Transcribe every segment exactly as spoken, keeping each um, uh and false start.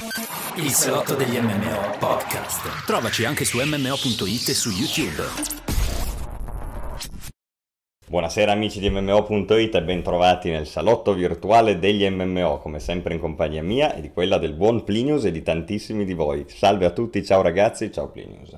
Il salotto degli M M O podcast. Trovaci anche su M M O punto it e su YouTube. Buonasera amici di M M O punto it e bentrovati nel salotto virtuale degli M M O, come sempre in compagnia mia e di quella del buon Plinius e di tantissimi di voi. Salve a tutti, ciao ragazzi, ciao Plinius.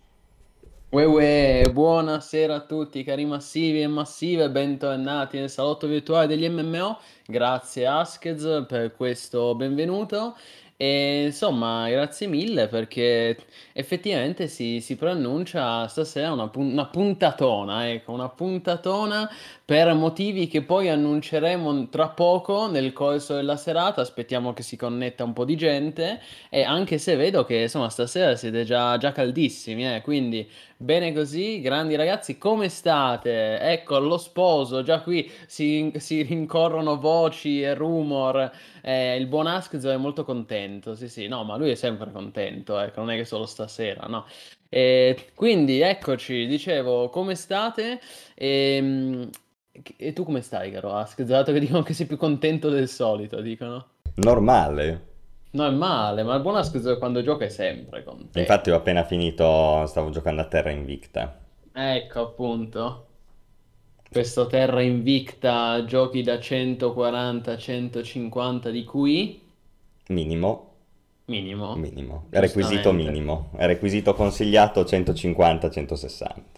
Uè, uè, buonasera a tutti cari massivi e massive, bentornati nel salotto virtuale degli M M O. Grazie Askez per questo benvenuto e insomma grazie mille perché effettivamente si, si preannuncia stasera una, pun- una puntatona, ecco, una puntatona per motivi che poi annunceremo tra poco nel corso della serata. Aspettiamo che si connetta un po' di gente e anche se vedo che insomma stasera siete già, già caldissimi, eh, quindi bene così, grandi ragazzi, come state? Ecco, lo sposo, già qui si, si rincorrono voci e rumor. Eh, il buon Askz è molto contento, sì sì, no, ma lui è sempre contento, ecco, non è che solo stasera, no. E quindi, eccoci, dicevo, come state? E, e tu come stai, caro Askz? Dato che dicono che sei più contento del solito, dicono. Normale. No, è male, ma il buon Askz quando gioca è sempre contento. Infatti ho appena finito, stavo giocando a Terra Invicta. Ecco, appunto. Questo Terra Invicta, giochi da centoquaranta centocinquanta di Q I, Minimo, minimo, minimo. Requisito giustamente. minimo. Requisito consigliato centocinquanta centosessanta.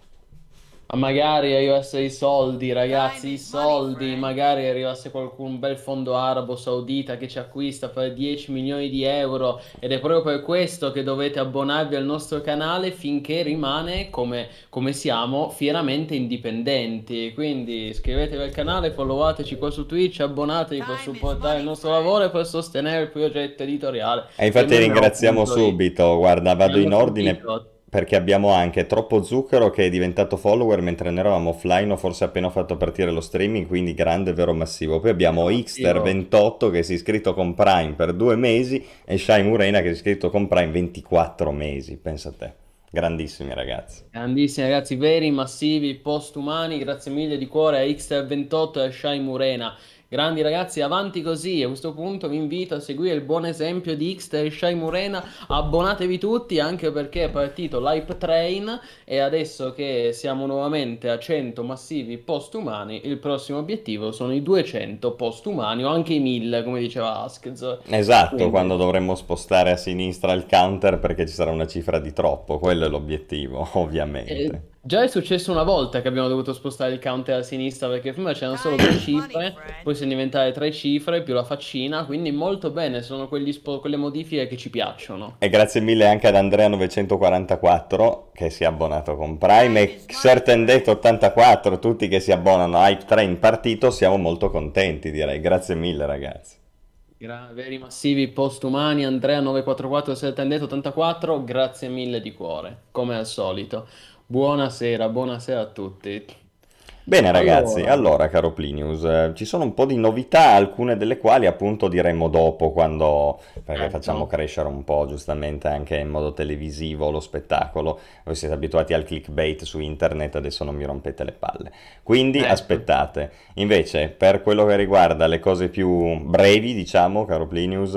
Ma magari arrivasse i soldi, ragazzi, i soldi, magari arrivasse qualcun un bel fondo arabo saudita che ci acquista per dieci milioni di euro ed è proprio per questo che dovete abbonarvi al nostro canale finché rimane come, come siamo, fieramente indipendenti. Quindi iscrivetevi al canale, followateci qua su Twitch, abbonatevi per supportare il nostro lavoro e per sostenere il progetto editoriale. E infatti ringraziamo M M O punto it. subito, guarda, vado in Andiamo ordine subito. perché abbiamo anche Troppo Zucchero che è diventato follower mentre noi eravamo offline o forse appena ho fatto partire lo streaming, quindi grande, vero massivo. Poi abbiamo Xter ventotto che si è iscritto con Prime per due mesi e Shai Murena che si è iscritto con Prime ventiquattro mesi, pensa a te. Grandissimi ragazzi. Grandissimi ragazzi, veri, massivi, postumani, grazie mille di cuore a X ventotto e a Shai Murena. Grandi ragazzi, avanti così. A questo punto vi invito a seguire il buon esempio di X e Shai Murena. Abbonatevi tutti, anche perché è partito l'Hype Train e adesso che siamo nuovamente a cento massivi postumani, il prossimo obiettivo sono i duecento postumani o anche i mille, come diceva Askez. Esatto, Quindi- quando dovremmo spostare a sinistra il counter perché ci sarà una cifra di troppo, quello è l'obiettivo, ovviamente. Eh, già è successo una volta che abbiamo dovuto spostare il counter a sinistra perché prima c'erano solo due cifre, poi sono diventate tre cifre più la faccina, quindi molto bene, sono quegli spo- quelle modifiche che ci piacciono. E grazie mille anche ad Andrea novecentoquarantaquattro che si è abbonato con Prime e Certain Date ottantaquattro, tutti che si abbonano a Hype Train partito, siamo molto contenti direi, grazie mille ragazzi. Gra- veri massivi postumani, Andrea nove quattro quattro settantotto ottantaquattro, grazie mille di cuore, come al solito. Buonasera, buonasera a tutti. Bene ragazzi, Allora, allora caro Plinius, eh, ci sono un po' di novità, alcune delle quali appunto diremo dopo, quando, perché certo. facciamo crescere un po' giustamente anche in modo televisivo lo spettacolo, voi siete abituati al clickbait su internet, adesso non mi rompete le palle, quindi Ecco. aspettate. Invece per quello che riguarda le cose più brevi, diciamo, caro Plinius,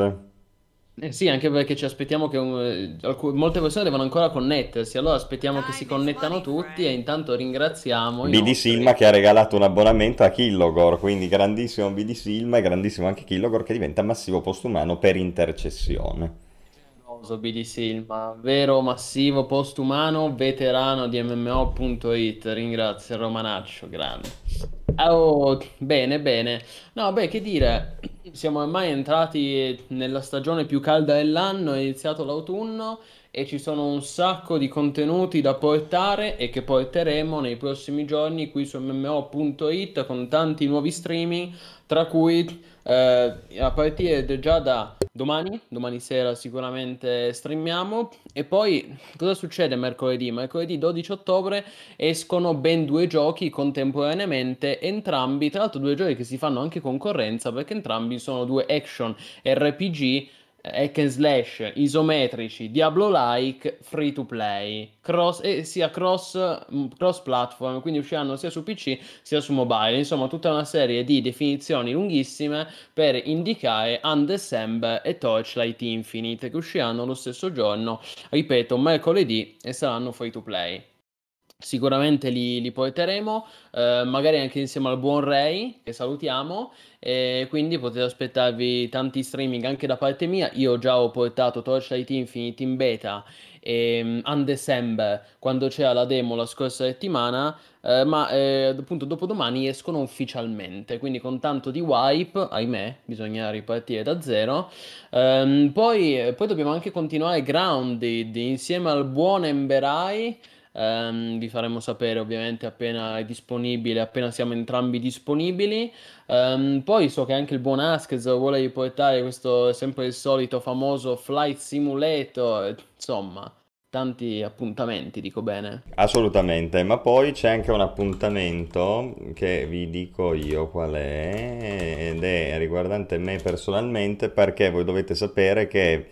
Eh sì, anche perché ci aspettiamo che un- eh, alcu- molte persone devono ancora connettersi, allora aspettiamo che si connettano tutti e intanto ringraziamo i B D nostri. Silma che ha regalato un abbonamento a Killogor, quindi grandissimo B D Silma e grandissimo anche Killogor che diventa massivo postumano per intercessione. Generoso B D Silma, vero massivo postumano, veterano di M M O punto it, ringrazio il Romanaccio, grande. Oh, bene, bene. No, beh, che dire, siamo ormai entrati nella stagione più calda dell'anno, è iniziato l'autunno e ci sono un sacco di contenuti da portare e che porteremo nei prossimi giorni qui su M M O punto it con tanti nuovi streaming, tra cui eh, a partire da- già da domani, domani sera sicuramente streamiamo. E poi cosa succede mercoledì? Mercoledì dodici ottobre escono ben due giochi contemporaneamente, entrambi, tra l'altro due giochi che si fanno anche concorrenza perché entrambi sono due action R P G hack and slash, isometrici, Diablo-like, free to play, cross, e sia cross, cross platform, quindi usciranno sia su P C sia su mobile, insomma tutta una serie di definizioni lunghissime per indicare Undecember e Torchlight Infinite, che usciranno lo stesso giorno, ripeto, mercoledì, e saranno free to play. Sicuramente li, li porteremo, eh, magari anche insieme al buon Ray, che salutiamo, e quindi potete aspettarvi tanti streaming anche da parte mia. Io già ho portato Torchlight Infinite in beta e um, Undecember quando c'era la demo la scorsa settimana, eh, ma eh, appunto dopodomani escono ufficialmente, quindi con tanto di wipe, ahimè, bisogna ripartire da zero. Ehm, poi, poi dobbiamo anche continuare Grounded insieme al buon Emberai. Ehm, vi faremo sapere ovviamente appena è disponibile, appena siamo entrambi disponibili. Ehm, poi so che anche il buon Askez vuole riportare questo sempre il solito famoso Flight Simulator, insomma, tanti appuntamenti, dico bene. Assolutamente, ma poi c'è anche un appuntamento che vi dico io qual è, ed è riguardante me personalmente, perché voi dovete sapere che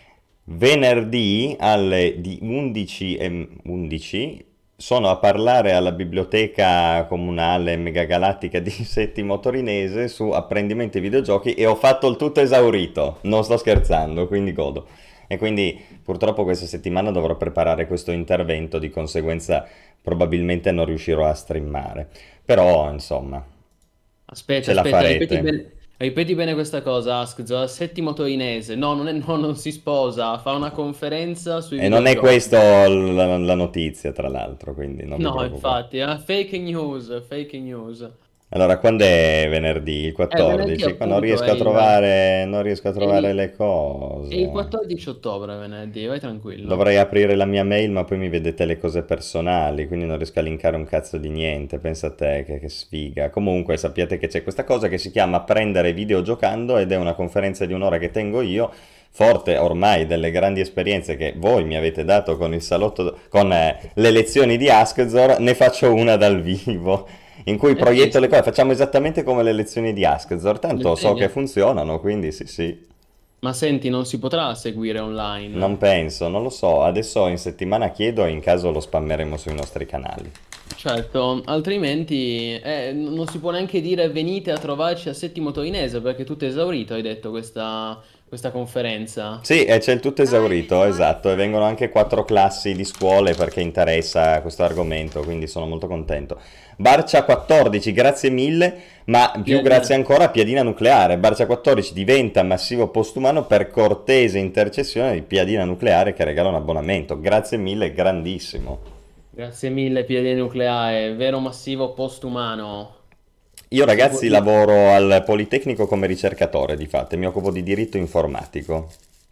venerdì alle di undici e undici sono a parlare alla biblioteca comunale megagalattica di Settimo Torinese su apprendimenti videogiochi e ho fatto il tutto esaurito, non sto scherzando, quindi godo. E quindi purtroppo questa settimana dovrò preparare questo intervento, di conseguenza probabilmente non riuscirò a streamare. Però, insomma, Aspetta, ce la aspetta, ripeti farete. bene, ripeti bene questa cosa, Askzo, Settimo Torinese. No, non è- no, non si sposa, fa una conferenza sui E non è videogiochi. questa la, la notizia, tra l'altro, quindi non vi No, preoccupate. infatti, eh, fake news, fake news. Allora, quando è venerdì? Il Eh, venerdì quattordici? Qua non appunto è riesco a il, trovare, non riesco a è trovare il, le è il cose. quattordici ottobre, venerdì, vai tranquillo. Dovrei aprire la mia mail, ma poi mi vedete le cose personali, quindi non riesco a linkare un cazzo di niente. Pensa a te, che, che sfiga. Comunque, sappiate che c'è questa cosa che si chiama Apprendere videogiocando ed è una conferenza di un'ora che tengo io, forte ormai delle grandi esperienze che voi mi avete dato con il salotto, con eh, le lezioni di Askzor, ne faccio una dal vivo, in cui Eh sì, proietto le sì, cose. Facciamo esattamente come le lezioni di Askzor, le tanto so che segno. funzionano, quindi sì sì. Ma senti, non si potrà seguire Non online. penso, non lo so. Adesso in settimana chiedo e in caso lo spammeremo sui nostri canali. Certo, altrimenti eh, n- non si può neanche dire venite a trovarci a Settimo Torinese perché è tutto esaurito, hai detto, questa, questa conferenza. Sì, e c'è il tutto esaurito, esatto, e vengono anche quattro classi di scuole perché interessa questo argomento, quindi sono molto contento. Barcia quattordici, grazie mille, ma più Piadina. grazie ancora a Piadina Nucleare. Barcia quattordici diventa massivo postumano per cortese intercessione di Piadina Nucleare che regala un abbonamento. Grazie mille, grandissimo. Grazie mille, Piede Nucleare, vero massivo postumano. Io Si può ragazzi dire. lavoro al Politecnico come ricercatore, di fatto, e mi occupo di diritto informatico.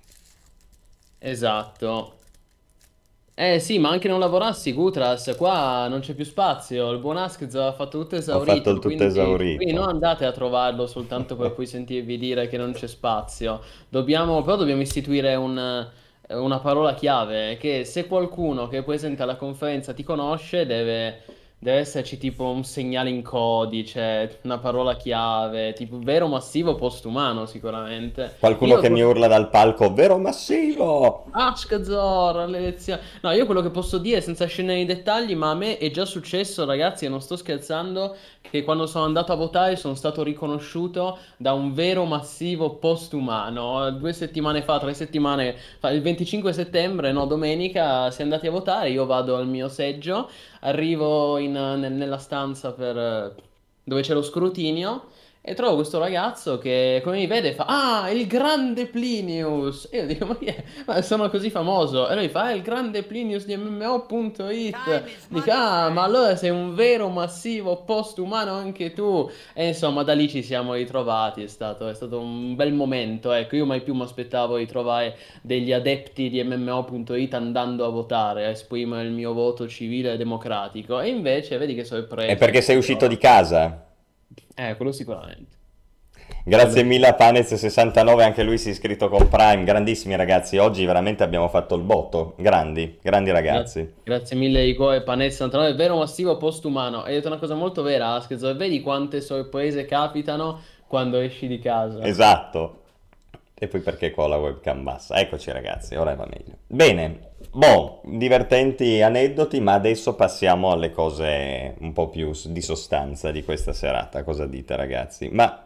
Esatto. Eh sì, ma anche non lavorassi, Gutras, qua non c'è più spazio, il buon Askz ha fatto tutto Ho fatto il esaurito, tutto quindi, quindi non esaurito. andate a trovarlo soltanto per poi sentirvi dire che non c'è spazio. Dobbiamo, però dobbiamo istituire un- una parola chiave, che se qualcuno che è presente alla conferenza ti conosce, deve, deve esserci tipo un segnale in codice, una parola chiave, tipo vero massivo postumano sicuramente. Qualcuno Io che mi urla dal palco, vero massivo! Ashkazor, alle elezioni. No, io quello che posso dire senza scendere nei dettagli, ma a me è già successo, ragazzi, e non sto scherzando, che quando sono andato a votare sono stato riconosciuto da un vero massivo postumano. Due settimane fa, tre settimane fa, il venticinque settembre, no, domenica, si è andati a votare, io vado al mio seggio, arrivo in- nel- nella stanza per, dove c'è lo scrutinio. E trovo questo ragazzo che come mi vede fa: Ah, il grande Plinius! E io dico: Ma chi è? Ma sono così famoso. E lui fa: Ah, il grande Plinius di M M O punto it. Dico: Ah, ma allora sei un vero massivo postumano anche tu. E insomma, da lì ci siamo ritrovati. È stato, è stato un bel momento. Ecco, io mai più mi aspettavo di trovare degli adepti di M M O punto it andando a votare, a esprimere il mio voto civile e democratico. E invece, vedi che È sorpresa perché mi sei sono uscito di trovato. casa. Eh, quello sicuramente. Quello Grazie mille a sicuramente. Panez sessantanove, anche lui si è iscritto con Prime. Grandissimi ragazzi, oggi veramente abbiamo fatto il botto. Grandi, grandi Gra- ragazzi. Grazie mille Ico e Panessa Antonio, è vero massivo postumano. Hai detto una cosa molto vera, Askez, e vedi quante sorprese capitano quando esci di casa. Esatto. E poi perché qua ho la webcam bassa? Eccoci ragazzi, ora va meglio. Bene, boh, divertenti aneddoti, ma adesso passiamo alle cose un po' più s- di sostanza di questa serata. Cosa dite ragazzi? Ma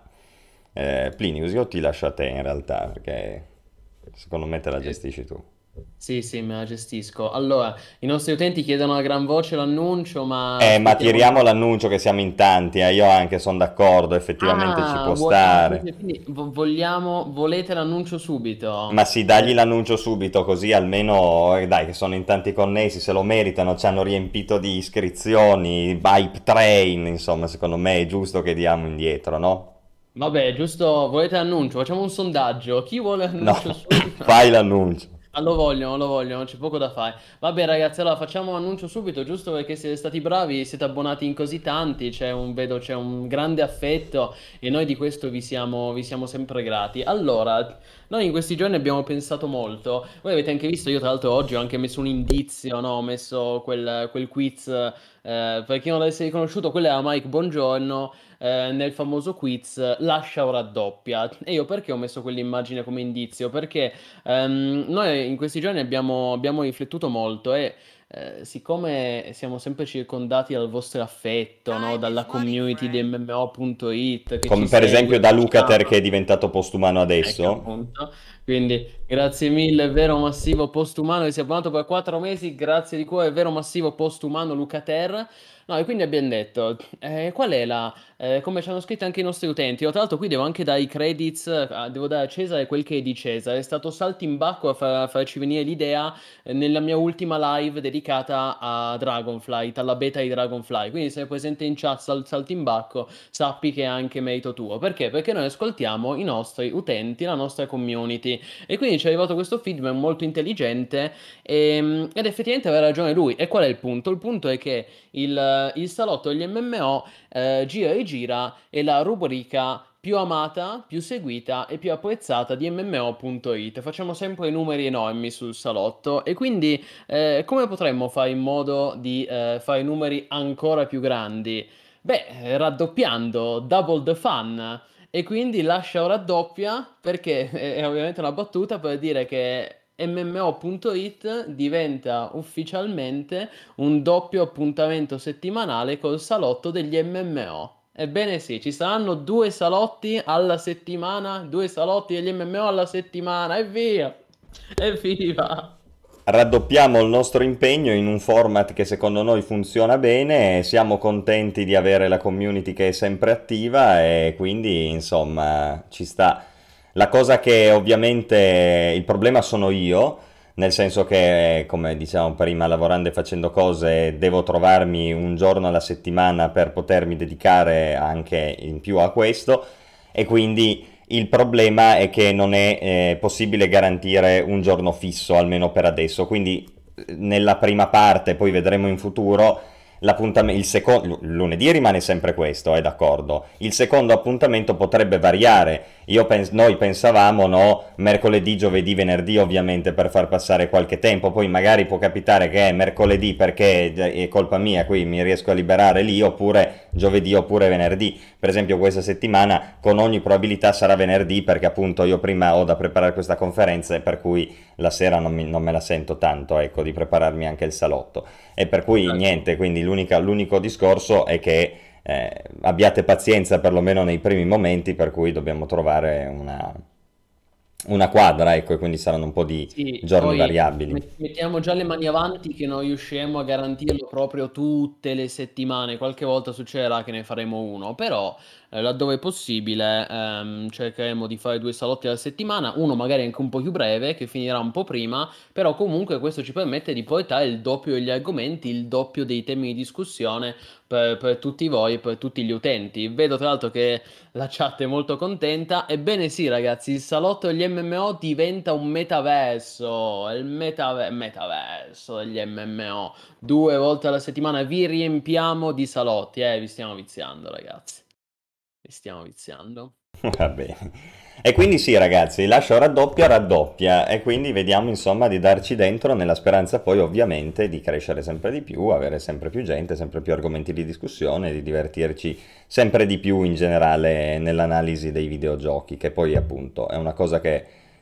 eh, Plinius, io ti lascio a te in realtà, perché secondo me te la Eh, gestisci tu. Sì, sì, me la gestisco. Allora, i nostri utenti chiedono a gran voce l'annuncio, ma Eh, ma aspettiamo. tiriamo l'annuncio che siamo in tanti, eh, io anche sono d'accordo, effettivamente ci Ah, può vuoi- ah, stare. quindi quindi vo- vogliamo, volete l'annuncio Ma subito? sì, dagli Eh, l'annuncio subito, così almeno, eh, dai, che sono in tanti connessi, se lo meritano, ci hanno riempito di iscrizioni, hype train, insomma, secondo me è giusto che diamo indietro, no? Vabbè, giusto, volete l'annuncio? Facciamo un sondaggio. Chi vuole No, l'annuncio subito? fai l'annuncio. Ah, lo vogliono, lo vogliono, c'è poco da fare. Vabbè, ragazzi, allora facciamo un annuncio subito, giusto perché siete stati bravi, siete abbonati in così tanti, c'è un, vedo, c'è un grande affetto e noi di questo vi siamo, vi siamo sempre grati. Allora, noi in questi giorni abbiamo pensato molto. Voi avete anche visto, io tra l'altro oggi ho anche messo un indizio, no? Ho messo quel, quel quiz, eh, per chi non l'avesse riconosciuto, quello era Mike Bongiorno eh, nel famoso quiz Lascia o raddoppia. E io perché ho messo quell'immagine come indizio? Perché Ehm, noi in questi giorni abbiamo, abbiamo riflettuto molto e eh, siccome siamo sempre circondati dal vostro affetto, no? Dalla community di M M O punto it che ci Come per segue, esempio da che ci Lucater che è ama, diventato postumano ecco adesso. appunto. Quindi grazie mille, vero massivo postumano che si è abbonato per quattro mesi, grazie di cuore, vero massivo postumano Luca Ter. No, e quindi abbiamo detto, eh, qual è la, eh, come ci hanno scritto anche i nostri utenti, io tra l'altro qui devo anche dare i credits, eh, devo dare a Cesare quel che è di Cesare, è stato saltimbacco a, fa- a farci venire l'idea eh, nella mia ultima live dedicata a Dragonflight, alla beta di Dragonfly, quindi se è presente in chat sal- saltimbacco, sappi che è anche merito tuo, perché? Perché noi ascoltiamo i nostri utenti, la nostra community, e quindi ci è arrivato questo feedback molto intelligente, ehm, ed effettivamente aveva ragione lui, e qual è il punto? Il punto è che il, il salotto degli M M O eh, gira e gira è la rubrica più amata, più seguita e più apprezzata di M M O punto it. Facciamo sempre numeri enormi sul salotto e quindi eh, come potremmo fare in modo di eh, fare numeri ancora più grandi? Beh, raddoppiando, double the fun. E quindi lascia o raddoppia perché è ovviamente una battuta per dire che M M O punto it diventa ufficialmente un doppio appuntamento settimanale col salotto degli M M O. Ebbene sì, ci saranno due salotti alla settimana, due salotti degli M M O alla settimana, e via! Evviva! Raddoppiamo il nostro impegno in un format che secondo noi funziona bene, siamo contenti di avere la community che è sempre attiva e quindi insomma ci sta. La cosa che ovviamente il problema sono io, nel senso che come dicevamo prima lavorando e facendo cose devo trovarmi un giorno alla settimana per potermi dedicare anche in più a questo e quindi il problema è che non è eh, possibile garantire un giorno fisso, almeno per adesso, quindi eh, nella prima parte, poi vedremo in futuro, l'appuntamento, il secondo, lunedì rimane sempre questo, è d'accordo. Il secondo appuntamento potrebbe variare. Io pens- noi pensavamo, no, mercoledì, giovedì, venerdì, ovviamente per far passare qualche tempo. Poi magari può capitare che è mercoledì perché è colpa mia, qui mi riesco a liberare lì, oppure giovedì oppure venerdì. Per esempio questa settimana con ogni probabilità sarà venerdì perché appunto io prima ho da preparare questa conferenza e per cui la sera non, mi- non me la sento tanto, ecco, di prepararmi anche il salotto. E per cui Certo. niente, quindi l'unica- l'unico discorso è che eh, abbiate pazienza perlomeno nei primi momenti per cui dobbiamo trovare una, una quadra, ecco, e quindi saranno un po' di Sì, giorni poi variabili. met- mettiamo già le mani avanti che non riusciremo a garantirlo proprio tutte le settimane. Qualche volta succederà che ne faremo uno, però eh, laddove è possibile ehm, cercheremo di fare due salotti alla settimana, uno magari anche un po' più breve, che finirà un po' prima, però comunque questo ci permette di portare il doppio degli argomenti, il doppio dei temi di discussione per, per tutti voi, per tutti gli utenti. Vedo tra l'altro che la chat è molto contenta. Ebbene sì, ragazzi, il salotto degli M M O diventa un metaverso. Il metave- metaverso degli M M O. Due volte alla settimana vi riempiamo di salotti. Eh, vi stiamo viziando, ragazzi. Vi stiamo viziando. Va bene. E quindi sì, ragazzi, lascio raddoppia, raddoppia e quindi vediamo insomma di darci dentro nella speranza poi ovviamente di crescere sempre di più, avere sempre più gente, sempre più argomenti di discussione, di divertirci sempre di più in generale nell'analisi dei videogiochi, che poi appunto è una cosa che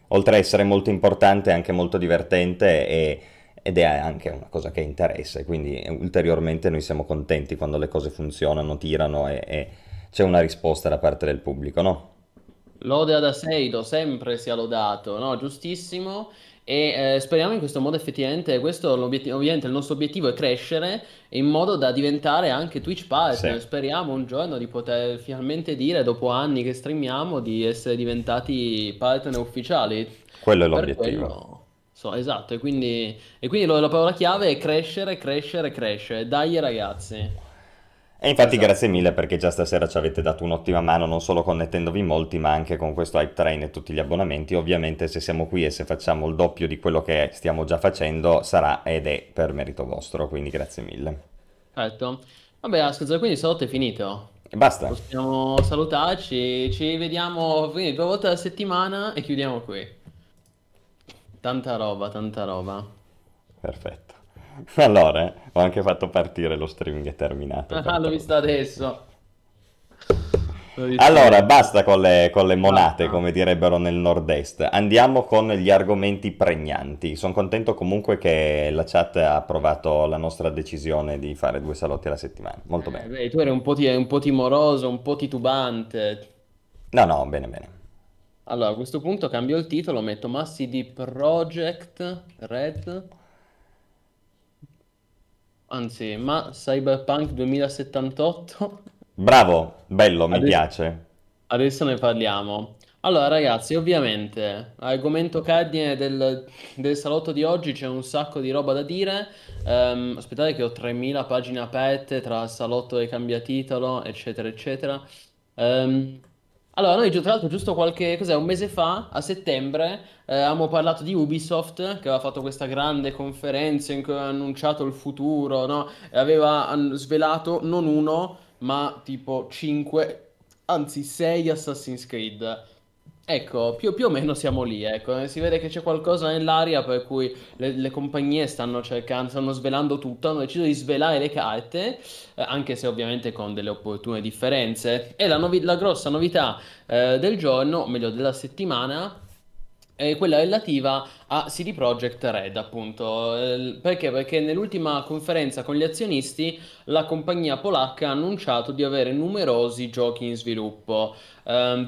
oltre a essere molto importante, è anche molto divertente e, ed è anche una cosa che interessa, e quindi ulteriormente noi siamo contenti quando le cose funzionano, tirano e, e c'è una risposta da parte del pubblico, no? Lode ad Aseido, sempre sia lodato, no? Giustissimo. E eh, speriamo in questo modo effettivamente, questo è l'obiettivo, ovviamente il nostro obiettivo è crescere in modo da diventare anche Twitch Sì, partner. Speriamo un giorno di poter finalmente dire, dopo anni che streamiamo, di essere diventati partner ufficiali. quello è Per l'obiettivo. quello, so, esatto, e quindi, e quindi lo- la parola chiave è crescere, crescere, crescere. Dai ragazzi. E infatti grazie Esatto. mille perché già stasera ci avete dato un'ottima mano, non solo connettendovi molti, ma anche con questo Hype Train e tutti gli abbonamenti. Ovviamente se siamo qui e se facciamo il doppio di quello che stiamo già facendo, sarà ed è per merito vostro, quindi grazie mille. Perfetto. Vabbè, Ascolta, quindi salotto è finito. E basta. Possiamo salutarci, ci vediamo quindi due volte alla settimana e chiudiamo qui. Tanta roba, tanta roba. Perfetto. Allora, eh, ho anche fatto partire lo streaming, è terminato per Ah, l'ho tornare. visto adesso. L'ho visto Allora, adesso. basta con le, con le monate, Basta. come direbbero nel nord-est. Andiamo con gli argomenti pregnanti. Sono contento comunque che la chat ha approvato la nostra decisione di fare due salotti alla settimana. Molto Eh, bene. beh, tu eri un po', ti- un po' timoroso, un po' titubante. No, no, bene, bene. Allora, a questo punto cambio il titolo, metto Massi di Project Red, anzi, ma Cyberpunk duemilasettantotto. Bravo, bello, mi Adesso, piace. adesso ne parliamo. Allora, ragazzi, ovviamente, argomento cardine del, del salotto di oggi, c'è un sacco di roba da dire. Ehm, aspettate che ho tremila pagine aperte tra salotto e cambiatitolo, eccetera, eccetera. Ehm, allora, noi, tra l'altro, giusto qualche, cos'è, un mese fa, a settembre, eh, avevamo parlato di Ubisoft, che aveva fatto questa grande conferenza in cui aveva annunciato il futuro, no? E aveva an- svelato non uno, ma tipo cinque, anzi sei Assassin's Creed. Ecco, più, più o meno siamo lì, ecco. Si vede che c'è qualcosa nell'aria per cui le, le compagnie stanno cercando, stanno svelando tutto, hanno deciso di svelare le carte, eh, anche se ovviamente con delle opportune differenze. E la, novi- la grossa novità, eh, del giorno, o meglio della settimana, è quella relativa a C D Projekt Red, appunto. Eh, perché? Perché nell'ultima conferenza con gli azionisti la compagnia polacca ha annunciato di avere numerosi giochi in sviluppo. Ehm,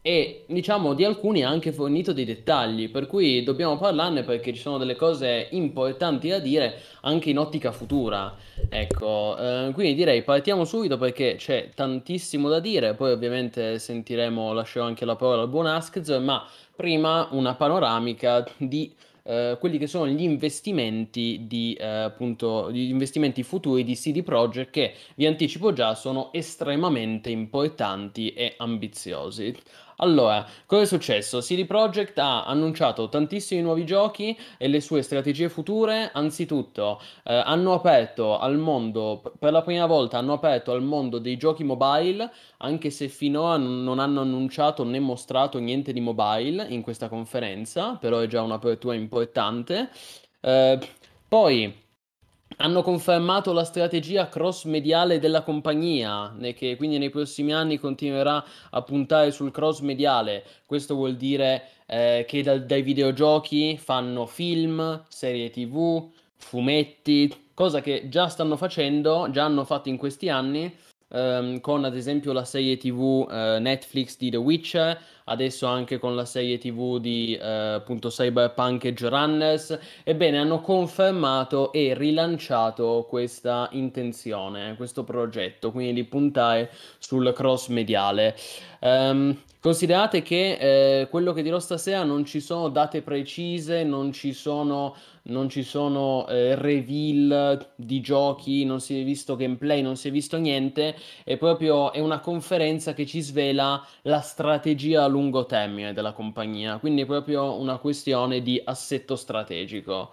e diciamo di alcuni ha anche fornito dei dettagli, per cui dobbiamo parlarne perché ci sono delle cose importanti da dire anche in ottica futura. Ecco, eh, quindi direi partiamo subito perché c'è tantissimo da dire, poi ovviamente sentiremo, lascerò anche la parola al buon Askz, ma prima una panoramica di eh, quelli che sono gli investimenti di, eh, appunto, gli investimenti futuri di C D Projekt che vi anticipo già sono estremamente importanti e ambiziosi. Allora, cosa è successo? C D Projekt ha annunciato tantissimi nuovi giochi e le sue strategie future. Anzitutto, eh, hanno aperto al mondo, p- per la prima volta hanno aperto al mondo dei giochi mobile, anche se finora non non hanno annunciato né mostrato niente di mobile in questa conferenza, però è già un'apertura importante. Eh, Poi hanno confermato la strategia cross-mediale della compagnia, ne- che quindi nei prossimi anni continuerà a puntare sul cross-mediale. Questo vuol dire eh, che dal- dai videogiochi fanno film, serie T V, fumetti, cosa che già stanno facendo, già hanno fatto in questi anni, ehm, con ad esempio la serie T V eh, Netflix di The Witcher, adesso anche con la serie T V di eh, appunto Cyberpunk Edge Runners. Ebbene, hanno confermato e rilanciato questa intenzione, questo progetto, quindi di puntare sul cross mediale. Ehm, considerate che eh, quello che dirò stasera non ci sono date precise, non ci sono, non ci sono eh, reveal di giochi, non si è visto gameplay, non si è visto niente, è proprio è una conferenza che ci svela la strategia a lungo termine della compagnia, quindi è proprio una questione di assetto strategico.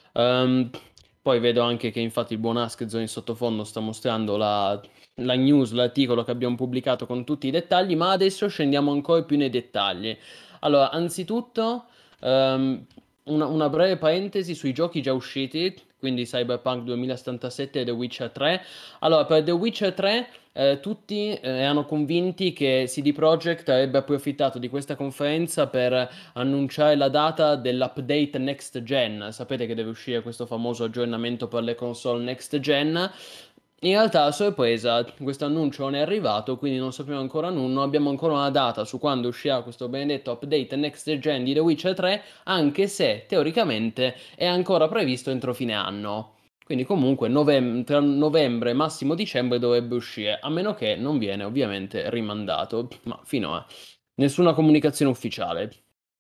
Ehm, Poi vedo anche che infatti il buon Askzo in sottofondo sta mostrando la, la news, l'articolo che abbiamo pubblicato con tutti i dettagli, ma adesso scendiamo ancora più nei dettagli. Allora, anzitutto, ehm, una, una breve parentesi sui giochi già usciti, quindi Cyberpunk duemilasettantasette e The Witcher tre. Allora, per The Witcher tre eh, tutti eh, erano convinti che C D Projekt avrebbe approfittato di questa conferenza per annunciare la data dell'update next gen. Sapete che deve uscire questo famoso aggiornamento per le console next gen. In realtà, a sorpresa, questo annuncio non è arrivato, quindi non sappiamo ancora nulla, non abbiamo ancora una data su quando uscirà questo benedetto update next gen di The Witcher tre, anche se teoricamente è ancora previsto entro fine anno. Quindi comunque novem- tra novembre e massimo dicembre dovrebbe uscire, a meno che non viene ovviamente rimandato, ma finora nessuna comunicazione ufficiale.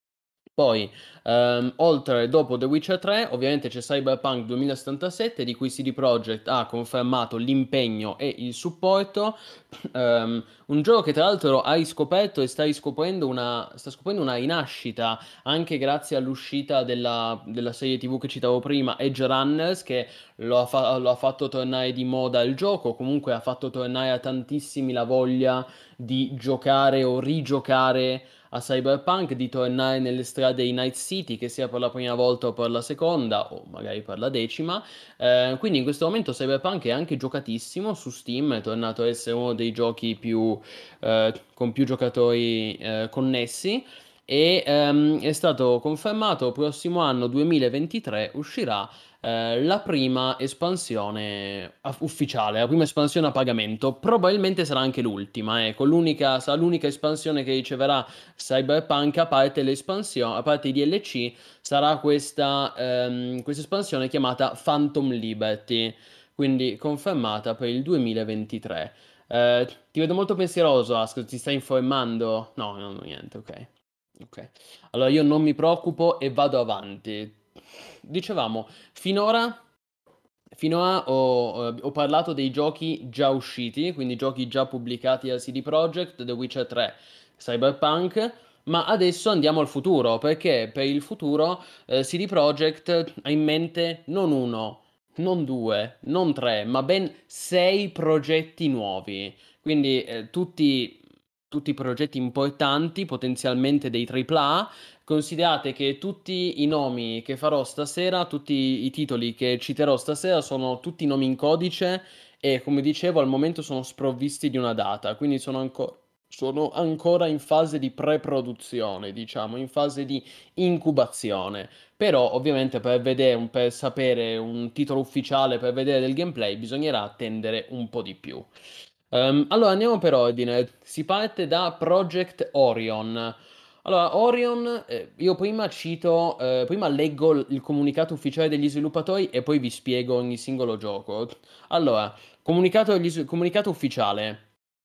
Poi, ehm, oltre dopo The Witcher tre, ovviamente c'è Cyberpunk duemilasettantasette, di cui C D Projekt ha confermato l'impegno e il supporto. Ehm, un gioco che tra l'altro ha riscoperto e sta riscoprendo una, sta scoprendo una rinascita anche grazie all'uscita della, della serie T V che citavo prima, Edge Runners, che lo ha, fa- lo ha fatto tornare di moda il gioco, comunque ha fatto tornare a tantissimi la voglia di giocare o rigiocare a Cyberpunk, di tornare nelle strade di Night City, che sia per la prima volta o per la seconda, o magari per la decima. Eh, quindi in questo momento Cyberpunk è anche giocatissimo su Steam, è tornato a essere uno dei giochi più, eh, con più giocatori eh, connessi. E ehm, è stato confermato prossimo anno duemilaventitré uscirà eh, la prima espansione aff- ufficiale, la prima espansione a pagamento. Probabilmente sarà anche l'ultima, ecco, l'unica, sarà l'unica espansione che riceverà Cyberpunk, a parte l'espansione, a parte i D L C, sarà questa, ehm, questa espansione chiamata Phantom Liberty, quindi confermata per il duemilaventitré. Eh, ti vedo molto pensieroso, Ask, ti stai informando? No, no, no, niente, ok. Ok. Allora io non mi preoccupo e vado avanti. Dicevamo, finora, finora ho, eh, ho parlato dei giochi già usciti, quindi giochi già pubblicati da C D Projekt, The Witcher tre, Cyberpunk, ma adesso andiamo al futuro, perché per il futuro eh, C D Projekt ha in mente non uno, non due, non tre, ma ben sei progetti nuovi. Quindi eh, tutti, tutti progetti importanti, potenzialmente dei tripla A. Considerate che tutti i nomi che farò stasera, tutti i titoli che citerò stasera sono tutti nomi in codice e come dicevo al momento sono sprovvisti di una data, quindi sono, anco- sono ancora in fase di pre-produzione, diciamo, in fase di incubazione. Però ovviamente per vedere, un- per sapere un titolo ufficiale, per vedere del gameplay, bisognerà attendere un po' di più. Ehm, allora andiamo per ordine. Si parte da Project Orion. Allora, Orion, eh, io prima cito, eh, prima leggo l- il comunicato ufficiale degli sviluppatori e poi vi spiego ogni singolo gioco. Allora, comunicato, degli s- comunicato ufficiale.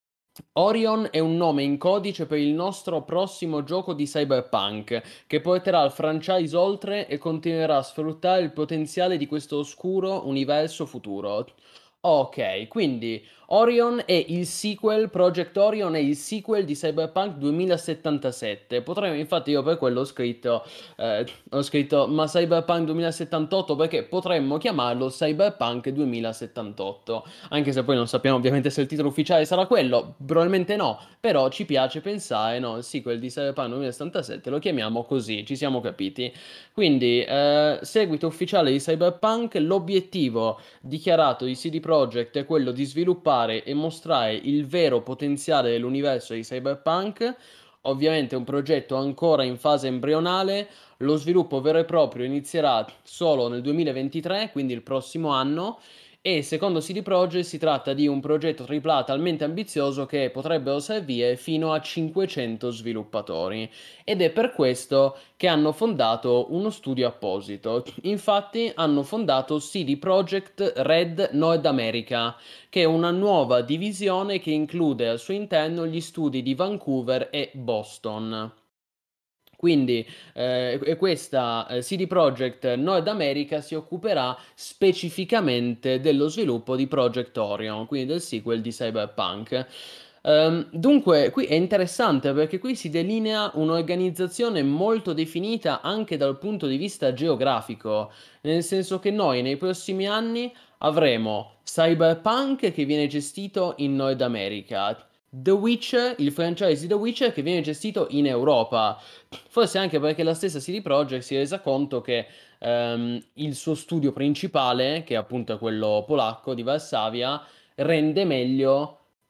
Orion è un nome in codice per il nostro prossimo gioco di Cyberpunk, che porterà il franchise oltre e continuerà a sfruttare il potenziale di questo oscuro universo futuro. Ok, quindi Orion è il sequel, Project Orion è il sequel di Cyberpunk duemilasettantasette. Potremmo, infatti, io per quello ho scritto, eh, ho scritto, ma Cyberpunk duemilasettantotto perché potremmo chiamarlo Cyberpunk duemilasettantotto. Anche se poi non sappiamo ovviamente se il titolo ufficiale sarà quello, probabilmente no, però ci piace pensare, no, il sequel di Cyberpunk duemilasettantasette lo chiamiamo così, ci siamo capiti. Quindi, eh, seguito ufficiale di Cyberpunk, l'obiettivo dichiarato di C D Projekt è quello di sviluppare e mostrare il vero potenziale dell'universo di Cyberpunk. Ovviamente è un progetto ancora in fase embrionale, lo sviluppo vero e proprio inizierà solo nel duemilaventitré, quindi il prossimo anno, e secondo C D Projekt si tratta di un progetto tripla A talmente ambizioso che potrebbero servire fino a cinquecento sviluppatori. Ed è per questo che hanno fondato uno studio apposito. Infatti hanno fondato C D Projekt Red Nord America, che è una nuova divisione che include al suo interno gli studi di Vancouver e Boston. Quindi eh, e questa eh, C D Projekt Nord America si occuperà specificamente dello sviluppo di Project Orion, quindi del sequel di Cyberpunk. Ehm, dunque, qui è interessante perché qui si delinea un'organizzazione molto definita anche dal punto di vista geografico, nel senso che noi nei prossimi anni avremo Cyberpunk che viene gestito in Nord America, The Witcher, il franchise di The Witcher che viene gestito in Europa. Forse anche perché la stessa C D Projekt si è resa conto che ehm, il suo studio principale, che appunto è quello polacco di Varsavia, rende meglio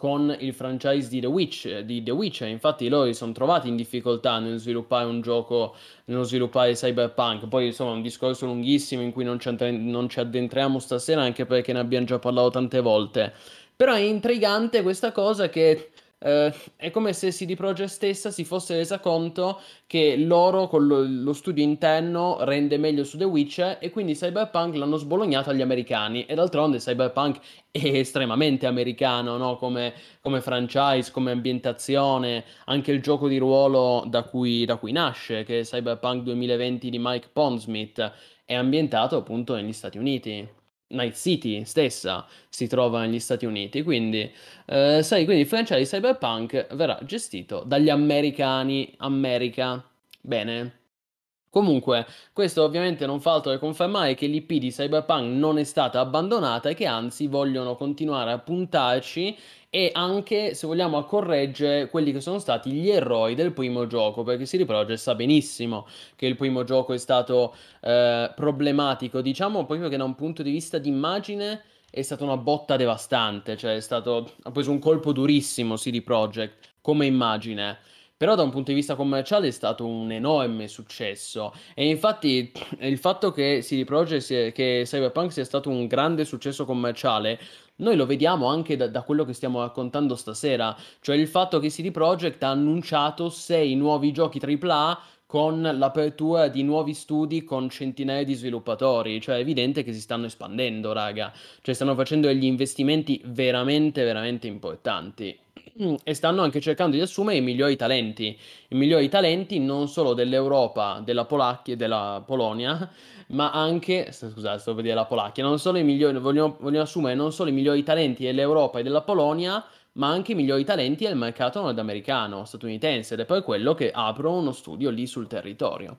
con il franchise di The Witch, di The Witcher. Infatti loro si sono trovati in difficoltà nel sviluppare un gioco, nello sviluppare Cyberpunk. Poi insomma è un discorso lunghissimo in cui non ci, non ci addentriamo stasera, anche perché ne abbiamo già parlato tante volte. Però è intrigante questa cosa che eh, è come se C D Projekt stessa si fosse resa conto che loro con lo, lo studio interno rende meglio su The Witcher e quindi Cyberpunk l'hanno sbolognato agli americani. E d'altronde Cyberpunk è estremamente americano, no? Come, come franchise, come ambientazione, anche il gioco di ruolo da cui, da cui nasce, che è Cyberpunk duemilaventi di Mike Pondsmith, è ambientato appunto negli Stati Uniti. Night City stessa si trova negli Stati Uniti, quindi, eh, sai, quindi il franchise di Cyberpunk verrà gestito dagli americani, America. Bene. Comunque, questo ovviamente non fa altro che confermare che l'I P di Cyberpunk non è stata abbandonata e che anzi vogliono continuare a puntarci e anche, se vogliamo, a correggere quelli che sono stati gli errori del primo gioco, perché C D Projekt sa benissimo che il primo gioco è stato eh, problematico, diciamo proprio che da un punto di vista di immagine è stata una botta devastante, cioè è stato, ha preso un colpo durissimo C D Projekt come immagine. Però da un punto di vista commerciale è stato un enorme successo e infatti il fatto che C D Projekt sia- che Cyberpunk sia stato un grande successo commerciale noi lo vediamo anche da, da quello che stiamo raccontando stasera, cioè il fatto che C D Projekt ha annunciato sei nuovi giochi tripla A con l'apertura di nuovi studi con centinaia di sviluppatori, cioè è evidente che si stanno espandendo, raga, cioè stanno facendo degli investimenti veramente veramente importanti. E stanno anche cercando di assumere i migliori talenti, i migliori talenti non solo dell'Europa, della Polacchia e della Polonia, ma anche, scusate, sto per dire la Polacchia, non solo i migliori, vogliono, vogliono assumere non solo i migliori talenti dell'Europa e della Polonia, ma anche i migliori talenti del mercato nordamericano, statunitense, ed è per quello che aprono uno studio lì sul territorio.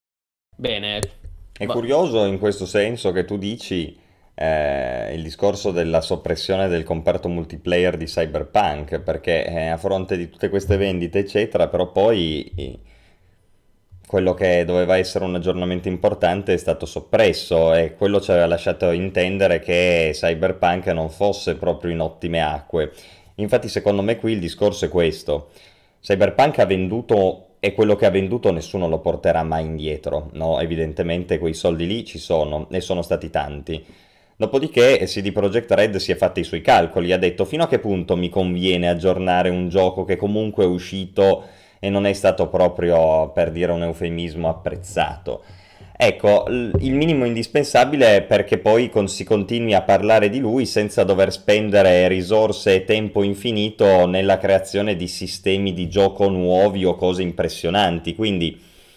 Bene, È va- curioso in questo senso che tu dici eh, il discorso della soppressione del comparto multiplayer di Cyberpunk, perché eh, a fronte di tutte queste vendite, eccetera, però poi eh, quello che doveva essere un aggiornamento importante è stato soppresso e quello ci aveva lasciato intendere che Cyberpunk non fosse proprio in ottime acque. Infatti, secondo me qui il discorso è questo. Cyberpunk ha venduto e quello che ha venduto nessuno lo porterà mai indietro, no? Evidentemente quei soldi lì ci sono e sono stati tanti. Dopodiché C D Projekt Red si è fatta i suoi calcoli, ha detto fino a che punto mi conviene aggiornare un gioco che comunque è uscito e non è stato proprio, per dire un eufemismo, apprezzato. Ecco, l- il minimo indispensabile è perché poi con- si continui a parlare di lui senza dover spendere risorse e tempo infinito nella creazione di sistemi di gioco nuovi o cose impressionanti. Quindi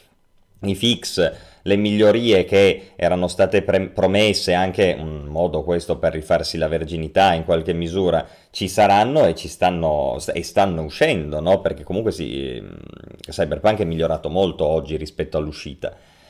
i fix, le migliorie che erano state pre- promesse, anche un modo questo per rifarsi la verginità in qualche misura, ci saranno e ci stanno, e stanno uscendo, no? Perché comunque sì, Cyberpunk è migliorato molto oggi rispetto all'uscita.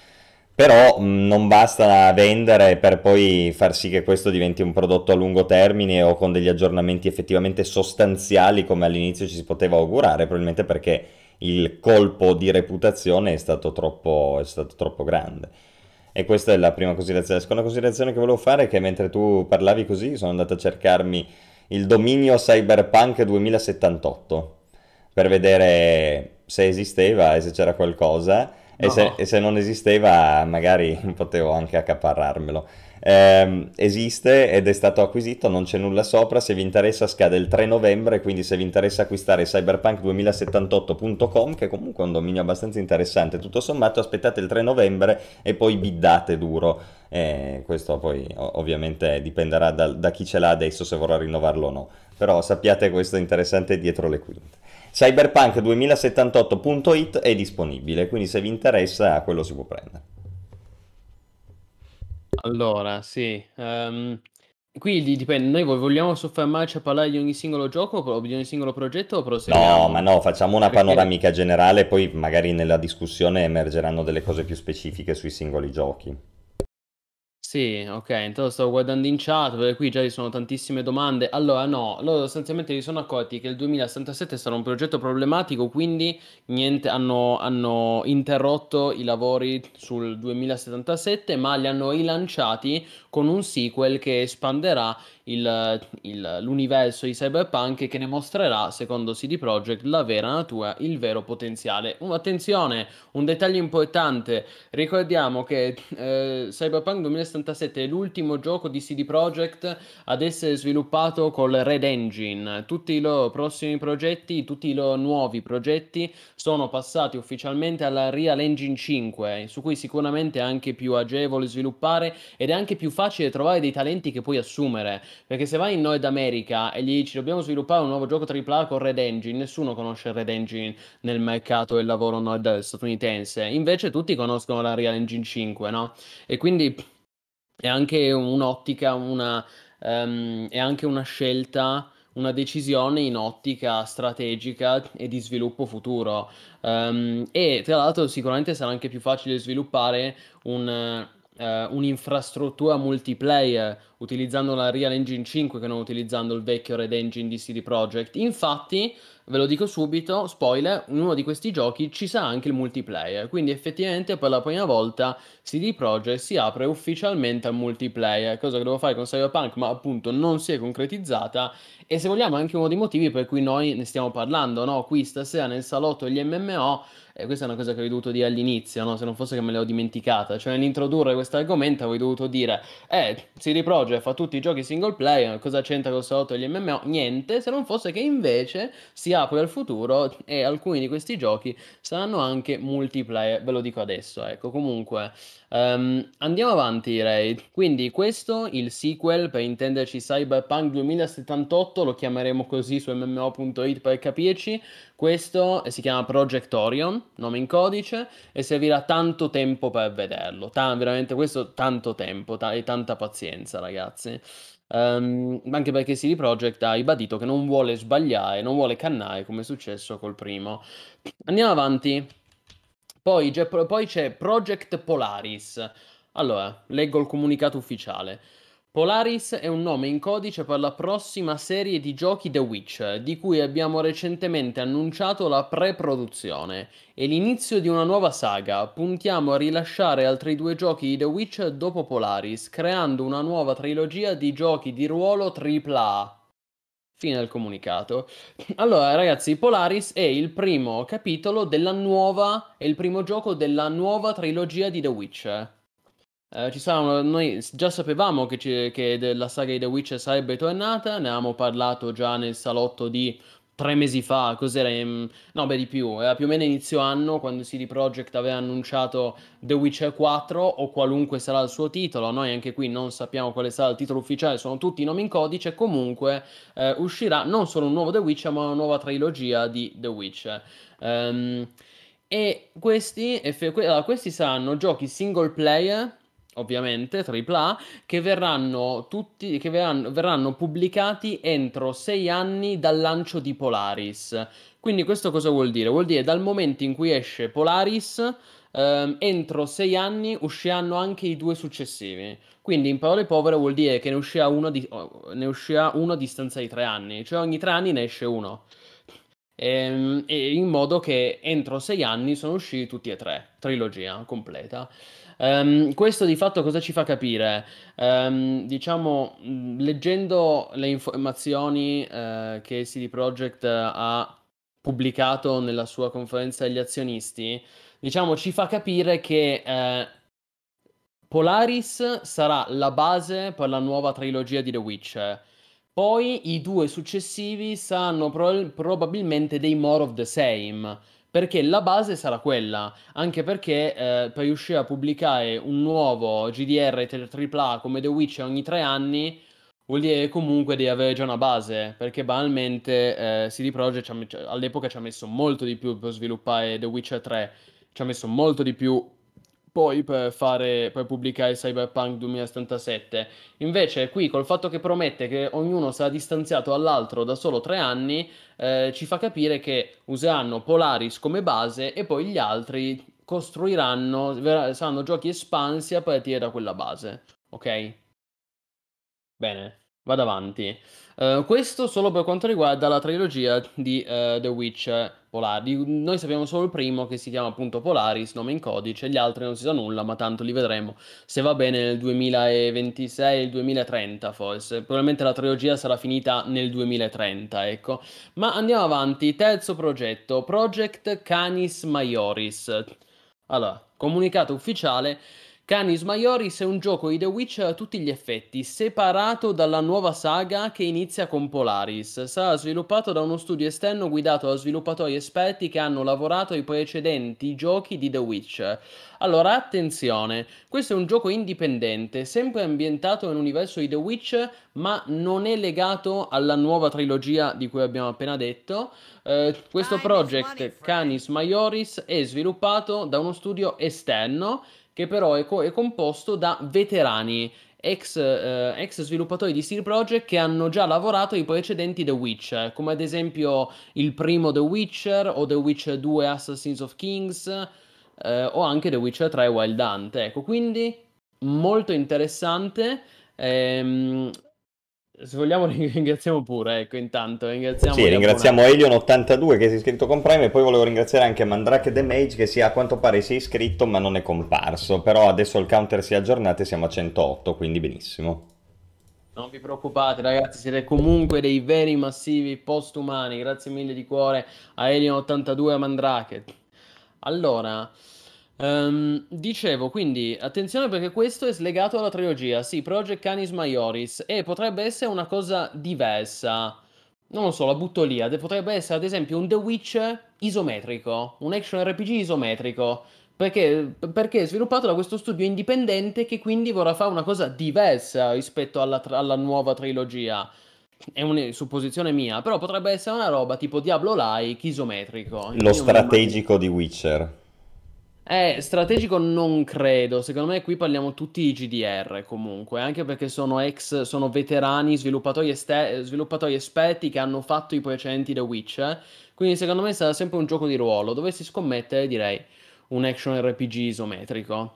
Però mh, non basta vendere per poi far sì che questo diventi un prodotto a lungo termine o con degli aggiornamenti effettivamente sostanziali come all'inizio ci si poteva augurare, probabilmente perché il colpo di reputazione è stato troppo, è stato troppo grande. E questa è la prima considerazione. La seconda considerazione che volevo fare è che mentre tu parlavi così sono andato a cercarmi il dominio Cyberpunk duemilasettantotto per vedere se esisteva e se c'era qualcosa e se, no. e se non esisteva magari potevo anche accaparrarmelo. Ehm, esiste ed è stato acquisito, non c'è nulla sopra, se vi interessa scade il tre novembre, quindi se vi interessa acquistare cyberpunk duemilasettantotto punto com, che comunque è un dominio abbastanza interessante, tutto sommato aspettate il tre novembre e poi biddate duro. Eh, questo poi o- ovviamente dipenderà da, da chi ce l'ha adesso se vorrà rinnovarlo o no, però sappiate questo è interessante dietro le quinte. cyberpunk duemilasettantotto punto it è disponibile, quindi se vi interessa quello si può prendere. Allora, sì. ehm, Quindi dipende, noi vo- vogliamo soffermarci a parlare di ogni singolo gioco o di ogni singolo progetto o No, ma proseguiamo? no, facciamo una Perché panoramica generale, poi magari nella discussione emergeranno delle cose più specifiche sui singoli giochi. Sì, ok, intanto stavo guardando in chat, perché qui già ci sono tantissime domande. Allora, no, loro sostanzialmente si sono accorti che il duemilasettantasette sarà un progetto problematico, quindi niente, hanno, hanno interrotto i lavori sul duemilasettantasette, ma li hanno rilanciati con un sequel che espanderà il- il- l'universo di Cyberpunk e che ne mostrerà, secondo C D Projekt, la vera natura, il vero potenziale. Uh, attenzione, un dettaglio importante. Ricordiamo che eh, Cyberpunk duemilasettantasette è l'ultimo gioco di C D Projekt ad essere sviluppato col Red Engine. Tutti i loro prossimi progetti, tutti i loro nuovi progetti sono passati ufficialmente alla Real Engine cinque, su cui sicuramente è anche più agevole sviluppare ed è anche più facile trovare dei talenti che puoi assumere. Perché se vai in Nord America e gli dici dobbiamo sviluppare un nuovo gioco tripla A con Red Engine, nessuno conosce il Red Engine nel mercato del lavoro nord statunitense. Invece tutti conoscono la Real Engine cinque, no? E quindi è anche un'ottica, una, ehm, è anche una scelta, una decisione in ottica strategica e di sviluppo futuro. Ehm, e tra l'altro sicuramente sarà anche più facile sviluppare un, eh, un'infrastruttura multiplayer utilizzando la Real Engine cinque che non utilizzando il vecchio Red Engine di C D Projekt. Infatti, ve lo dico subito, spoiler, in uno di questi giochi ci sarà anche il multiplayer, quindi effettivamente per la prima volta C D Projekt si apre ufficialmente al multiplayer, cosa che devo fare con Cyberpunk, ma appunto non si è concretizzata e se vogliamo è anche uno dei motivi per cui noi ne stiamo parlando, no? Qui stasera nel salotto degli M M O, e questa è una cosa che avevo dovuto dire all'inizio, no? Se non fosse che me l'ho dimenticata, cioè nell'introdurre questo argomento avevo dovuto dire, eh, C D Projekt fa tutti i giochi single player, cosa c'entra col salotto degli M M O? Niente, se non fosse che invece si apre al futuro e alcuni di questi giochi saranno anche multiplayer, ve lo dico adesso, ecco, comunque ehm, andiamo avanti direi, quindi questo il sequel per intenderci Cyberpunk duemilasettantotto, lo chiameremo così su M M O punto it per capirci, questo eh, si chiama Project Orion, nome in codice, e servirà tanto tempo per vederlo, Ta- veramente questo tanto tempo ta- e tanta pazienza ragazzi. Ehm, anche perché C D Projekt ha ribadito che non vuole sbagliare, non vuole cannare come è successo col primo. Andiamo avanti. Poi c'è, poi c'è Project Polaris. Allora, leggo il comunicato ufficiale. Polaris è un nome in codice per la prossima serie di giochi The Witcher, di cui abbiamo recentemente annunciato la pre-produzione. È l'inizio di una nuova saga. Puntiamo a rilasciare altri due giochi di The Witcher dopo Polaris, creando una nuova trilogia di giochi di ruolo tripla A. Fine del comunicato. Allora, ragazzi, Polaris è il primo capitolo della nuova, è il primo gioco della nuova trilogia di The Witcher. Eh, ci sarà una- noi già sapevamo che, ci- che de- la saga di The Witcher sarebbe tornata, ne avevamo parlato già nel salotto di tre mesi fa, cos'era? Ehm, No, beh, di più, era più o meno inizio anno quando C D Projekt aveva annunciato The Witcher quattro o qualunque sarà il suo titolo, noi anche qui non sappiamo quale sarà il titolo ufficiale, sono tutti nomi in codice, comunque eh, uscirà non solo un nuovo The Witcher ma una nuova trilogia di The Witcher. Ehm, e questi, effe- que- allora, questi saranno giochi single player, ovviamente, tripla A, che verranno tutti, che verranno, verranno pubblicati entro sei anni dal lancio di Polaris. Quindi questo cosa vuol dire? Vuol dire dal momento in cui esce Polaris, ehm, entro sei anni usciranno anche i due successivi. Quindi in parole povere vuol dire che ne uscirà uno, di- oh, ne uscirà uno a distanza di tre anni, cioè ogni tre anni ne esce uno. Ehm, E, in modo che entro sei anni sono usciti tutti e tre, trilogia completa. Ehm, questo di fatto cosa ci fa capire? Ehm, diciamo, mh, leggendo le informazioni eh, che C D Projekt ha pubblicato nella sua conferenza degli azionisti, diciamo, ci fa capire che eh, Polaris sarà la base per la nuova trilogia di The Witcher. Poi i due successivi saranno pro- probabilmente dei more of the same, perché la base sarà quella, anche perché eh, per riuscire a pubblicare un nuovo G D R tri- tripla A come The Witcher ogni tre anni, vuol dire comunque di avere già una base, perché banalmente eh, C D Projekt ci ha me- all'epoca ci ha messo molto di più per sviluppare The Witcher tre, ci ha messo molto di più poi per fare, per pubblicare Cyberpunk duemilasettantasette. Invece, qui col fatto che promette che ognuno sarà distanziato dall'altro da solo tre anni, eh, ci fa capire che useranno Polaris come base e poi gli altri costruiranno, ver- saranno giochi espansi a partire da quella base. Ok? Bene, vado avanti. Eh, questo solo per quanto riguarda la trilogia di eh, The Witcher Polari. Noi sappiamo solo il primo che si chiama appunto Polaris, nome in codice, gli altri non si sa nulla, ma tanto li vedremo. Se va bene nel duemilaventisei, il duemilatrenta forse. Probabilmente la trilogia sarà finita nel duemilatrenta, ecco. Ma andiamo avanti. Terzo progetto, Project Canis Majoris. Allora, comunicato ufficiale. Canis Majoris è un gioco di The Witcher a tutti gli effetti, separato dalla nuova saga che inizia con Polaris. Sarà sviluppato da uno studio esterno guidato da sviluppatori esperti che hanno lavorato ai precedenti giochi di The Witcher. Allora, attenzione, questo è un gioco indipendente, sempre ambientato nell'universo di The Witcher, ma non è legato alla nuova trilogia di cui abbiamo appena detto. Eh, questo project Canis Majoris è sviluppato da uno studio esterno che però è, co- è composto da veterani, ex, eh, ex sviluppatori di C D Projekt che hanno già lavorato ai precedenti The Witcher, come ad esempio il primo The Witcher o The Witcher due Assassins of Kings, eh, o anche The Witcher tre Wild Hunt. Ecco, quindi molto interessante. Ehm, Se vogliamo ringraziamo pure, ecco, intanto ringraziamo Sì, gli ringraziamo abbonati. Elion ottantadue che si è iscritto con Prime e poi volevo ringraziare anche Mandrake The Mage che si, a quanto pare si è iscritto ma non è comparso, però adesso il counter si è aggiornato e siamo a centootto, quindi benissimo. Non vi preoccupate, ragazzi, siete comunque dei veri massivi postumani. Grazie mille di cuore a Alien ottantadue e a Mandrake. Allora, ehm, dicevo, quindi attenzione perché questo è slegato alla trilogia. Sì, Project Canis Majoris e potrebbe essere una cosa diversa. Non lo so, la butto lì. Ad- Potrebbe essere ad esempio un The Witcher isometrico, un action R P G isometrico. Perché, perché è sviluppato da questo studio indipendente che quindi vorrà fare una cosa diversa rispetto alla, tra- alla nuova trilogia. È una supposizione mia, però potrebbe essere una roba tipo Diablo-like isometrico. Lo Io me lo immagino. strategico di Witcher. Eh, strategico non credo, secondo me qui parliamo tutti di G D R comunque, anche perché sono ex, sono veterani, sviluppatori, este- sviluppatori esperti che hanno fatto i precedenti The Witcher, quindi secondo me sarà sempre un gioco di ruolo, dovessi scommettere direi un action R P G isometrico.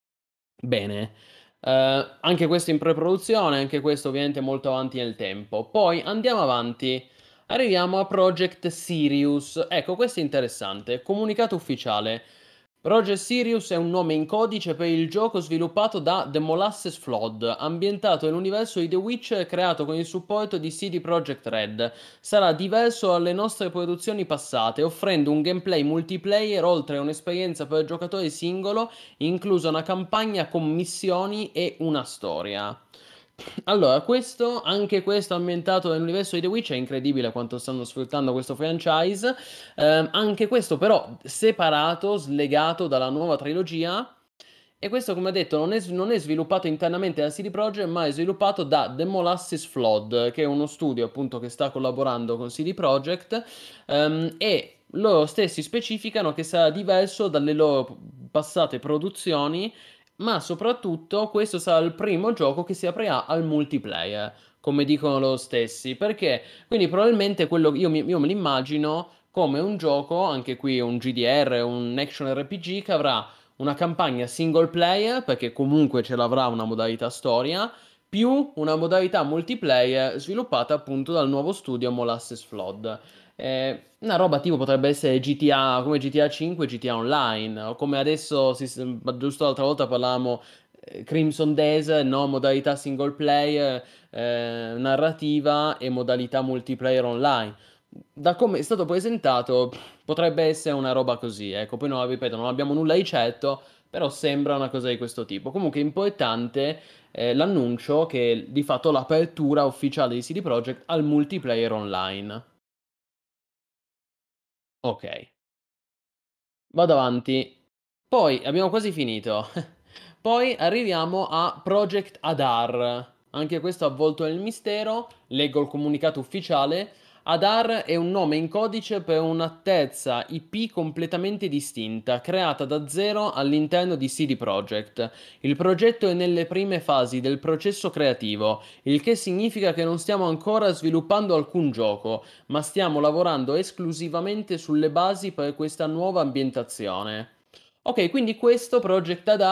Bene. Eh, anche questo in pre-produzione, anche questo ovviamente molto avanti nel tempo. Poi andiamo avanti. Arriviamo a Project Sirius. Ecco, questo è interessante. Comunicato ufficiale. Project Sirius è un nome in codice per il gioco sviluppato da The Molasses Flood, ambientato nell'universo di The Witcher e creato con il supporto di C D Projekt Red. Sarà diverso dalle nostre produzioni passate, offrendo un gameplay multiplayer oltre a un'esperienza per giocatore singolo, inclusa una campagna con missioni e una storia. Allora, questo, anche questo ambientato nell'universo di The Witcher, è incredibile quanto stanno sfruttando questo franchise. Ehm, anche questo però separato, slegato dalla nuova trilogia. E questo, come detto, non è, non è sviluppato internamente da C D Projekt, ma è sviluppato da The Molasses Flood, che è uno studio appunto che sta collaborando con C D Projekt. Ehm, e loro stessi specificano che sarà diverso dalle loro passate produzioni, ma soprattutto questo sarà il primo gioco che si aprirà al multiplayer, come dicono loro stessi. Perché? Quindi probabilmente quello io, mi- io me l'immagino come un gioco, anche qui un G D R, un action R P G che avrà una campagna single player, perché comunque ce l'avrà una modalità storia, più una modalità multiplayer sviluppata appunto dal nuovo studio Molasses Flood. Eh, una roba tipo potrebbe essere G T A, come G T A cinque, G T A Online, o come adesso, si, giusto l'altra volta parlavamo, eh, Crimson Days, no? Modalità single player, eh, narrativa e modalità multiplayer online. Da come è stato presentato, potrebbe essere una roba così, ecco. Poi no, ripeto, non abbiamo nulla di certo, però sembra una cosa di questo tipo. Comunque è importante eh, l'annuncio che di fatto l'apertura ufficiale di C D Projekt al multiplayer online. Ok, vado avanti. Poi abbiamo quasi finito. Poi arriviamo a Project Adar. Anche questo avvolto nel mistero. Leggo il comunicato ufficiale. Adar è un nome in codice per una terza I P completamente distinta, creata da zero all'interno di C D Projekt. Il progetto è nelle prime fasi del processo creativo, il che significa che non stiamo ancora sviluppando alcun gioco, ma stiamo lavorando esclusivamente sulle basi per questa nuova ambientazione. Ok, quindi questo Project Adar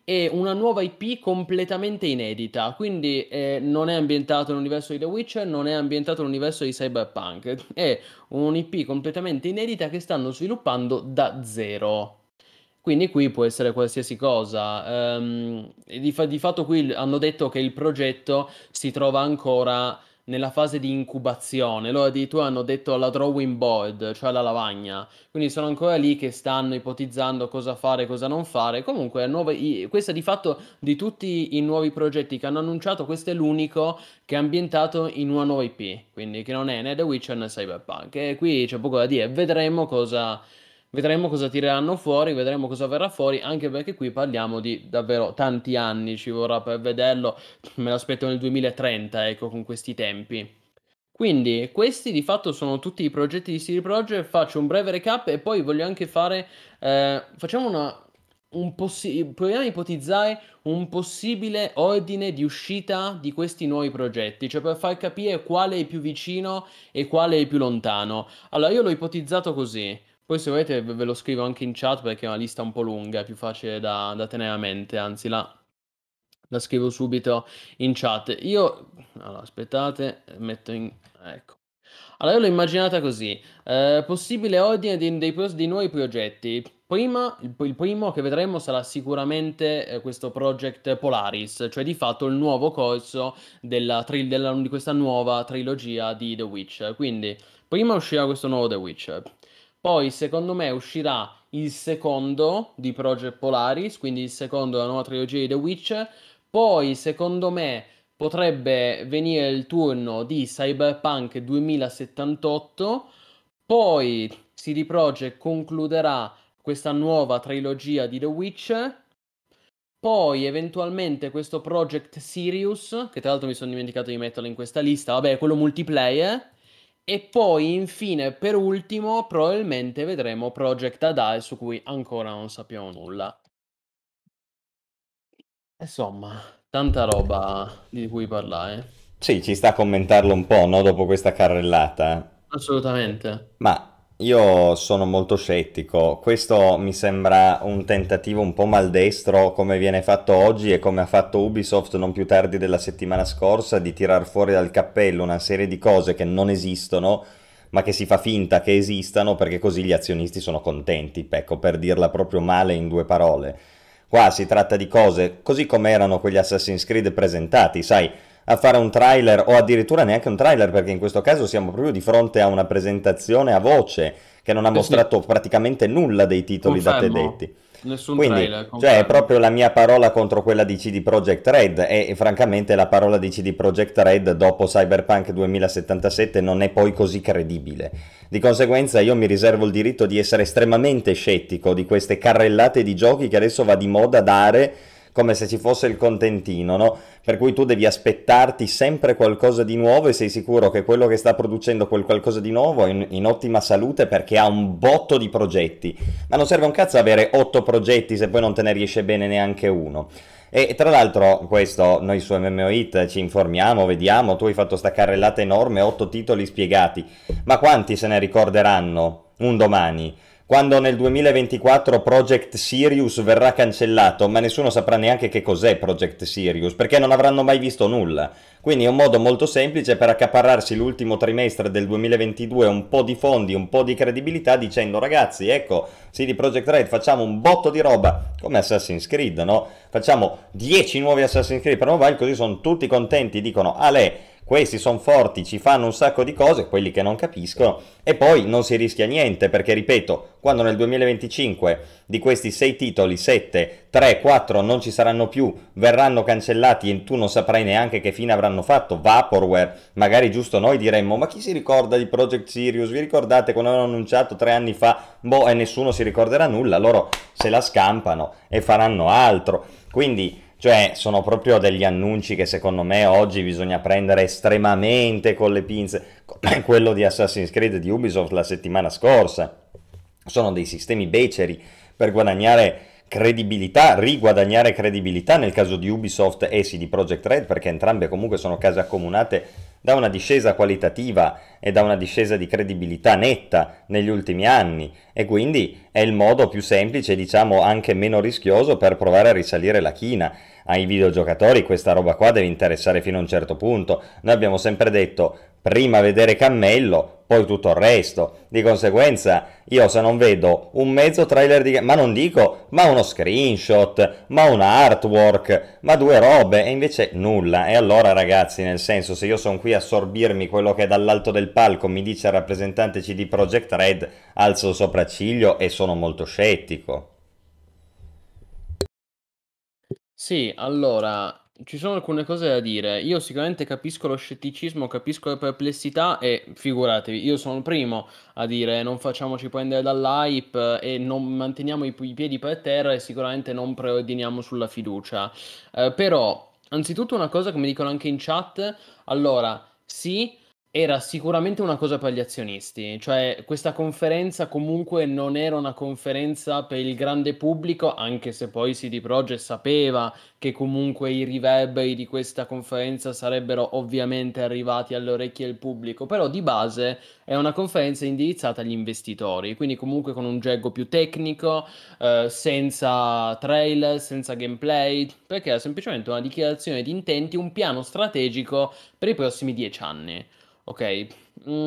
e una nuova I P completamente inedita, quindi eh, non è ambientato nell'universo di The Witcher, non è ambientato nell'universo di Cyberpunk, è un'I P completamente inedita che stanno sviluppando da zero. Quindi qui può essere qualsiasi cosa. Ehm, e di, fa- di fatto qui hanno detto che il progetto si trova ancora nella fase di incubazione. Loro addirittura hanno detto alla drawing board, cioè alla lavagna. Quindi sono ancora lì che stanno ipotizzando cosa fare e cosa non fare. Comunque, nuove, i- questa di fatto di tutti i nuovi progetti che hanno annunciato, questo è l'unico che è ambientato in una nuova I P. Quindi che non è né The Witcher né Cyberpunk. E qui c'è poco da dire. Vedremo cosa Vedremo cosa tireranno fuori, vedremo cosa verrà fuori, anche perché qui parliamo di davvero tanti anni, ci vorrà per vederlo, me l'aspetto nel duemilatrenta, ecco, con questi tempi. Quindi, questi di fatto sono tutti i progetti di C D Projekt, faccio un breve recap e poi voglio anche fare, eh, facciamo una, un possi- proviamo a ipotizzare un possibile ordine di uscita di questi nuovi progetti, cioè per far capire quale è più vicino e quale è più lontano. Allora, io l'ho ipotizzato così. Poi se volete ve ve lo scrivo anche in chat perché è una lista un po' lunga, è più facile da, da tenere a mente, anzi la, la scrivo subito in chat. Io, allora, aspettate, metto in... ecco. Allora, io l'ho immaginata così. Eh, possibile ordine di, dei, pro- di nuovi progetti. Prima, il, il primo che vedremo sarà sicuramente eh, questo Project Polaris, cioè di fatto il nuovo corso della, tri- della- di questa nuova trilogia di The Witcher. Quindi, prima uscirà questo nuovo The Witcher. Poi, secondo me, uscirà il secondo di Project Polaris, quindi il secondo della nuova trilogia di The Witcher. Poi, secondo me, potrebbe venire il turno di Cyberpunk duemilasettantotto. Poi C D Projekt concluderà questa nuova trilogia di The Witcher. Poi eventualmente questo Project Sirius, che tra l'altro mi sono dimenticato di metterlo in questa lista, vabbè, quello multiplayer. E poi infine, per ultimo, probabilmente vedremo Project Adai, su cui ancora non sappiamo nulla. Insomma, tanta roba di cui parlare. Sì, ci sta a commentarlo un po', no? Dopo questa carrellata. Assolutamente. Ma io sono molto scettico. Questo mi sembra un tentativo un po' maldestro, come viene fatto oggi e come ha fatto Ubisoft non più tardi della settimana scorsa, di tirar fuori dal cappello una serie di cose che non esistono, ma che si fa finta che esistano perché così gli azionisti sono contenti. Ecco, per dirla proprio male in due parole. Qua si tratta di cose così come erano quegli Assassin's Creed presentati, sai, a fare un trailer o addirittura neanche un trailer, perché in questo caso siamo proprio di fronte a una presentazione a voce che non ha Sì, sì, mostrato praticamente nulla dei titoli da te confermo. detti. Nessun Quindi, trailer, cioè, è confermo. proprio la mia parola contro quella di C D Projekt Red e, e francamente la parola di C D Projekt Red dopo Cyberpunk duemilasettantasette non è poi così credibile. Di conseguenza io mi riservo il diritto di essere estremamente scettico di queste carrellate di giochi che adesso va di moda dare come se ci fosse il contentino, no? Per cui tu devi aspettarti sempre qualcosa di nuovo e sei sicuro che quello che sta producendo quel qualcosa di nuovo è in, in ottima salute perché ha un botto di progetti. Ma non serve un cazzo avere otto progetti se poi non te ne riesce bene neanche uno. E tra l'altro questo noi su M M O Hit ci informiamo, vediamo, tu hai fatto sta carrellata enorme, otto titoli spiegati, ma quanti se ne ricorderanno un domani? Quando nel duemilaventiquattro Project Sirius verrà cancellato, ma nessuno saprà neanche che cos'è Project Sirius, perché non avranno mai visto nulla. Quindi è un modo molto semplice per accaparrarsi l'ultimo trimestre del duemilaventidue un po' di fondi, un po' di credibilità, dicendo ragazzi, ecco, C D Projekt Red, facciamo un botto di roba, come Assassin's Creed, no? Facciamo dieci nuovi Assassin's Creed per mobile, così sono tutti contenti, dicono, Ale, questi sono forti, ci fanno un sacco di cose, quelli che non capiscono, e poi non si rischia niente, perché ripeto, quando nel duemilaventicinque di questi sei titoli, sette, tre, quattro non ci saranno più, verranno cancellati e tu non saprai neanche che fine avranno fatto, Vaporware, magari giusto noi diremmo, ma chi si ricorda di Project Sirius, vi ricordate quando hanno annunciato tre anni fa, boh, e nessuno si ricorderà nulla, loro se la scampano e faranno altro, quindi... Cioè, sono proprio degli annunci che secondo me oggi bisogna prendere estremamente con le pinze, come quello di Assassin's Creed di Ubisoft la settimana scorsa. Sono dei sistemi beceri per guadagnare credibilità, riguadagnare credibilità nel caso di Ubisoft e C D Projekt Red, perché entrambe comunque sono case accomunate da una discesa qualitativa e da una discesa di credibilità netta negli ultimi anni, e quindi è il modo più semplice, diciamo anche meno rischioso, per provare a risalire la china. Ai videogiocatori questa roba qua deve interessare fino a un certo punto. Noi abbiamo sempre detto prima vedere cammello, poi tutto il resto. Di conseguenza io, se non vedo un mezzo trailer di... ma non dico, ma uno screenshot, ma un artwork, ma due robe, e invece nulla. E allora, ragazzi, nel senso, se io sono qui a sorbirmi quello che dall'alto del palco mi dice il rappresentante C D Projekt Red, alzo il sopracciglio e sono molto scettico. Sì, allora, ci sono alcune cose da dire. Io sicuramente capisco lo scetticismo, capisco le perplessità e figuratevi, io sono il primo a dire non facciamoci prendere dall'hype e non manteniamo i, i piedi per terra e sicuramente non preordiniamo sulla fiducia. Eh, però, anzitutto una cosa che mi dicono anche in chat, allora, sì. Era sicuramente una cosa per gli azionisti, cioè questa conferenza comunque non era una conferenza per il grande pubblico, anche se poi C D Projekt sapeva che comunque i riverberi di questa conferenza sarebbero ovviamente arrivati alle orecchie del pubblico, però di base è una conferenza indirizzata agli investitori, quindi comunque con un gergo più tecnico, eh, senza trailer, senza gameplay, perché era semplicemente una dichiarazione di intenti, un piano strategico per i prossimi dieci anni. Ok. Mm,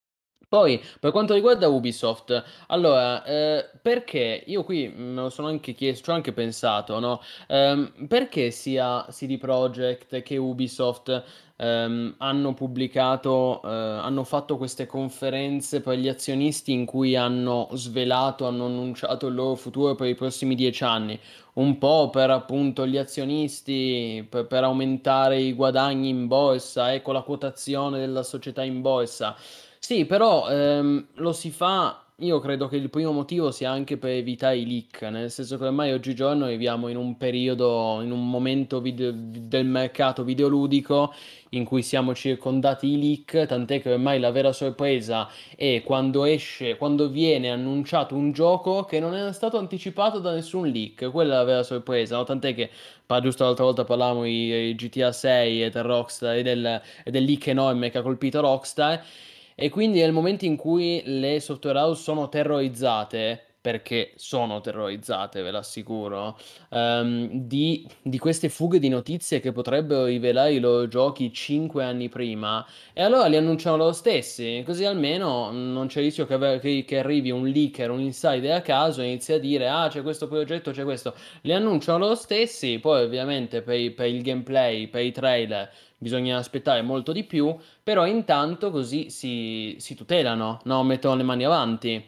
Poi, per quanto riguarda Ubisoft, allora, eh, perché io qui me lo sono anche chiesto, ci ho anche pensato, no? Ehm, perché sia C D Projekt che Ubisoft ehm, hanno pubblicato, eh, hanno fatto queste conferenze per gli azionisti in cui hanno svelato, hanno annunciato il loro futuro per i prossimi dieci anni? Un po' per appunto gli azionisti, per, per aumentare i guadagni in borsa, ecco la quotazione della società in borsa. Sì, però ehm, lo si fa, io credo che il primo motivo sia anche per evitare i leak, nel senso che ormai oggigiorno viviamo in un periodo, in un momento video- del mercato videoludico in cui siamo circondati di leak, tant'è che ormai la vera sorpresa è quando esce, quando viene annunciato un gioco che non è stato anticipato da nessun leak, quella è la vera sorpresa, no? Tant'è che, pa- giusto l'altra volta parlavamo di, di G T A sei e del Rockstar e del, e del leak enorme che ha colpito Rockstar. E quindi nel momento in cui le software house sono terrorizzate, perché sono terrorizzate, ve l'assicuro, ehm, di, di queste fughe di notizie che potrebbero rivelare i loro giochi cinque anni prima, e allora li annunciano loro stessi, così almeno non c'è il rischio che, ave- che- che arrivi un leaker, un insider a caso e inizi a dire ah c'è questo progetto, c'è questo. Li annunciano loro stessi, poi ovviamente per, i- per il gameplay, per i trailer bisogna aspettare molto di più. Però intanto così si, si tutelano, no? Mettono le mani avanti.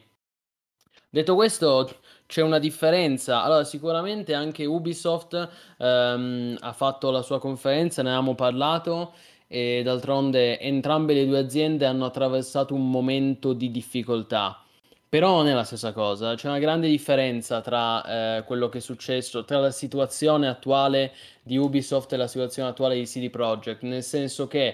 Detto questo, c'è una differenza. Allora, sicuramente anche Ubisoft ehm, ha fatto la sua conferenza, ne avevamo parlato, e d'altronde entrambe le due aziende hanno attraversato un momento di difficoltà. Però non è la stessa cosa, c'è una grande differenza tra eh, quello che è successo, tra la situazione attuale di Ubisoft e la situazione attuale di C D Projekt, nel senso che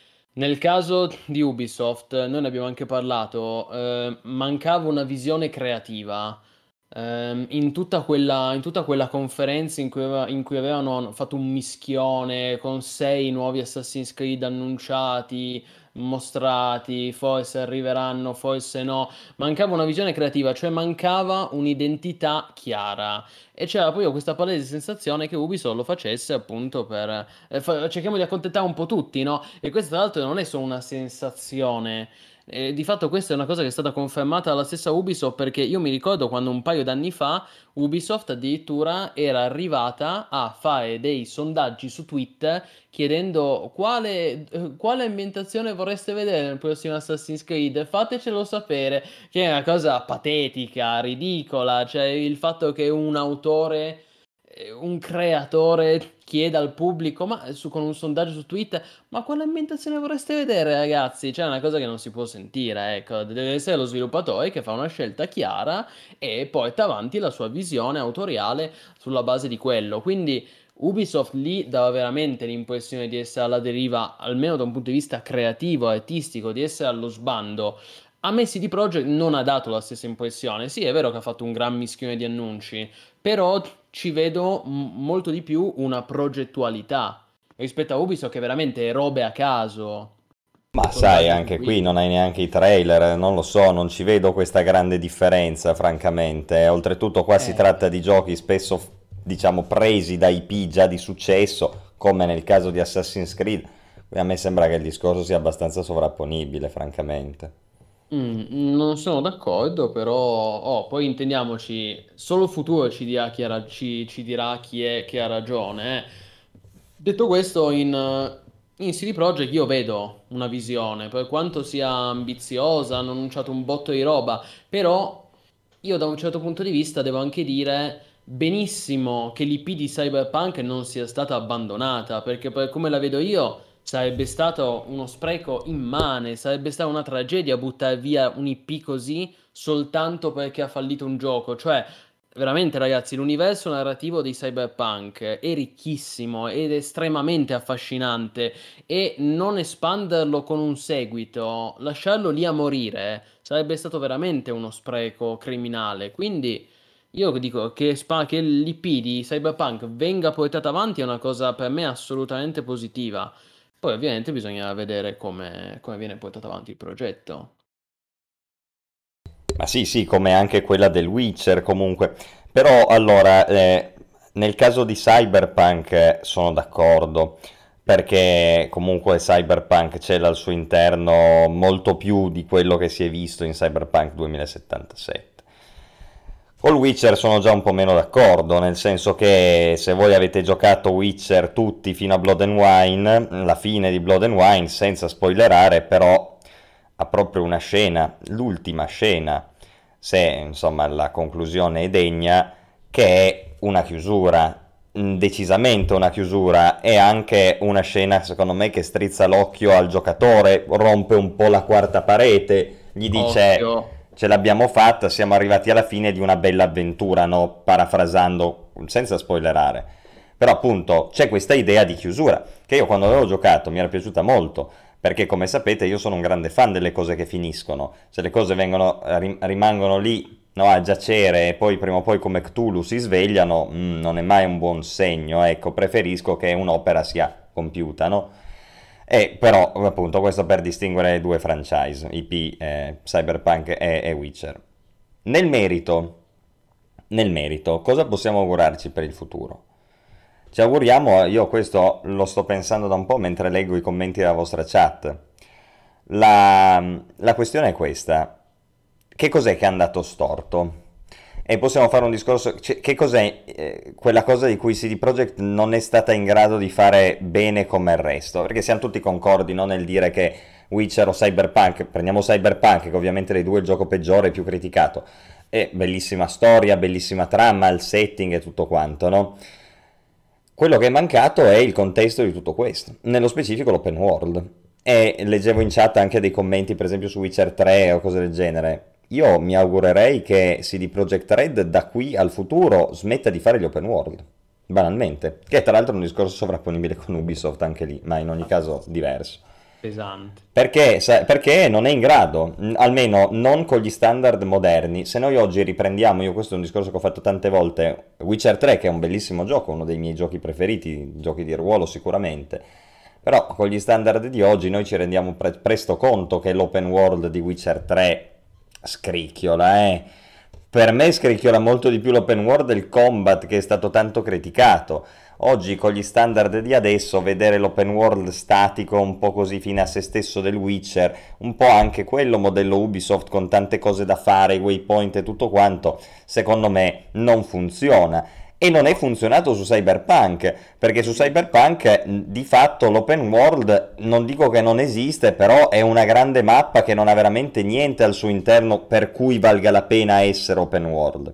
nel caso di Ubisoft, noi ne abbiamo anche parlato, eh, mancava una visione creativa. Ehm, in tutta quella, in tutta quella conferenza in cui, aveva- in cui avevano fatto un mischione con sei nuovi Assassin's Creed annunciati, mostrati, forse arriveranno, forse no. Mancava una visione creativa, cioè mancava un'identità chiara. E c'era proprio questa palese sensazione che Ubisoft lo facesse appunto per... eh, fa- cerchiamo di accontentare un po' tutti, no? E questa tra l'altro non è solo una sensazione. Eh, di fatto questa è una cosa che è stata confermata dalla stessa Ubisoft, perché io mi ricordo quando un paio d'anni fa Ubisoft addirittura era arrivata a fare dei sondaggi su Twitter chiedendo quale, eh, quale ambientazione vorreste vedere nel prossimo Assassin's Creed, fatecelo sapere, che è una cosa patetica, ridicola, cioè il fatto che un autore, eh, un creatore chieda al pubblico, ma su- con un sondaggio su Twitter, ma quale ambientazione vorreste vedere, ragazzi? C'è una cosa che non si può sentire, ecco, deve essere lo sviluppatore che fa una scelta chiara e porta avanti la sua visione autoriale sulla base di quello. Quindi Ubisoft lì dava veramente l'impressione di essere alla deriva, almeno da un punto di vista creativo, artistico, di essere allo sbando. A me C D Projekt non ha dato la stessa impressione. Sì, è vero che ha fatto un gran mischione di annunci, però ci vedo m- molto di più una progettualità rispetto a Ubisoft che veramente è robe a caso. Ma sai, soldati anche qui seguiti. non hai neanche i trailer, non lo so, non ci vedo questa grande differenza, francamente. Oltretutto qua si Eh, tratta di giochi spesso, f- diciamo, presi da I P già di successo, come nel caso di Assassin's Creed. A me sembra che il discorso sia abbastanza sovrapponibile, francamente. mm, non sono d'accordo, però oh, poi intendiamoci, solo il futuro ci dirà chi, ha ra- ci- ci dirà chi è che ha ragione. eh. Detto questo, in, eh, in C D Projekt io vedo una visione, per quanto sia ambiziosa, hanno annunciato un botto di roba, però io da un certo punto di vista devo anche dire benissimo che l'I P di Cyberpunk non sia stata abbandonata, perché per come la vedo io sarebbe stato uno spreco immane, sarebbe stata una tragedia buttare via un I P così soltanto perché ha fallito un gioco, cioè veramente ragazzi l'universo narrativo di Cyberpunk è ricchissimo ed estremamente affascinante e non espanderlo con un seguito, lasciarlo lì a morire, sarebbe stato veramente uno spreco criminale. Quindi io dico che, spa- che l'I P di Cyberpunk venga portata avanti è una cosa per me assolutamente positiva. Poi ovviamente bisogna vedere come, come viene portato avanti il progetto. Ma sì, sì, come anche quella del Witcher comunque. Però allora, eh, nel caso di Cyberpunk eh, sono d'accordo, perché comunque Cyberpunk c'è al suo interno molto più di quello che si è visto in Cyberpunk duemilasettantasette. Col Witcher sono già un po' meno d'accordo, nel senso che se voi avete giocato Witcher tutti fino a Blood and Wine, la fine di Blood and Wine, senza spoilerare, però ha proprio una scena, l'ultima scena, se insomma la conclusione è degna, che è una chiusura, mm, decisamente una chiusura, e anche una scena secondo me che strizza l'occhio al giocatore, rompe un po' la quarta parete, gli dice Occhio. ce l'abbiamo fatta, siamo arrivati alla fine di una bella avventura, no? Parafrasando senza spoilerare. Però appunto c'è questa idea di chiusura, che io quando avevo giocato mi era piaciuta molto, perché come sapete io sono un grande fan delle cose che finiscono. Se le cose vengono, rim- rimangono lì, no, a giacere e poi prima o poi come Cthulhu si svegliano, mm, non è mai un buon segno, ecco, preferisco che un'opera sia compiuta, no? E però appunto questo per distinguere le due franchise, I P, eh, Cyberpunk e, e Witcher. Nel merito, nel merito, cosa possiamo augurarci per il futuro? Ci auguriamo, io questo lo sto pensando da un po' mentre leggo i commenti della vostra chat. La, la questione è questa: che cos'è che è andato storto? E possiamo fare un discorso, cioè, che cos'è eh, quella cosa di cui C D Projekt non è stata in grado di fare bene come il resto? Perché siamo tutti concordi, no, nel dire che Witcher o Cyberpunk, prendiamo Cyberpunk che ovviamente dei due è il gioco peggiore e più criticato, è bellissima storia, bellissima trama, il setting e tutto quanto, no? Quello che è mancato è il contesto di tutto questo, nello specifico l'open world. E leggevo in chat anche dei commenti, per esempio su Witcher tre o cose del genere. Io mi augurerei che C D Projekt Red da qui al futuro smetta di fare gli open world, banalmente. Che tra l'altro è un discorso sovrapponibile con Ubisoft anche lì, ma in ogni caso diverso. Pesante. Perché, sa- perché non è in grado, mh, almeno non con gli standard moderni. Se noi oggi riprendiamo, io questo è un discorso che ho fatto tante volte, Witcher tre che è un bellissimo gioco, uno dei miei giochi preferiti, giochi di ruolo sicuramente, però con gli standard di oggi noi ci rendiamo pre- presto conto che l'open world di Witcher tre scricchiola, eh. Per me scricchiola molto di più l'open world e il combat che è stato tanto criticato. Oggi con gli standard di adesso vedere l'open world statico un po' così fine a se stesso del Witcher, un po' anche quello modello Ubisoft con tante cose da fare, waypoint e tutto quanto, secondo me non funziona. E non è funzionato su Cyberpunk, perché su Cyberpunk di fatto l'open world non dico che non esiste, però è una grande mappa che non ha veramente niente al suo interno per cui valga la pena essere open world.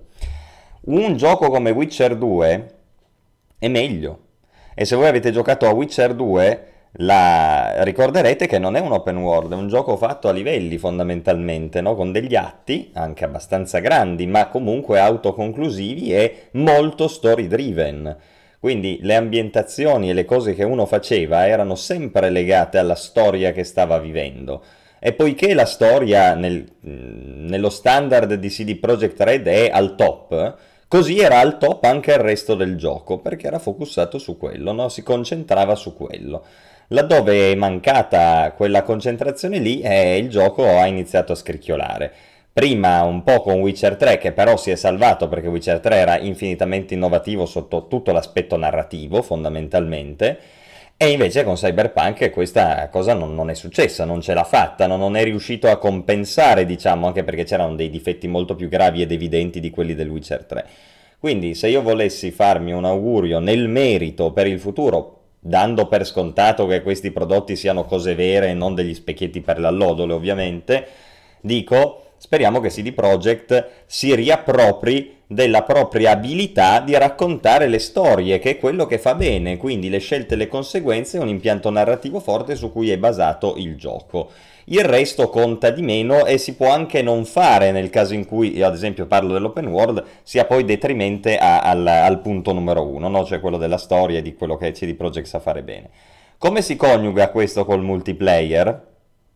Un gioco come Witcher due è meglio. E se voi avete giocato a Witcher due, la... ricorderete che non è un open world, è un gioco fatto a livelli fondamentalmente, no? Con degli atti, anche abbastanza grandi, ma comunque autoconclusivi e molto story driven. Quindi le ambientazioni e le cose che uno faceva erano sempre legate alla storia che stava vivendo. E poiché la storia nel, nello standard di C D Projekt Red è al top, così era al top anche il resto del gioco, perché era focussato su quello, no? Si concentrava su quello. Laddove è mancata quella concentrazione lì, eh, il gioco ha iniziato a scricchiolare. Prima un po' con Witcher tre, che però si è salvato perché Witcher tre era infinitamente innovativo sotto tutto l'aspetto narrativo, fondamentalmente, e invece con Cyberpunk questa cosa non, non è successa, non ce l'ha fatta, non, non è riuscito a compensare, diciamo, anche perché c'erano dei difetti molto più gravi ed evidenti di quelli del Witcher tre. Quindi se io volessi farmi un augurio nel merito per il futuro, dando per scontato che questi prodotti siano cose vere e non degli specchietti per l'allodole, ovviamente, dico speriamo che C D Projekt si riappropri della propria abilità di raccontare le storie, che è quello che fa bene, quindi le scelte e le conseguenze e un impianto narrativo forte su cui è basato il gioco. Il resto conta di meno e si può anche non fare nel caso in cui, io ad esempio parlo dell'open world, sia poi detrimente a, al, al punto numero uno, no? Cioè quello della storia e di quello che C D Projekt sa fare bene. Come si coniuga questo col multiplayer?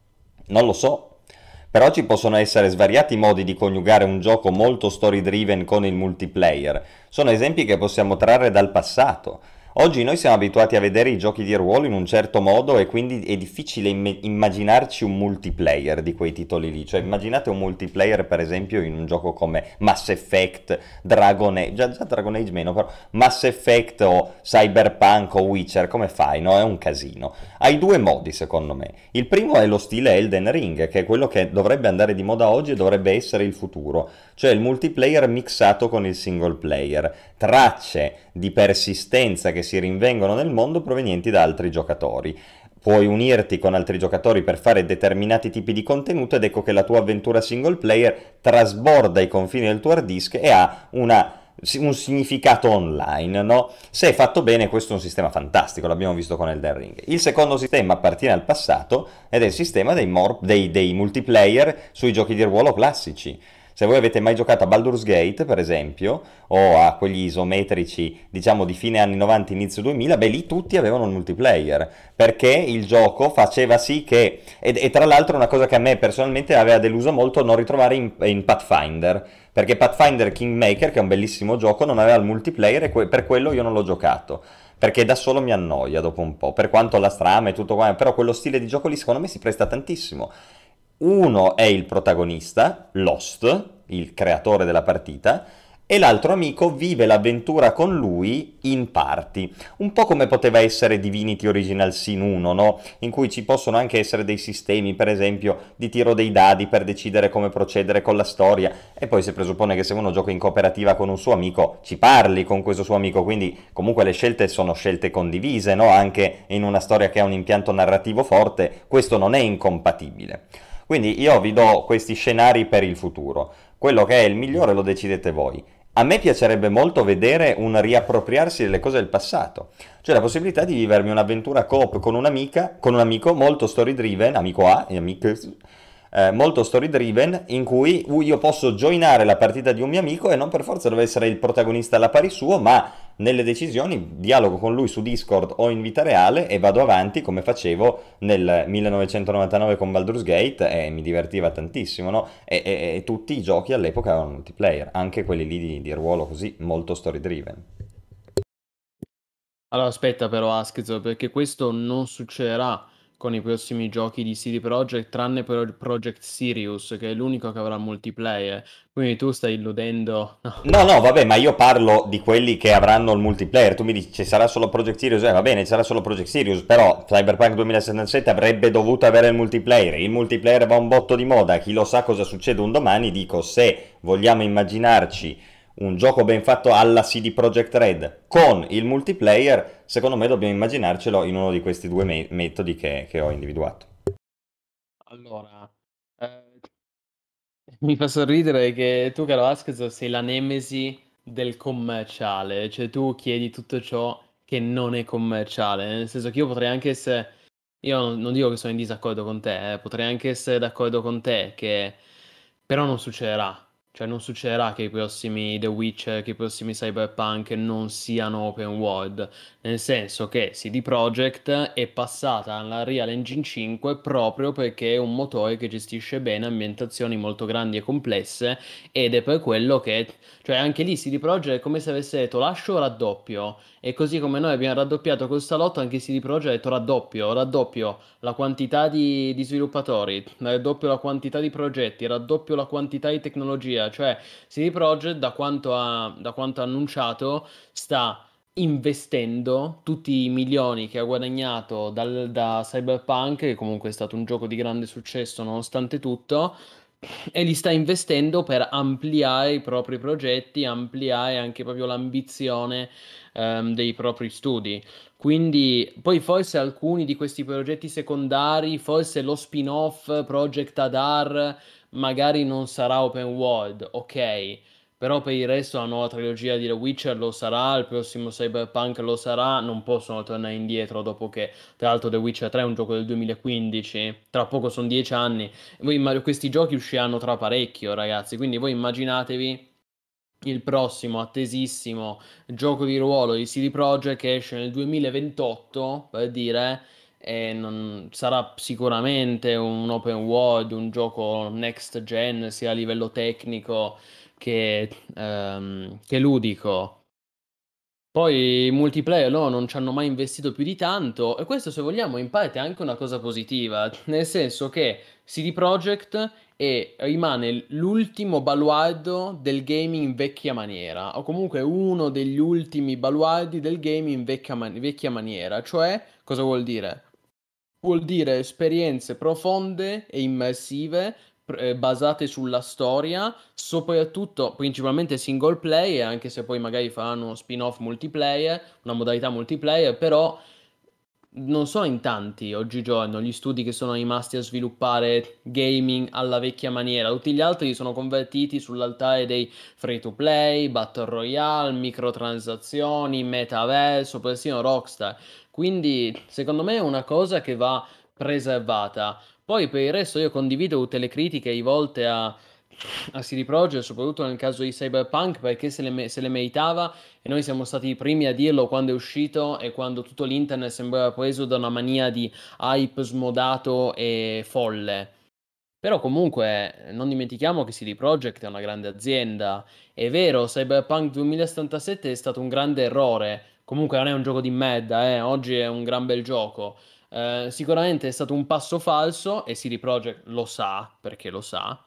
Non lo so, però ci possono essere svariati modi di coniugare un gioco molto story driven con il multiplayer. Sono esempi che possiamo trarre dal passato. Oggi noi siamo abituati a vedere i giochi di ruolo in un certo modo e quindi è difficile imm- immaginarci un multiplayer di quei titoli lì. Cioè immaginate un multiplayer per esempio in un gioco come Mass Effect, Dragon Age, già, già Dragon Age meno, però Mass Effect o Cyberpunk o Witcher, come fai? No? È un casino. Hai due modi secondo me. Il primo è lo stile Elden Ring, che è quello che dovrebbe andare di moda oggi e dovrebbe essere il futuro, cioè il multiplayer mixato con il single player, tracce di persistenza che si rinvengono nel mondo provenienti da altri giocatori. Puoi unirti con altri giocatori per fare determinati tipi di contenuto ed ecco che la tua avventura single player trasborda i confini del tuo hard disk e ha una un significato online, no? Se è fatto bene, questo è un sistema fantastico, l'abbiamo visto con Elden Ring. Il secondo sistema appartiene al passato ed è il sistema dei, mor- dei, dei multiplayer sui giochi di ruolo classici. Se voi avete mai giocato a Baldur's Gate, per esempio, o a quegli isometrici, diciamo, di fine anni novanta, inizio duemila, beh, lì tutti avevano il multiplayer, perché il gioco faceva sì che... E, e tra l'altro una cosa che a me personalmente aveva deluso molto non ritrovare in, in Pathfinder, perché Pathfinder Kingmaker, che è un bellissimo gioco, non aveva il multiplayer e que- per quello io non l'ho giocato. Perché da solo mi annoia dopo un po', per quanto la strama e tutto qua, però quello stile di gioco lì secondo me si presta tantissimo. Uno è il protagonista, Lost, il creatore della partita, e l'altro amico vive l'avventura con lui in party. Un po' come poteva essere Divinity Original Sin uno, no? In cui ci possono anche essere dei sistemi, per esempio, di tiro dei dadi per decidere come procedere con la storia. E poi si presuppone che se uno gioca in cooperativa con un suo amico, ci parli con questo suo amico, quindi comunque le scelte sono scelte condivise, no? Anche in una storia che ha un impianto narrativo forte, questo non è incompatibile. Quindi io vi do questi scenari per il futuro. Quello che è il migliore lo decidete voi. A me piacerebbe molto vedere un riappropriarsi delle cose del passato, cioè la possibilità di vivermi un'avventura coop con un'amica, con un amico molto story driven, amico A e amiche, eh, molto story driven, in cui io posso joinare la partita di un mio amico e non per forza deve essere il protagonista alla pari suo, ma nelle decisioni dialogo con lui su Discord o in vita reale e vado avanti come facevo nel millenovecentonovantanove con Baldur's Gate e mi divertiva tantissimo, no? E, e- e tutti i giochi all'epoca avevano multiplayer, anche quelli lì di, di ruolo così, molto story driven. Allora, aspetta però, Askez, perché questo non succederà con i prossimi giochi di C D Projekt, tranne per il Project Sirius, che è l'unico che avrà multiplayer. Quindi tu stai illudendo... No. No, no, vabbè, ma io parlo di quelli che avranno il multiplayer. Tu mi dici ci sarà solo Project Sirius, eh, va bene, ci sarà solo Project Sirius, però Cyberpunk duemilasettantasette avrebbe dovuto avere il multiplayer. Il multiplayer va un botto di moda, chi lo sa cosa succede un domani. Dico, se vogliamo immaginarci un gioco ben fatto alla C D Projekt Red con il multiplayer, secondo me dobbiamo immaginarcelo in uno di questi due me- metodi che, che ho individuato. Allora, eh, mi fa sorridere che tu, caro Askez, sei la nemesi del commerciale, cioè tu chiedi tutto ciò che non è commerciale, nel senso che io potrei anche essere, io non, non dico che sono in disaccordo con te, eh, potrei anche essere d'accordo con te, che però non succederà. Cioè non succederà che i prossimi The Witcher, che i prossimi Cyberpunk non siano open world, nel senso che C D Projekt è passata alla Unreal Engine cinque proprio perché è un motore che gestisce bene ambientazioni molto grandi e complesse, ed è per quello che, cioè anche lì C D Projekt è come se avesse detto lascio o raddoppio, e così come noi abbiamo raddoppiato col salotto, anche C D Projekt ha detto raddoppio, raddoppio la quantità di, di sviluppatori, raddoppio la quantità di progetti, raddoppio la quantità di tecnologia, cioè C D Projekt da quanto ha, da quanto ha annunciato sta investendo tutti i milioni che ha guadagnato dal- da Cyberpunk, che comunque è stato un gioco di grande successo nonostante tutto, e li sta investendo per ampliare i propri progetti, ampliare anche proprio l'ambizione ehm, dei propri studi. Quindi, poi forse alcuni di questi progetti secondari, forse lo spin-off Project Adar, magari non sarà open world, ok. Però per il resto la nuova trilogia di The Witcher lo sarà, il prossimo Cyberpunk lo sarà, non possono tornare indietro dopo che, tra l'altro, The Witcher tre è un gioco del duemilaquindici, tra poco sono dieci anni. Voi immag- questi giochi usciranno tra parecchio, ragazzi, quindi voi immaginatevi il prossimo attesissimo gioco di ruolo di C D Projekt che esce nel duemilaventotto, per dire, e non- sarà sicuramente un open world, un gioco next gen, sia a livello tecnico che, ehm, che ludico. Poi i multiplayer no, non ci hanno mai investito più di tanto, e questo, se vogliamo, in parte è anche una cosa positiva, nel senso che C D Projekt è- rimane l'ultimo baluardo del gaming in vecchia maniera, o comunque uno degli ultimi baluardi del gaming in vecchia, man- vecchia maniera. Cioè, cosa vuol dire? Vuol dire esperienze profonde e immersive, pr- eh, basate sulla storia, soprattutto principalmente single player, anche se poi magari faranno uno spin-off multiplayer, una modalità multiplayer, però non sono in tanti oggigiorno gli studi che sono rimasti a sviluppare gaming alla vecchia maniera. Tutti gli altri sono convertiti sull'altare dei free to play, battle royale, microtransazioni, metaverso, persino Rockstar. Quindi, secondo me è una cosa che va preservata. Poi per il resto io condivido tutte le critiche rivolte a, a C D Projekt, soprattutto nel caso di Cyberpunk, perché se le, me- se le meritava, e noi siamo stati i primi a dirlo quando è uscito e quando tutto l'internet sembrava preso da una mania di hype smodato e folle. Però comunque non dimentichiamo che C D Projekt è una grande azienda. È vero, Cyberpunk duemilasettantasette è stato un grande errore. Comunque non è un gioco di merda, eh. Oggi è un gran bel gioco. Eh, sicuramente è stato un passo falso e C D Projekt lo sa, perché lo sa.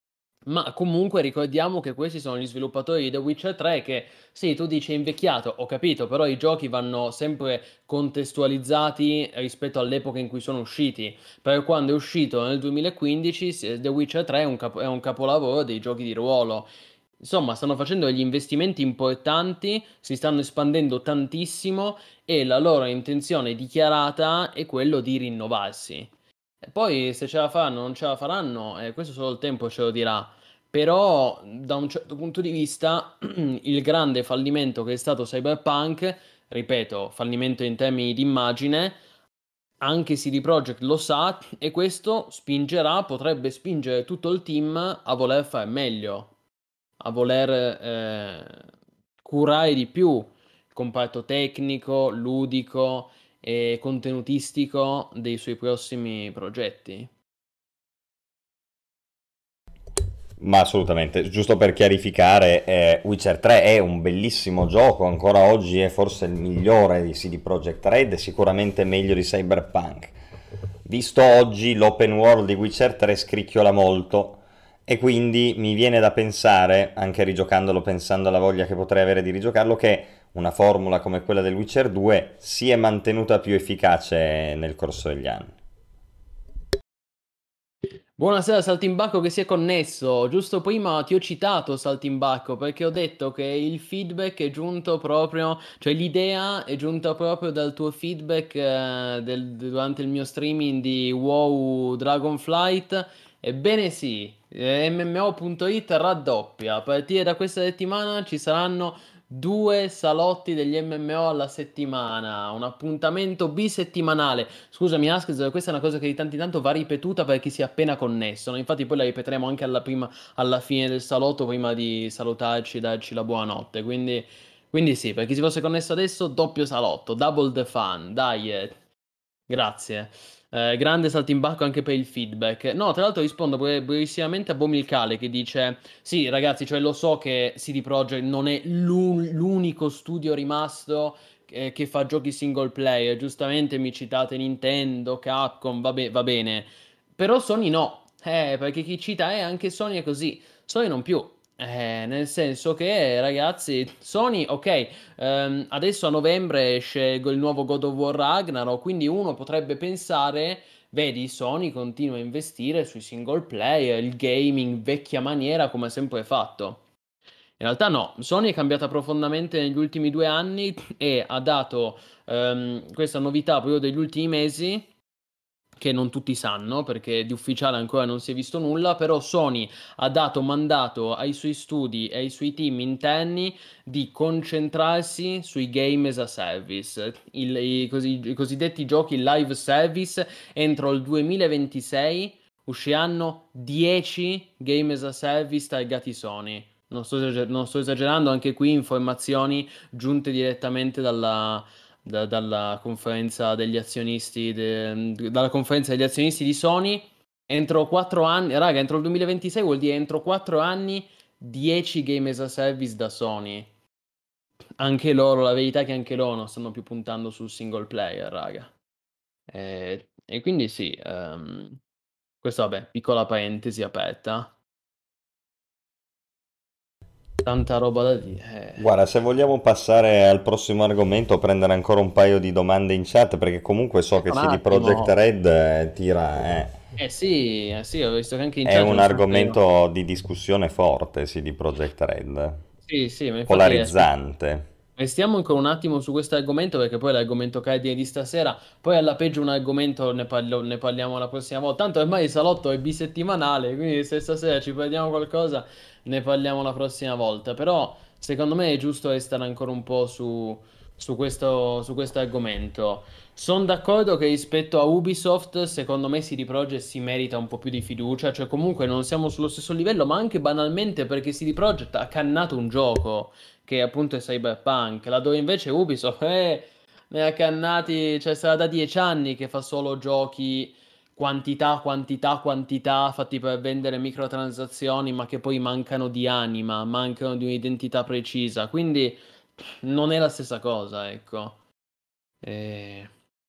Ma comunque ricordiamo che questi sono gli sviluppatori di The Witcher tre che, sì, tu dici è invecchiato, ho capito, però i giochi vanno sempre contestualizzati rispetto all'epoca in cui sono usciti. Per quando è uscito nel duemilaquindici, se- The Witcher tre è un, capo- è un capolavoro dei giochi di ruolo. Insomma, stanno facendo degli investimenti importanti, si stanno espandendo tantissimo, e la loro intenzione dichiarata è quello di rinnovarsi. E poi se ce la faranno o non ce la faranno, eh, questo solo il tempo ce lo dirà. Però, da un certo punto di vista, il grande fallimento che è stato Cyberpunk, ripeto, fallimento in termini di immagine, anche C D Projekt lo sa, e questo spingerà, potrebbe spingere tutto il team a voler fare meglio, a voler eh, curare di più il comparto tecnico, ludico e contenutistico dei suoi prossimi progetti. Ma assolutamente, giusto per chiarificare, eh, Witcher tre è un bellissimo gioco, ancora oggi è forse il migliore di C D Projekt Red, sicuramente meglio di Cyberpunk. Visto oggi, l'open world di Witcher tre scricchiola molto, e quindi mi viene da pensare, anche rigiocandolo, pensando alla voglia che potrei avere di rigiocarlo, che una formula come quella del Witcher due si è mantenuta più efficace nel corso degli anni. Buonasera Saltimbacco che si è connesso. Giusto prima ti ho citato Saltimbacco perché ho detto che il feedback è giunto proprio, cioè l'idea è giunta proprio dal tuo feedback eh, del- durante il mio streaming di WoW Dragonflight. Ebbene sì, eh, M M O punto it raddoppia. A partire da questa settimana ci saranno due salotti degli M M O alla settimana, un appuntamento bisettimanale. Scusami Askez, questa è una cosa che di tanto in tanto va ripetuta per chi si è appena connesso, no? Infatti poi la ripeteremo anche alla, prima, alla fine del salotto prima di salutarci e darci la buonanotte, quindi, quindi sì, per chi si fosse connesso adesso, doppio salotto, double the fun, dai, eh. Grazie. Eh, grande saltimbacco anche per il feedback. No, tra l'altro rispondo bre- brevissimamente a Bomilcale che dice: sì, ragazzi, cioè lo so che C D Projekt non è l'u- l'unico studio rimasto eh, che fa giochi single player. Giustamente mi citate Nintendo, Capcom, va, be- va bene. Però Sony no. Eh, perché chi cita è anche Sony è così. Sony non più. Eh, nel senso che, ragazzi, Sony, ok, ehm, adesso a novembre esce il nuovo God of War Ragnarok, quindi uno potrebbe pensare, vedi, Sony continua a investire sui single player, il gaming, vecchia maniera, come ha sempre fatto. In realtà no, Sony è cambiata profondamente negli ultimi due anni e ha dato ehm, questa novità proprio degli ultimi mesi, che non tutti sanno perché di ufficiale ancora non si è visto nulla, però Sony ha dato mandato ai suoi studi e ai suoi team interni di concentrarsi sui game as a service, il- i, cosi- i cosiddetti giochi live service. Entro il duemilaventisei usciranno dieci game as a service targati Sony. Non sto, esager- non sto esagerando, anche qui informazioni giunte direttamente dalla da- dalla conferenza degli azionisti, de- dalla conferenza degli azionisti di Sony. Entro quattro anni, raga, entro il duemilaventisei vuol dire entro quattro anni dieci game as a service da Sony. Anche loro, la verità è che anche loro non stanno più puntando sul single player, raga. E, e quindi sì, ehm, questo vabbè, piccola parentesi aperta. Tanta roba da dire. Eh. Guarda, se vogliamo passare al prossimo argomento, prendere ancora un paio di domande in chat, perché comunque so che Un C D Projekt attimo. Red eh, tira, eh. Eh sì, eh sì, ho visto che anche in È chat un non sono io. argomento di discussione forte, C D Projekt Red, Sì, sì, ma infatti eh, spe- polarizzante. restiamo ancora un attimo su questo argomento perché poi è l'argomento cardine di stasera, poi alla peggio un argomento ne, parlo- ne parliamo la prossima volta. Tanto ormai il salotto è bisettimanale, quindi se stasera ci perdiamo qualcosa ne parliamo la prossima volta. Però secondo me è giusto restare ancora un po' su, su questo, su questo argomento. Sono d'accordo che rispetto a Ubisoft, secondo me C D Projekt si merita un po' più di fiducia, cioè comunque non siamo sullo stesso livello, ma anche banalmente perché C D Projekt ha cannato un gioco che appunto è Cyberpunk, laddove invece Ubisoft eh, ne ha cannati, cioè sarà da dieci anni che fa solo giochi quantità, quantità, quantità, fatti per vendere microtransazioni, ma che poi mancano di anima, mancano di un'identità precisa, quindi non è la stessa cosa, ecco. Eh,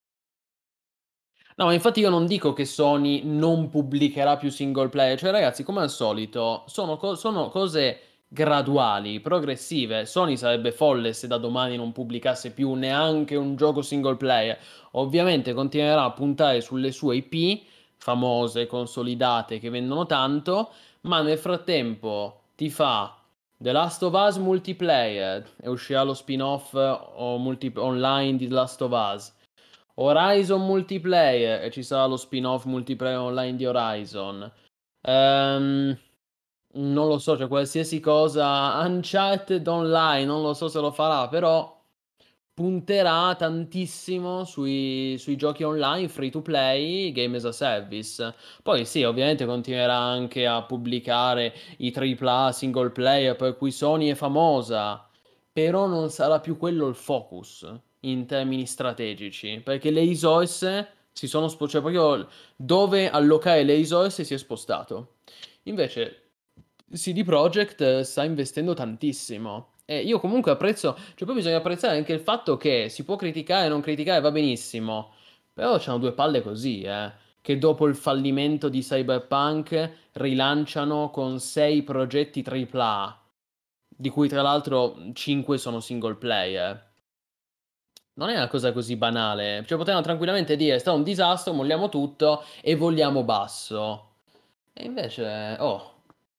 No, ma infatti io non dico che Sony non pubblicherà più single player, cioè ragazzi, come al solito, sono, co- sono cose graduali, progressive. Sony sarebbe folle se da domani non pubblicasse più neanche un gioco single player. Ovviamente continuerà a puntare sulle sue I P, famose, consolidate, che vendono tanto, ma nel frattempo ti fa The Last of Us multiplayer e uscirà lo spin-off o multi- online di The Last of Us. Horizon multiplayer e ci sarà lo spin-off multiplayer online di Horizon. Ehm, Non lo so, cioè qualsiasi cosa. Uncharted Online, non lo so se lo farà, però punterà tantissimo sui, sui giochi online free to play, game as a service. Poi sì, ovviamente continuerà anche a pubblicare i tripla A single player per cui Sony è famosa, però non sarà più quello il focus in termini strategici, perché le risorse si sono spo- cioè proprio dove allocare le risorse si è spostato. Invece C D Projekt eh, sta investendo tantissimo. E io comunque apprezzo, cioè poi bisogna apprezzare anche il fatto che si può criticare e non criticare, va benissimo. Però c'hanno due palle così, eh. Che dopo il fallimento di Cyberpunk rilanciano con sei progetti tripla A, di cui tra l'altro cinque sono single player. Non è una cosa così banale. Cioè potevano tranquillamente dire, è stato un disastro, molliamo tutto e vogliamo basso. E invece, oh.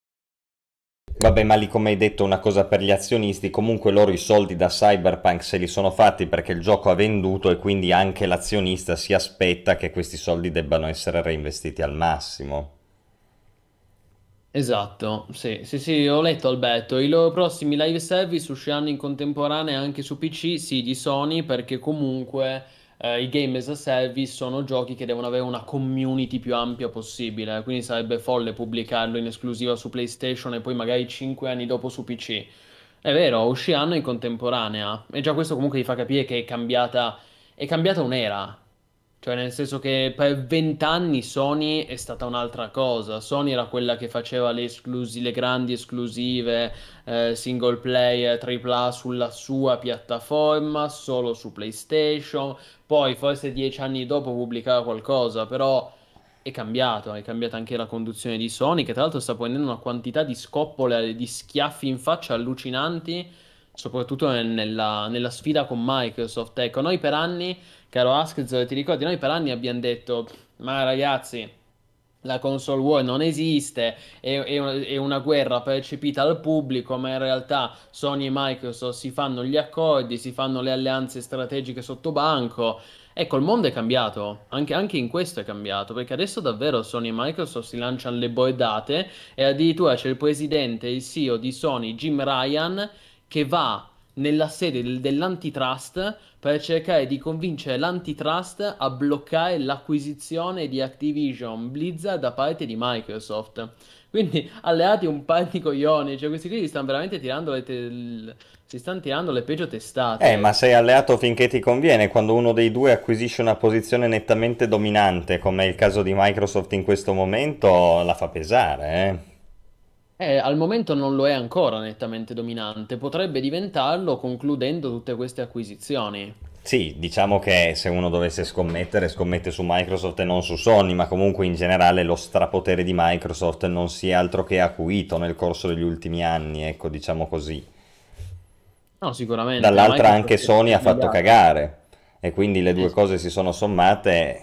Vabbè, ma lì come hai detto una cosa per gli azionisti, comunque loro i soldi da Cyberpunk se li sono fatti perché il gioco ha venduto e quindi anche l'azionista si aspetta che questi soldi debbano essere reinvestiti al massimo. Esatto, sì, sì, sì, ho letto Alberto. I loro prossimi live service usciranno in contemporanea anche su P C, sì, di Sony, perché comunque eh, i game as a service sono giochi che devono avere una community più ampia possibile, quindi sarebbe folle pubblicarlo in esclusiva su PlayStation e poi magari cinque anni dopo su P C. È vero, usciranno in contemporanea, e già questo comunque ti fa capire che è cambiata, è cambiata un'era. Cioè, nel senso che per vent'anni Sony è stata un'altra cosa. Sony era quella che faceva le esclusi- le grandi esclusive, eh, single player, tripla A sulla sua piattaforma, solo su PlayStation. Poi, forse dieci anni dopo, pubblicava qualcosa, però è cambiato. È cambiata anche la conduzione di Sony, che tra l'altro sta prendendo una quantità di scoppole, di schiaffi in faccia allucinanti, soprattutto nel- nella, nella sfida con Microsoft. Ecco, noi per anni. Caro Askez, ti ricordi, noi per anni abbiamo detto, ma ragazzi, la console war non esiste, è, è una, è una guerra percepita al pubblico, ma in realtà Sony e Microsoft si fanno gli accordi, si fanno le alleanze strategiche sotto banco. Ecco, il mondo è cambiato, anche, anche in questo è cambiato, perché adesso davvero Sony e Microsoft si lanciano le boardate e addirittura c'è il presidente, il C E O di Sony, Jim Ryan, che va nella sede del- dell'antitrust per cercare di convincere l'antitrust a bloccare l'acquisizione di Activision Blizzard da parte di Microsoft. Quindi alleati un paio di coglioni, cioè questi qui si stanno veramente tirando le, te- l- si stanno tirando le peggio Eh, ma testate. sei alleato finché ti conviene, quando uno dei due acquisisce una posizione nettamente dominante, come è il caso di Microsoft in questo momento, la fa pesare, eh. Eh, al momento non lo è ancora nettamente dominante, potrebbe diventarlo concludendo tutte queste acquisizioni. Sì, diciamo che se uno dovesse scommettere, scommette su Microsoft e non su Sony, ma comunque in generale lo strapotere di Microsoft non si è altro che acuito nel corso degli ultimi anni, ecco, diciamo così. No, sicuramente, Dall'altra anche Microsoft Sony è ha fatto cambiata. cagare e quindi le Eh due cose si sono sommate.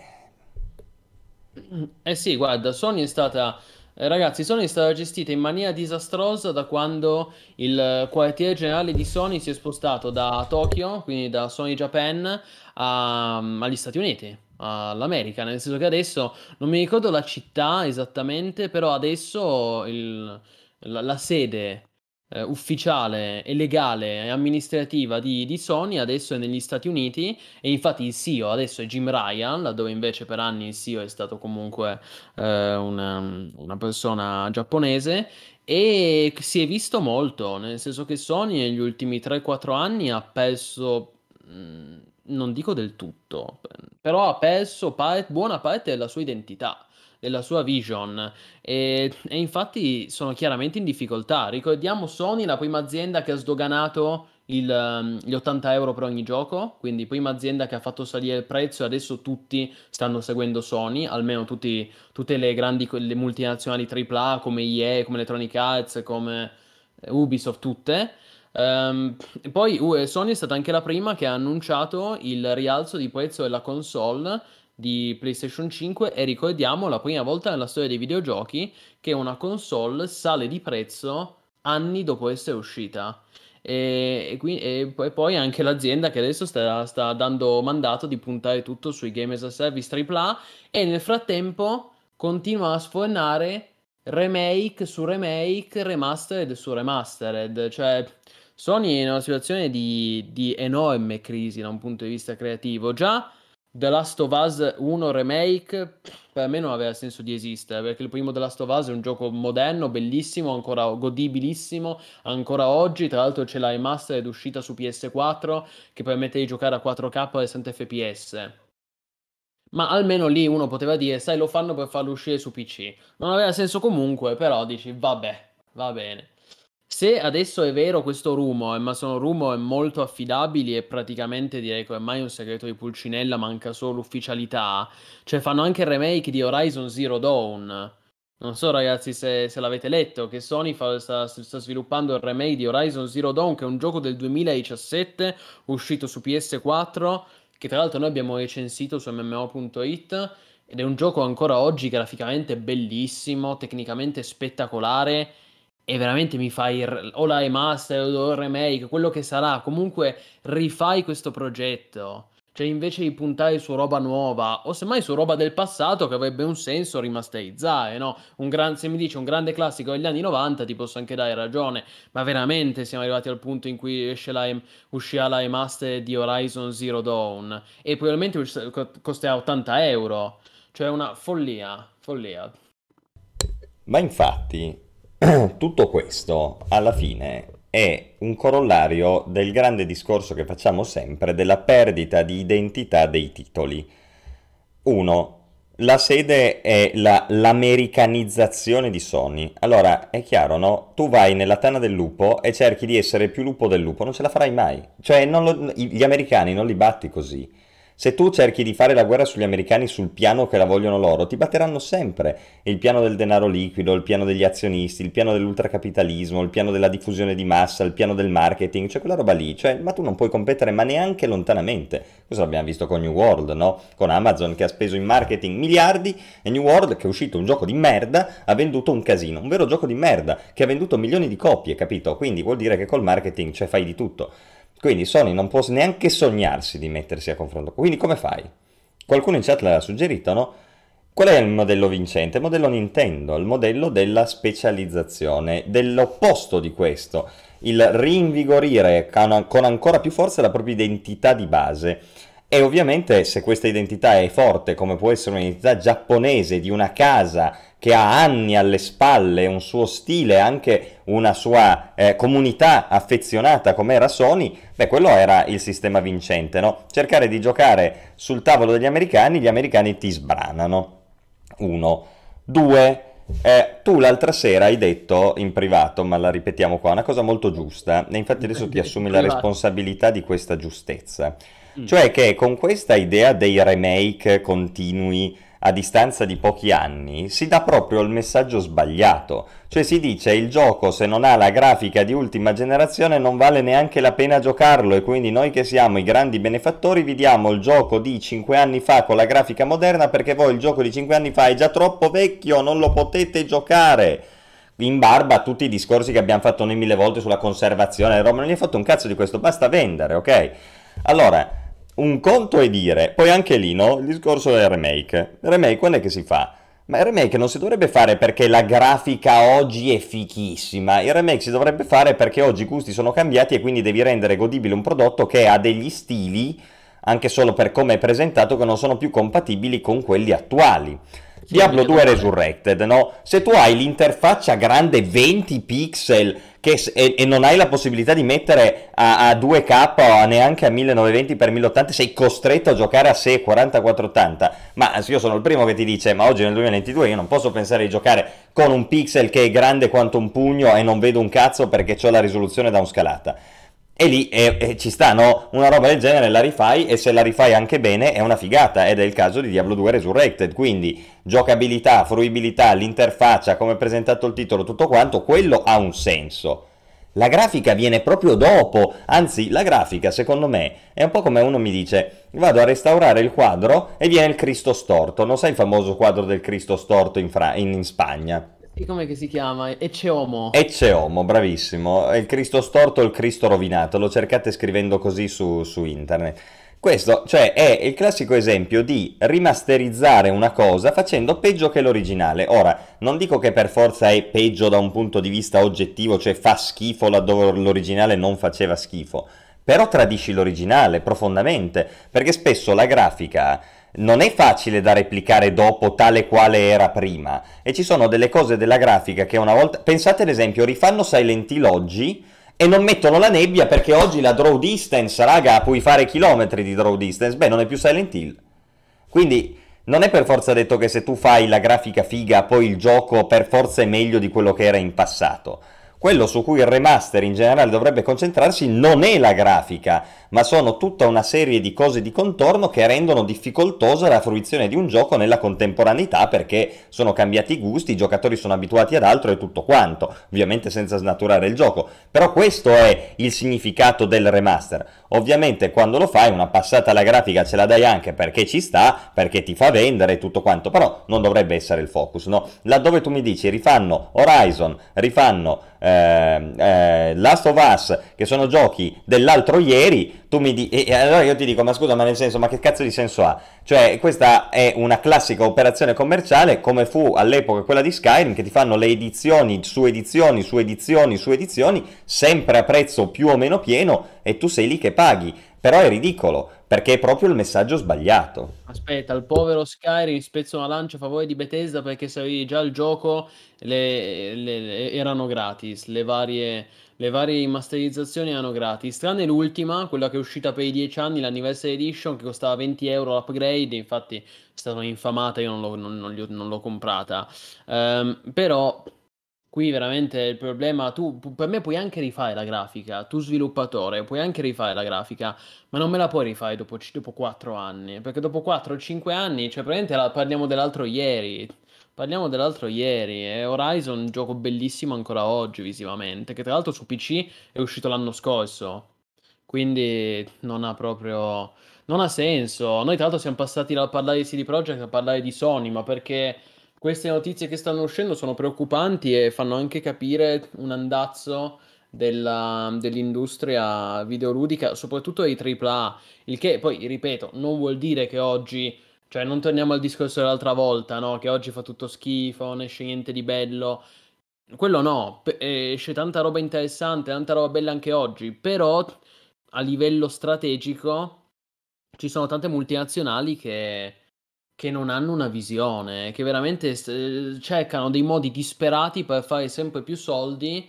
Eh sì, guarda, Sony è stata, eh, ragazzi, Sony è stata gestita in maniera disastrosa da quando il eh, quartiere generale di Sony si è spostato da Tokyo, quindi da Sony Japan, a- agli Stati Uniti, all'America, nel senso che adesso non mi ricordo la città esattamente, però adesso il- la, la sede eh, ufficiale e legale e amministrativa di, di Sony adesso è negli Stati Uniti e infatti il C E O adesso è Jim Ryan, laddove invece per anni il C E O è stato comunque eh, una, una persona giapponese. E si è visto molto, nel senso che Sony negli ultimi tre quattro anni ha perso, mh, non dico del tutto, però ha perso pa- buona parte della sua identità, della sua vision. E, e infatti sono chiaramente in difficoltà. Ricordiamo Sony, la prima azienda che ha sdoganato il, ehm, gli ottanta euro per ogni gioco, quindi prima azienda che ha fatto salire il prezzo e adesso tutti stanno seguendo Sony, almeno tutti- tutte le grandi le multinazionali tripla A come E A, come Electronic Arts, come eh, Ubisoft, tutte. Ehm, e poi uh, Sony è stata anche la prima che ha annunciato il rialzo di prezzo della console di PlayStation cinque e ricordiamo la prima volta nella storia dei videogiochi che una console sale di prezzo anni dopo essere uscita. E, e qui- e poi poi anche l'azienda che adesso sta, sta dando mandato di puntare tutto sui Game as a Service tripla A e nel frattempo continua a sfornare remake su remake, remastered su remastered. Cioè, Sony è in una situazione di, di enorme crisi da un punto di vista creativo. Già The Last of Us uno Remake per me non aveva senso di esistere, perché il primo The Last of Us è un gioco moderno, bellissimo, ancora godibilissimo, ancora oggi, tra l'altro c'è la remastered uscita su P S quattro che permette di giocare a quattro K a sessanta F P S. Ma almeno lì uno poteva dire, sai, lo fanno per farlo uscire su P C. Non aveva senso comunque, però dici, vabbè, va bene. Se adesso è vero questo rumor, ma sono rumor molto affidabili e praticamente direi che ormai è un segreto di Pulcinella, manca solo l'ufficialità. Cioè fanno anche il remake di Horizon Zero Dawn. Non so ragazzi se, se l'avete letto, che Sony fa- sta, sta sviluppando il remake di Horizon Zero Dawn, che è un gioco del duemiladiciassette, uscito su P S quattro, che tra l'altro noi abbiamo recensito su M M O punto it, ed è un gioco ancora oggi graficamente bellissimo, tecnicamente spettacolare, e veramente mi fai il- o la remaster o il remake, quello che sarà, comunque rifai questo progetto. Cioè, invece di puntare su roba nuova, o semmai su roba del passato che avrebbe un senso rimasterizzare, no? Un gran, se mi dici un grande classico degli anni novanta, ti posso anche dare ragione, ma veramente siamo arrivati al punto in cui esce la, uscirà la remaster di Horizon Zero Dawn e probabilmente us- co- costerà ottanta euro, cioè una follia, follia. Ma infatti, tutto questo alla fine è un corollario del grande discorso che facciamo sempre della perdita di identità dei titoli. Uno, la sede è la, l'americanizzazione di Sony. Allora, è chiaro, no? Tu vai nella tana del lupo e cerchi di essere più lupo del lupo, non ce la farai mai. Cioè, non lo- gli americani non li batti così. Se tu cerchi di fare la guerra sugli americani sul piano che la vogliono loro, ti batteranno sempre. Il piano del denaro liquido, il piano degli azionisti, il piano dell'ultracapitalismo, il piano della diffusione di massa, il piano del marketing, cioè quella roba lì. Cioè, ma tu non puoi competere, ma neanche lontanamente. Questo l'abbiamo visto con New World, no? Con Amazon che ha speso in marketing miliardi e New World, che è uscito un gioco di merda, ha venduto un casino. Un vero gioco di merda, che ha venduto milioni di copie, capito? Quindi vuol dire che col marketing, cioè, fai di tutto. Quindi Sony non può neanche sognarsi di mettersi a confronto. Quindi come fai? Qualcuno in chat l'ha suggerito, no? Qual è il modello vincente? Il modello Nintendo, il modello della specializzazione, dell'opposto di questo, il rinvigorire con ancora più forza la propria identità di base. E ovviamente se questa identità è forte, come può essere un'identità giapponese di una casa che ha anni alle spalle, un suo stile, anche una sua eh, comunità affezionata come era Sony, beh, quello era il sistema vincente, no? Cercare di giocare sul tavolo degli americani, gli americani ti sbranano. Uno. Due. Eh, tu l'altra sera hai detto in privato, ma la ripetiamo qua, una cosa molto giusta, e infatti adesso ti assumi la responsabilità di questa giustezza. Cioè che con questa idea dei remake continui a distanza di pochi anni si dà proprio il messaggio sbagliato. Cioè si dice il gioco se non ha la grafica di ultima generazione non vale neanche la pena giocarlo e quindi noi che siamo i grandi benefattori vi diamo il gioco di cinque anni fa con la grafica moderna perché voi il gioco di cinque anni fa è già troppo vecchio, non lo potete giocare. In barba a tutti i discorsi che abbiamo fatto noi mille volte sulla conservazione, Roma non gli ha fatto un cazzo di questo, basta vendere, ok? Allora, un conto è dire, poi anche lì, no? Il discorso del remake. Il remake quando è che si fa? Ma il remake non si dovrebbe fare perché la grafica oggi è fichissima. Il remake si dovrebbe fare perché oggi i gusti sono cambiati e quindi devi rendere godibile un prodotto che ha degli stili, anche solo per come è presentato, che non sono più compatibili con quelli attuali. Diablo due Resurrected, no? Se tu hai l'interfaccia grande venti pixel che, e, e non hai la possibilità di mettere a, a due K o neanche a millenovecento per mille ottanta, sei costretto a giocare a sé quarantaquattro ottanta. Ma io sono il primo che ti dice, ma oggi nel duemilaventidue io non posso pensare di giocare con un pixel che è grande quanto un pugno e non vedo un cazzo perché ho la risoluzione da un scalata. E lì e, e ci sta, no? Una roba del genere la rifai e se la rifai anche bene è una figata ed è il caso di Diablo due Resurrected, quindi giocabilità, fruibilità, l'interfaccia, come è presentato il titolo, tutto quanto, quello ha un senso. La grafica viene proprio dopo, anzi la grafica secondo me è un po' come uno mi dice vado a restaurare il quadro e viene il Cristo storto, non sai il famoso quadro del Cristo storto in, Fra- in, in Spagna? E com'è che si chiama? Ecce Homo. Ecce Homo, bravissimo. È il Cristo storto o il Cristo rovinato. Lo cercate scrivendo così su, su internet. Questo, cioè, è il classico esempio di rimasterizzare una cosa facendo peggio che l'originale. Ora, non dico che per forza è peggio da un punto di vista oggettivo, cioè fa schifo laddove l'originale non faceva schifo. Però tradisci l'originale profondamente, perché spesso la grafica non è facile da replicare dopo tale quale era prima e ci sono delle cose della grafica che una volta, pensate ad esempio, rifanno Silent Hill oggi e non mettono la nebbia perché oggi la draw distance, raga, puoi fare chilometri di draw distance, beh non è più Silent Hill, quindi non è per forza detto che se tu fai la grafica figa poi il gioco per forza è meglio di quello che era in passato. Quello su cui il remaster in generale dovrebbe concentrarsi non è la grafica, ma sono tutta una serie di cose di contorno che rendono difficoltosa la fruizione di un gioco nella contemporaneità perché sono cambiati i gusti, i giocatori sono abituati ad altro e tutto quanto, ovviamente senza snaturare il gioco. Però questo è il significato del remaster. Ovviamente quando lo fai una passata alla grafica ce la dai anche perché ci sta, perché ti fa vendere e tutto quanto, però non dovrebbe essere il focus, no? Laddove tu mi dici rifanno Horizon, rifanno... Eh, eh, eh, Last of Us, che sono giochi dell'altro ieri, tu mi di- e allora io ti dico, ma scusa, ma nel senso, ma che cazzo di senso ha? Cioè, questa è una classica operazione commerciale, come fu all'epoca quella di Skyrim, che ti fanno le edizioni su edizioni, su edizioni, su edizioni, sempre a prezzo più o meno pieno, e tu sei lì che paghi. Però è ridicolo, perché è proprio il messaggio sbagliato. Aspetta, il povero Skyrim spezzo una lancia a favore di Bethesda, perché se avevi già il gioco le, le- le- erano gratis, le varie, le varie masterizzazioni erano gratis, tranne l'ultima, quella che è uscita per i dieci anni, l'Anniversary Edition, che costava venti euro l'upgrade, infatti è stata un'infamata, io non l'ho, non- non li ho- non l'ho comprata. Ehm, però qui veramente il problema, tu pu- per me puoi anche rifare la grafica, tu sviluppatore puoi anche rifare la grafica, ma non me la puoi rifare dopo, c- dopo quattro anni, perché dopo quattro o cinque anni, cioè praticamente la- parliamo dell'altro ieri, parliamo dell'altro ieri, e Horizon è un gioco bellissimo ancora oggi visivamente, che tra l'altro su P C è uscito l'anno scorso, quindi non ha proprio, non ha senso. Noi tra l'altro siamo passati dal parlare di C D Projekt a parlare di Sony, ma perché queste notizie che stanno uscendo sono preoccupanti e fanno anche capire un andazzo della- dell'industria videoludica, soprattutto dei tripla A. Il che poi, ripeto, non vuol dire che oggi, cioè non torniamo al discorso dell'altra volta, no? Che oggi fa tutto schifo, non esce niente di bello. Quello no, pe- eh, esce tanta roba interessante, tanta roba bella anche oggi, però a livello strategico ci sono tante multinazionali che, che non hanno una visione, che veramente eh, cercano dei modi disperati per fare sempre più soldi,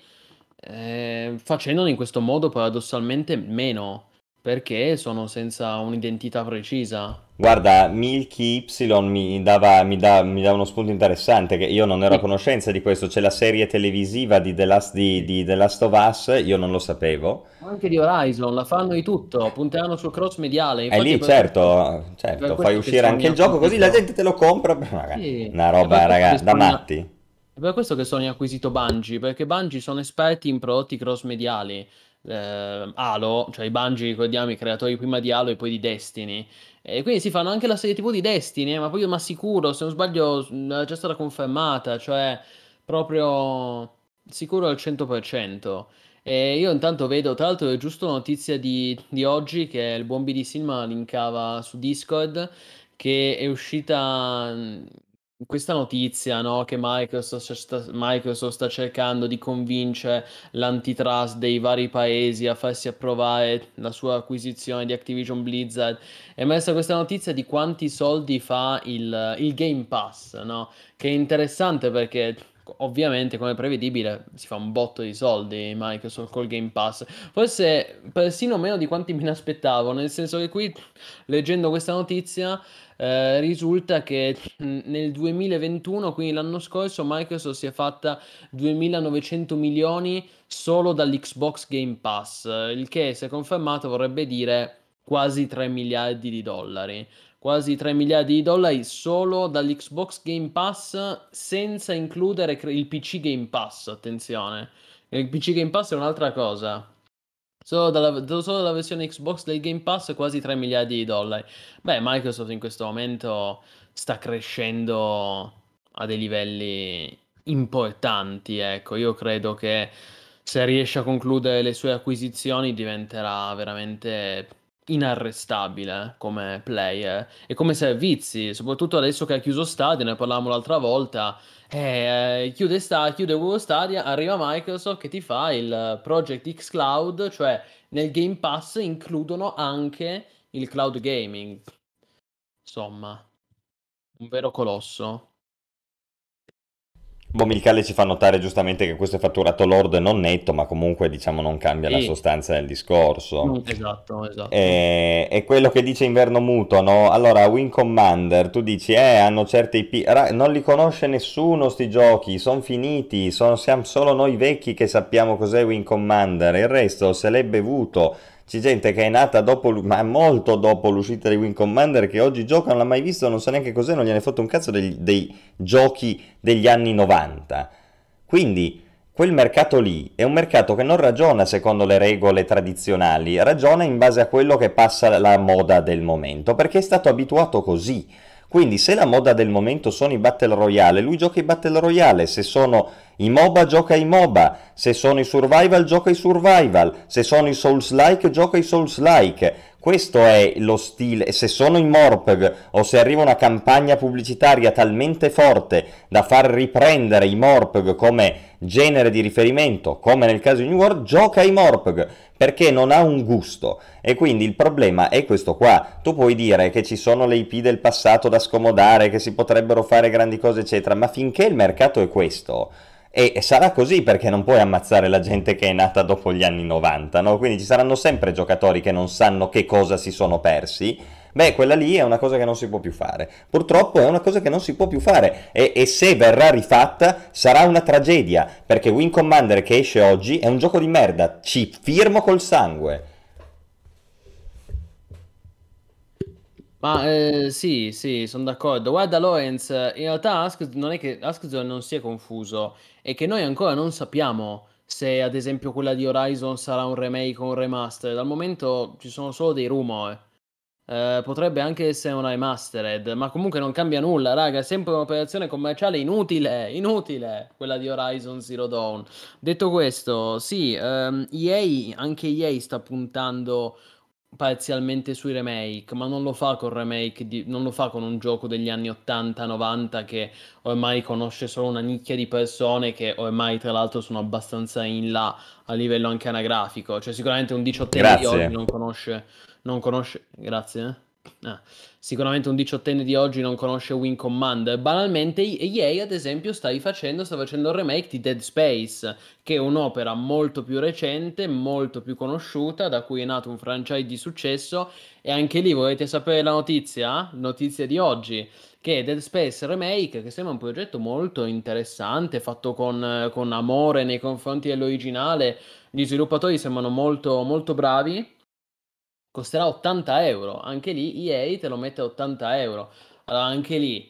eh, facendone in questo modo paradossalmente meno, perché sono senza un'identità precisa. Guarda, Milky Y mi dava, mi dà, mi dà uno spunto interessante, che io non ero a Sì, conoscenza di questo. C'è la serie televisiva di The Last, di, sì. di The Last of Us, io non lo sapevo. Anche di Horizon, la fanno di tutto, punteranno sul cross mediale, E infatti è lì, per questo, certo, è per certo, fai questo che uscire Sony anche ha il gioco, così la acquisito. gente te lo compra. Raga, Sì, una è per roba, questo che raga, da Sony ha, matti. è per questo che Sony ha acquisito Bungie, perché Bungie sono esperti in prodotti cross-mediali. Eh, Halo, cioè i Bungie, ricordiamo, i creatori prima di Halo e poi di Destiny. E quindi si fanno anche la serie T V di Destiny, eh, ma poi ma sicuro, se non sbaglio, mh, è già stata confermata, cioè proprio sicuro al cento per cento. E io intanto vedo, tra l'altro è giusto notizia di, di oggi, che il buon B D Silma linkava su Discord, che è uscita mh, questa notizia, no? Che Microsoft sta, Microsoft sta cercando di convincere l'antitrust dei vari paesi a farsi approvare la sua acquisizione di Activision Blizzard. È emersa questa notizia di quanti soldi fa il, il Game Pass, no? Che è interessante perché ovviamente, come prevedibile, si fa un botto di soldi Microsoft col Game Pass. Forse persino meno di quanti me ne aspettavo, nel senso che qui, leggendo questa notizia, eh, risulta che mh, nel duemilaventuno, quindi l'anno scorso, Microsoft si è fatta duemilanovecento milioni solo dall'Xbox Game Pass, eh, il che, se confermato, vorrebbe dire quasi tre miliardi di dollari. Quasi tre miliardi di dollari solo dall'Xbox Game Pass, senza includere cre- il P C Game Pass, attenzione. Il P C Game Pass è un'altra cosa. Solo dalla, solo dalla versione Xbox del Game Pass quasi tre miliardi di dollari. Beh, Microsoft in questo momento sta crescendo a dei livelli importanti, ecco. Io credo che se riesce a concludere le sue acquisizioni diventerà veramente inarrestabile come player e come servizi, soprattutto adesso che ha chiuso Stadia, ne parlavamo l'altra volta. Eh, chiude, sta, chiude Google Stadia, arriva Microsoft che ti fa il Project X Cloud, cioè nel Game Pass includono anche il cloud gaming. Insomma, un vero colosso. Boh, Michele ci fa notare giustamente che questo è fatturato lordo e non netto, ma comunque diciamo non cambia la Sì, sostanza del discorso. mm, esatto, esatto. E, e quello che dice Inverno Muto, no? Allora, Wing Commander, tu dici, eh, hanno certe I P, Ra- non li conosce nessuno sti giochi, sono finiti, sono- siamo solo noi vecchi che sappiamo cos'è Wing Commander, il resto se l'è bevuto. C'è gente che è nata dopo, l'u- ma molto dopo l'uscita di Wing Commander, che oggi gioca, non l'ha mai visto, non sa neanche cos'è, non gliene fotte un cazzo degli- dei giochi degli anni novanta. Quindi quel mercato lì è un mercato che non ragiona secondo le regole tradizionali, ragiona in base a quello che passa la moda del momento, perché è stato abituato così. Quindi se la moda del momento sono i Battle Royale, lui gioca i Battle Royale, se sono i MOBA gioca i MOBA, se sono i Survival gioca i Survival, se sono i Souls-like gioca i Souls-like. Questo è lo stile. Se sono i Morpg o se arriva una campagna pubblicitaria talmente forte da far riprendere i Morpg come genere di riferimento, come nel caso di New World, gioca i Morpg, perché non ha un gusto. E quindi il problema è questo qua. Tu puoi dire che ci sono le I P del passato da scomodare, che si potrebbero fare grandi cose eccetera, ma finché il mercato è questo, e sarà così, perché non puoi ammazzare la gente che è nata dopo gli anni novanta, no? Quindi ci saranno sempre giocatori che non sanno che cosa si sono persi. Beh, quella lì è una cosa che non si può più fare. Purtroppo è una cosa che non si può più fare. E, e se verrà rifatta sarà una tragedia, perché Wing Commander che esce oggi è un gioco di merda. Ci firmo col sangue. Ma eh, sì, sì, sono d'accordo. Guarda, Lorenz, in realtà Ask non è che Askzone non si è confuso, è che noi ancora non sappiamo se, ad esempio, quella di Horizon sarà un remake o un remaster. Al momento ci sono solo dei rumor. Eh, potrebbe anche essere una remastered, ma comunque non cambia nulla, raga. È sempre un'operazione commerciale inutile, inutile, quella di Horizon Zero Dawn. Detto questo, sì, ehm, E A, anche E A sta puntando parzialmente sui remake, ma non lo fa con remake di, non lo fa con un gioco degli anni ottanta novanta che ormai conosce solo una nicchia di persone che ormai tra l'altro sono abbastanza in là a livello anche anagrafico, cioè sicuramente un diciottenne di oggi Grazie. non conosce non conosce grazie eh? Ah, sicuramente un diciottenne di oggi non conosce Wing Commander. Banalmente E A ad esempio sta rifacendo sta facendo il remake di Dead Space, che è un'opera molto più recente, molto più conosciuta, da cui è nato un franchise di successo. E anche lì volete sapere la notizia? Notizia di oggi, che Dead Space Remake, che sembra un progetto molto interessante, fatto con, con amore nei confronti dell'originale. Gli sviluppatori sembrano molto, molto bravi. Costerà ottanta euro. Anche lì E A te lo mette a ottanta euro. Allora, anche lì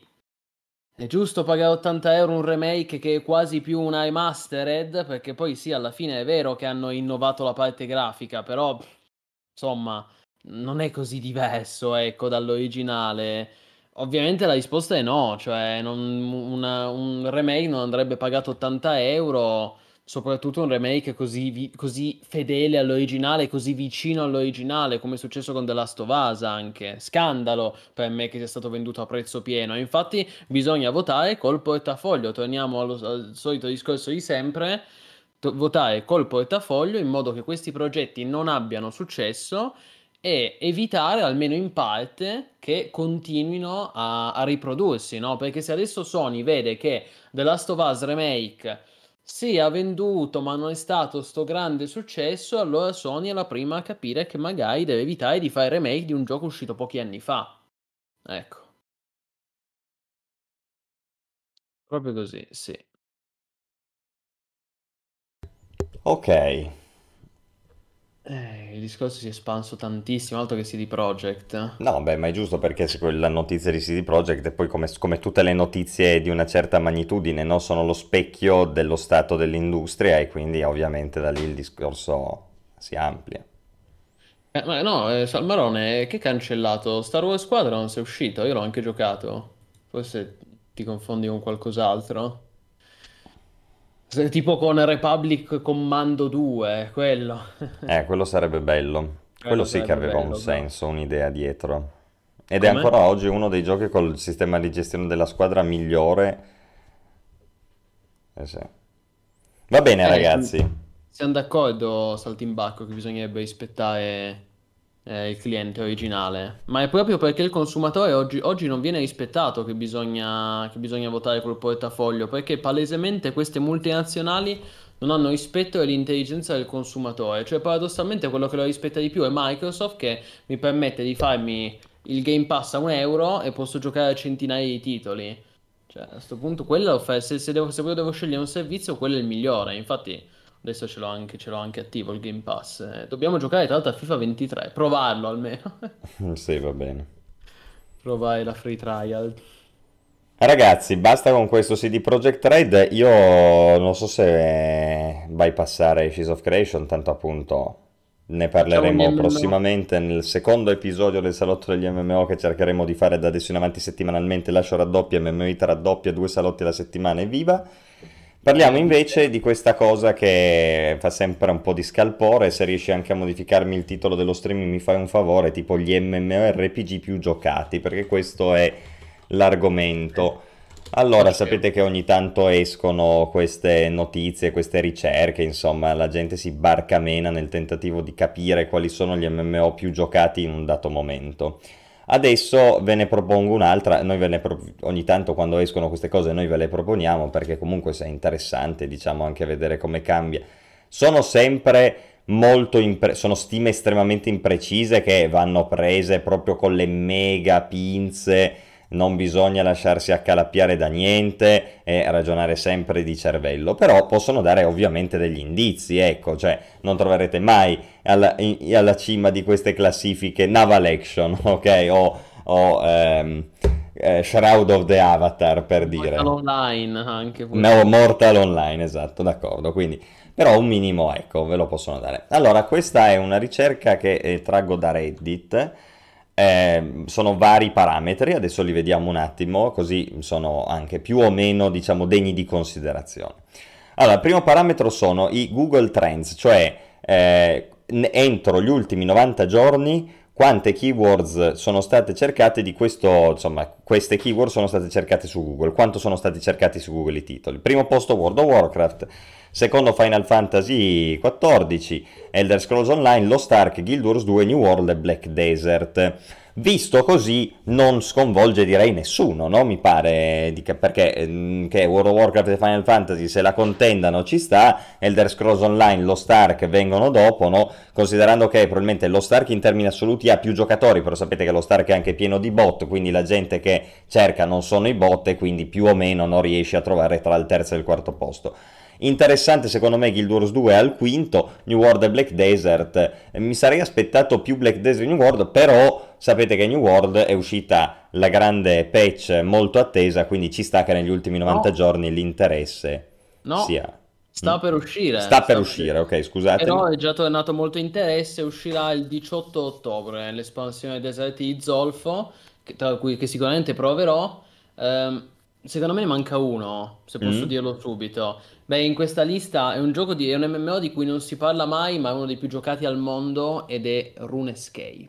è giusto pagare ottanta euro un remake che è quasi più una remastered, perché poi sì, alla fine è vero che hanno innovato la parte grafica, però insomma non è così diverso, ecco, dall'originale. Ovviamente la risposta è no, cioè non- una- un remake non andrebbe pagato ottanta euro, soprattutto un remake così, vi- così fedele all'originale, così vicino all'originale, come è successo con The Last of Us anche. Scandalo per me che sia stato venduto a prezzo pieno. Infatti bisogna votare col portafoglio, torniamo allo- al solito discorso di sempre, to- votare col portafoglio in modo che questi progetti non abbiano successo e evitare almeno in parte che continuino a, a riprodursi, no? Perché se adesso Sony vede che The Last of Us Remake sì, ha venduto, ma non è stato sto grande successo, allora Sony è la prima a capire che magari deve evitare di fare remake di un gioco uscito pochi anni fa. Ecco, proprio così, sì. Ok. Eh, il discorso si è espanso tantissimo, altro che C D Projekt. No, beh, ma è giusto, perché se quella notizia di C D Projekt, e poi come, come tutte le notizie di una certa magnitudine, no, sono lo specchio dello stato dell'industria, e quindi ovviamente da lì il discorso si amplia. Eh, ma no, eh, Salmarone, che cancellato? Star Wars Squadron è uscito, io l'ho anche giocato. Forse ti confondi con qualcos'altro. Se- Tipo con Republic Commando due, quello. Eh, quello sarebbe bello. Quello Quello sì che sarebbe aveva un bello, però. senso, un'idea dietro. Ed è Come? ancora oggi uno dei giochi col sistema di gestione della squadra migliore. Eh sì. Va bene, Eh, siamo ragazzi. siamo d'accordo, Saltimbacco, che bisognerebbe rispettare eh, il cliente originale, ma è proprio perché il consumatore oggi, oggi non viene rispettato che bisogna, che bisogna votare col portafoglio, perché palesemente queste multinazionali non hanno rispetto dell'intelligenza del consumatore, cioè paradossalmente quello che lo rispetta di più è Microsoft, che mi permette di farmi il Game Pass a un euro e posso giocare a centinaia di titoli. Cioè, a questo punto, quello fa- se, se devo, se poi devo scegliere un servizio, quello è il migliore. Infatti, adesso ce l'ho anche, ce l'ho anche attivo il Game Pass. Eh, dobbiamo giocare tra l'altro a FIFA ventitré, provarlo almeno. Sì, va bene. Provare la free trial. Ragazzi, basta con questo C D Projekt Red. Io non so se bypassare Sheets of Creation, tanto appunto Ne Facciamo gli parleremo M M O. prossimamente nel secondo episodio del salotto degli M M O che cercheremo di fare da adesso in avanti settimanalmente. Lascio raddoppia, M M O It raddoppia, due salotti alla settimana e viva. Parliamo Eh, invece di questa cosa che fa sempre un po' di scalpore. Se riesci anche a modificarmi il titolo dello streaming mi fai un favore, tipo gli MMORPG più giocati, perché questo è l'argomento. Allora, ok. sapete che ogni tanto escono queste notizie, queste ricerche, insomma, la gente si barcamena nel tentativo di capire quali sono gli M M O più giocati in un dato momento. Adesso ve ne propongo un'altra, noi ve ne pro- ogni tanto quando escono queste cose noi ve le proponiamo perché comunque è interessante, diciamo, anche vedere come cambia. Sono sempre molto impre- sono stime estremamente imprecise che vanno prese proprio con le mega pinze, non bisogna lasciarsi accalappiare da niente e ragionare sempre di cervello, però possono dare ovviamente degli indizi, ecco, cioè non troverete mai alla, in- alla cima di queste classifiche Naval Action, ok, o, o ehm, eh, Shroud of the Avatar per Mortal dire. Online anche No, pure. Mortal Online, esatto, d'accordo, quindi però un minimo, ecco, ve lo possono dare. Allora, questa è una ricerca che eh, traggo da Reddit, eh, sono vari parametri, adesso li vediamo un attimo, così sono anche più o meno, diciamo, degni di considerazione. Allora, il primo parametro sono i Google Trends, cioè eh, n- entro gli ultimi novanta giorni quante keywords sono state cercate di questo, insomma, queste keyword sono state cercate su Google, quanto sono stati cercati su Google i titoli. Primo posto World of Warcraft, secondo Final Fantasy quattordici, Elder Scrolls Online, Lost Ark, Guild Wars due, New World e Black Desert. Visto così non sconvolge direi nessuno, no? Mi pare, di che, perché ehm, che World of Warcraft e Final Fantasy se la contendano ci sta, Elder Scrolls Online, Lost Ark vengono dopo, no? Considerando che probabilmente Lost Ark in termini assoluti ha più giocatori, però sapete che Lost Ark è anche pieno di bot, quindi la gente che cerca non sono i bot e quindi più o meno non riesce a trovare tra il terzo e il quarto posto. Interessante secondo me Guild Wars due al quinto, New World e Black Desert. Mi sarei aspettato più Black Desert e New World, però sapete che New World è uscita la grande patch molto attesa, quindi ci sta che negli ultimi novanta No, giorni l'interesse no, sia... Mm? sta per uscire. Sta per Sta per- uscire, ok, Però scusatemi. è già tornato molto interesse. Uscirà il diciotto ottobre l'espansione Deserti di Zolfo, che, tra cui che sicuramente proverò. Ehm, secondo me ne manca uno, se posso Mm? dirlo subito. Beh, in questa lista è un gioco di, è un M M O di cui non si parla mai, ma è uno dei più giocati al mondo ed è RuneScape.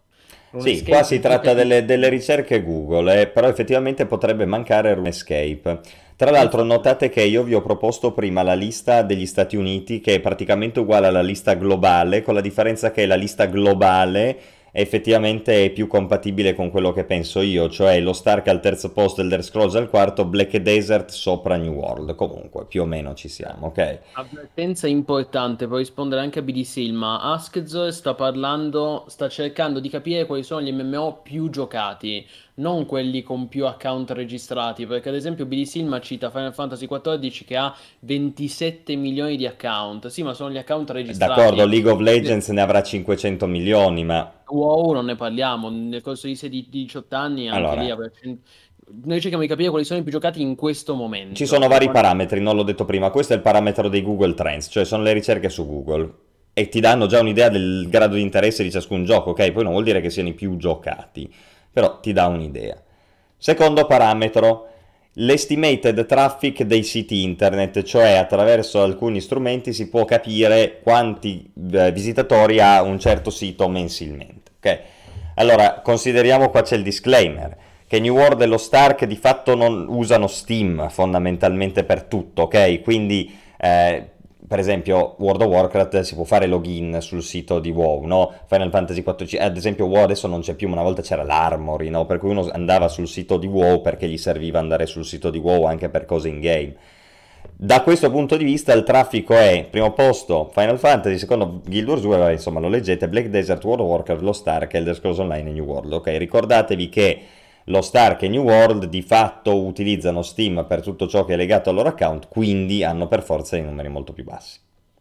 Sì, qua RuneScape è si un tratta delle, delle giocatissimo. ricerche Google, eh, però effettivamente potrebbe mancare RuneScape. Tra l'altro Infatti, notate che io vi ho proposto prima la lista degli Stati Uniti che è praticamente uguale alla lista globale, con la differenza che la lista globale effettivamente è più compatibile con quello che penso io, cioè lo Stark al terzo posto, Elder Scrolls al quarto, Black Desert sopra New World. Comunque, più o meno ci siamo, ok? avvertenza importante per rispondere anche a B D Silma. Askz sta parlando, sta cercando di capire quali sono gli M M O più giocati, non quelli con più account registrati, perché ad esempio B D Silma cita Final Fantasy quattordici che ha ventisette milioni di account. Sì, ma sono gli account D'accordo, registrati. League of Legends ne avrà cinquecento milioni, ma WoW non ne parliamo, nel corso di sedici diciotto anni anche lì allora, avrà cen- noi cerchiamo di capire quali sono i più giocati in questo ci sono momento. E vari quando- parametri, non l'ho detto prima, questo è il parametro dei Google Trends, cioè sono le ricerche su Google e ti danno già un'idea del grado di interesse di ciascun gioco, ok? Poi non vuol dire che siano i più giocati, però ti dà un'idea. Secondo parametro, l'estimated traffic dei siti internet, cioè attraverso alcuni strumenti si può capire quanti eh, visitatori ha un certo sito mensilmente, ok? Allora, consideriamo qua c'è il disclaimer che New World e lo Stark di fatto non usano Steam fondamentalmente per tutto, ok? Quindi, eh, per esempio, World of Warcraft si può fare login sul sito di WoW, no? Final Fantasy quattordici, ad esempio WoW adesso non c'è più, ma una volta c'era l'Armory, no? Per cui uno andava sul sito di WoW perché gli serviva andare sul sito di WoW anche per cose in game. Da questo punto di vista il traffico è primo posto Final Fantasy, secondo Guild Wars due, vabbè, insomma lo leggete, Black Desert, World of Warcraft, Lost Stark, Elder Scrolls Online e New World, ok? Ricordatevi che Lost Stark e New World di fatto utilizzano Steam per tutto ciò che è legato al loro account, quindi hanno per forza dei numeri molto più bassi.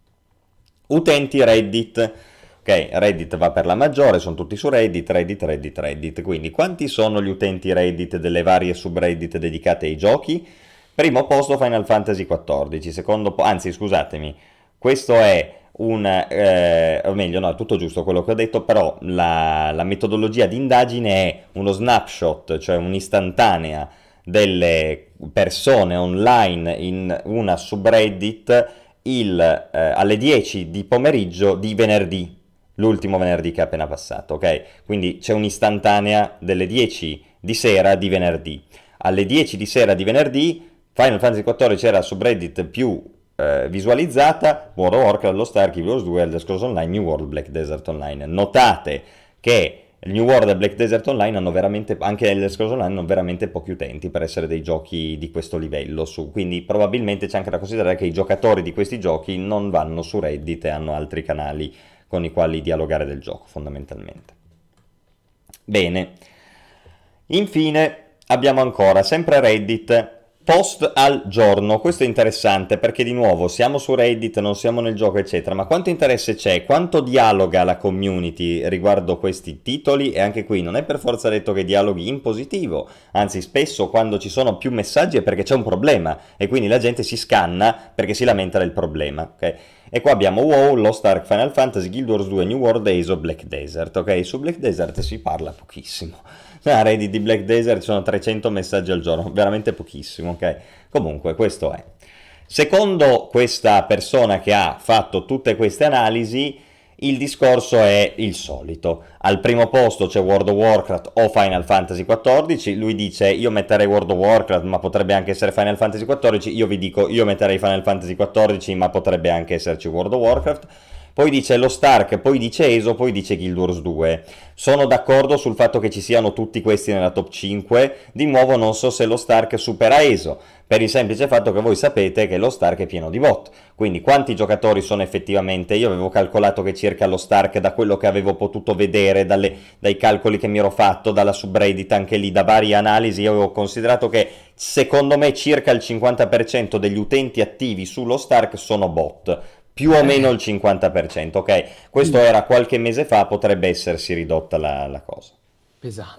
Utenti Reddit, ok, Reddit va per la maggiore, sono tutti su Reddit, Reddit, Reddit, Reddit, quindi quanti sono gli utenti Reddit delle varie subreddit dedicate ai giochi? Primo posto Final Fantasy quattordici, secondo po- anzi scusatemi, questo è un, eh, o meglio, no, è tutto giusto quello che ho detto, però la, la metodologia di indagine è uno snapshot, cioè un'istantanea delle persone online in una subreddit il, eh, alle dieci di pomeriggio di venerdì, l'ultimo venerdì che è appena passato, ok? Quindi c'è un'istantanea delle dieci di sera di venerdì. Alle dieci di sera di venerdì Final Fantasy quattordici era la subreddit più eh, visualizzata, World of Warcraft, Lost Ark, Heroes due, Elder Scrolls Online, New World, Black Desert Online. Notate che New World e Black Desert Online hanno veramente, anche Elder Scrolls Online hanno veramente pochi utenti per essere dei giochi di questo livello, su, quindi probabilmente c'è anche da considerare che i giocatori di questi giochi non vanno su Reddit e hanno altri canali con i quali dialogare del gioco, fondamentalmente. Bene, infine abbiamo ancora, sempre Reddit, post al giorno. Questo è interessante perché di nuovo siamo su Reddit, non siamo nel gioco eccetera, ma quanto interesse c'è, quanto dialoga la community riguardo questi titoli, e anche qui non è per forza detto che dialoghi in positivo, anzi spesso quando ci sono più messaggi è perché c'è un problema e quindi la gente si scanna perché si lamenta del problema, ok? E qua abbiamo WoW, Lost Ark, Final Fantasy, Guild Wars due, New World, E S O, Black Desert, ok? Su Black Desert si parla pochissimo. A Reddit di Black Desert ci sono trecento messaggi al giorno, veramente pochissimo, ok? Comunque, questo è. Secondo questa persona che ha fatto tutte queste analisi, il discorso è il solito. Al primo posto c'è World of Warcraft o Final Fantasy quattordici, lui dice io metterei World of Warcraft ma potrebbe anche essere Final Fantasy quattordici, io vi dico io metterei Final Fantasy quattordici ma potrebbe anche esserci World of Warcraft. Poi dice lo Stark, poi dice E S O, poi dice Guild Wars due. Sono d'accordo sul fatto che ci siano tutti questi nella top cinque, di nuovo non so se lo Stark supera E S O, per il semplice fatto che voi sapete che lo Stark è pieno di bot. Quindi quanti giocatori sono effettivamente? Io avevo calcolato che circa lo Stark, da quello che avevo potuto vedere, dalle, dai calcoli che mi ero fatto, dalla subreddit anche lì, da varie analisi, io avevo considerato che secondo me circa il cinquanta per cento degli utenti attivi sullo Stark sono bot. Più o meno il cinquanta per cento, ok? Questo era qualche mese fa, potrebbe essersi ridotta la, la cosa. Pesante.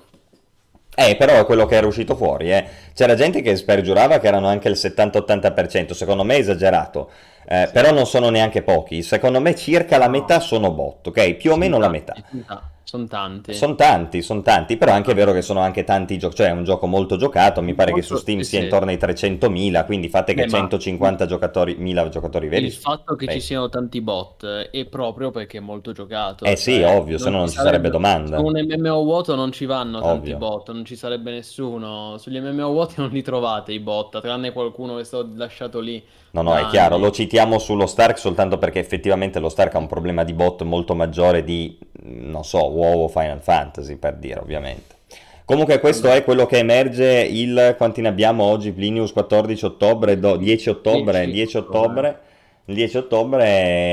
Eh, però è quello che era uscito fuori, eh. C'era gente che spergiurava che erano anche il settanta ottanta per cento, secondo me è esagerato, eh, Sì. però non sono neanche pochi, secondo me circa la No. metà sono bot, ok? Più o meno la metà. Sono tanti. Sono tanti, sono tanti, però è anche vero che sono anche tanti giochi, cioè è un gioco molto giocato, mi pare Molto, che su Steam sì, sia sì. intorno ai trecentomila, quindi fate che Beh, ma- centocinquanta giocatori, mila giocatori veri. Il fatto che beh, ci siano tanti bot è proprio perché è molto giocato. Eh sì, cioè, ovvio, se no non ci sarebbe domanda. Su un M M O vuoto non ci vanno tanti Ovvio. bot, non ci sarebbe nessuno. Sugli M M O vuoti non li trovate i bot, tranne qualcuno che è stato lasciato lì No, no, da è chiaro, anni. lo citiamo sullo Stark soltanto perché effettivamente lo Stark ha un problema di bot molto maggiore di, non so, WoW o Final Fantasy, per dire, ovviamente. Comunque questo è quello che emerge il, quanti ne abbiamo oggi, Plinius, quattordici ottobre, do- dieci ottobre, dieci dieci ottobre. ottobre, il dieci ottobre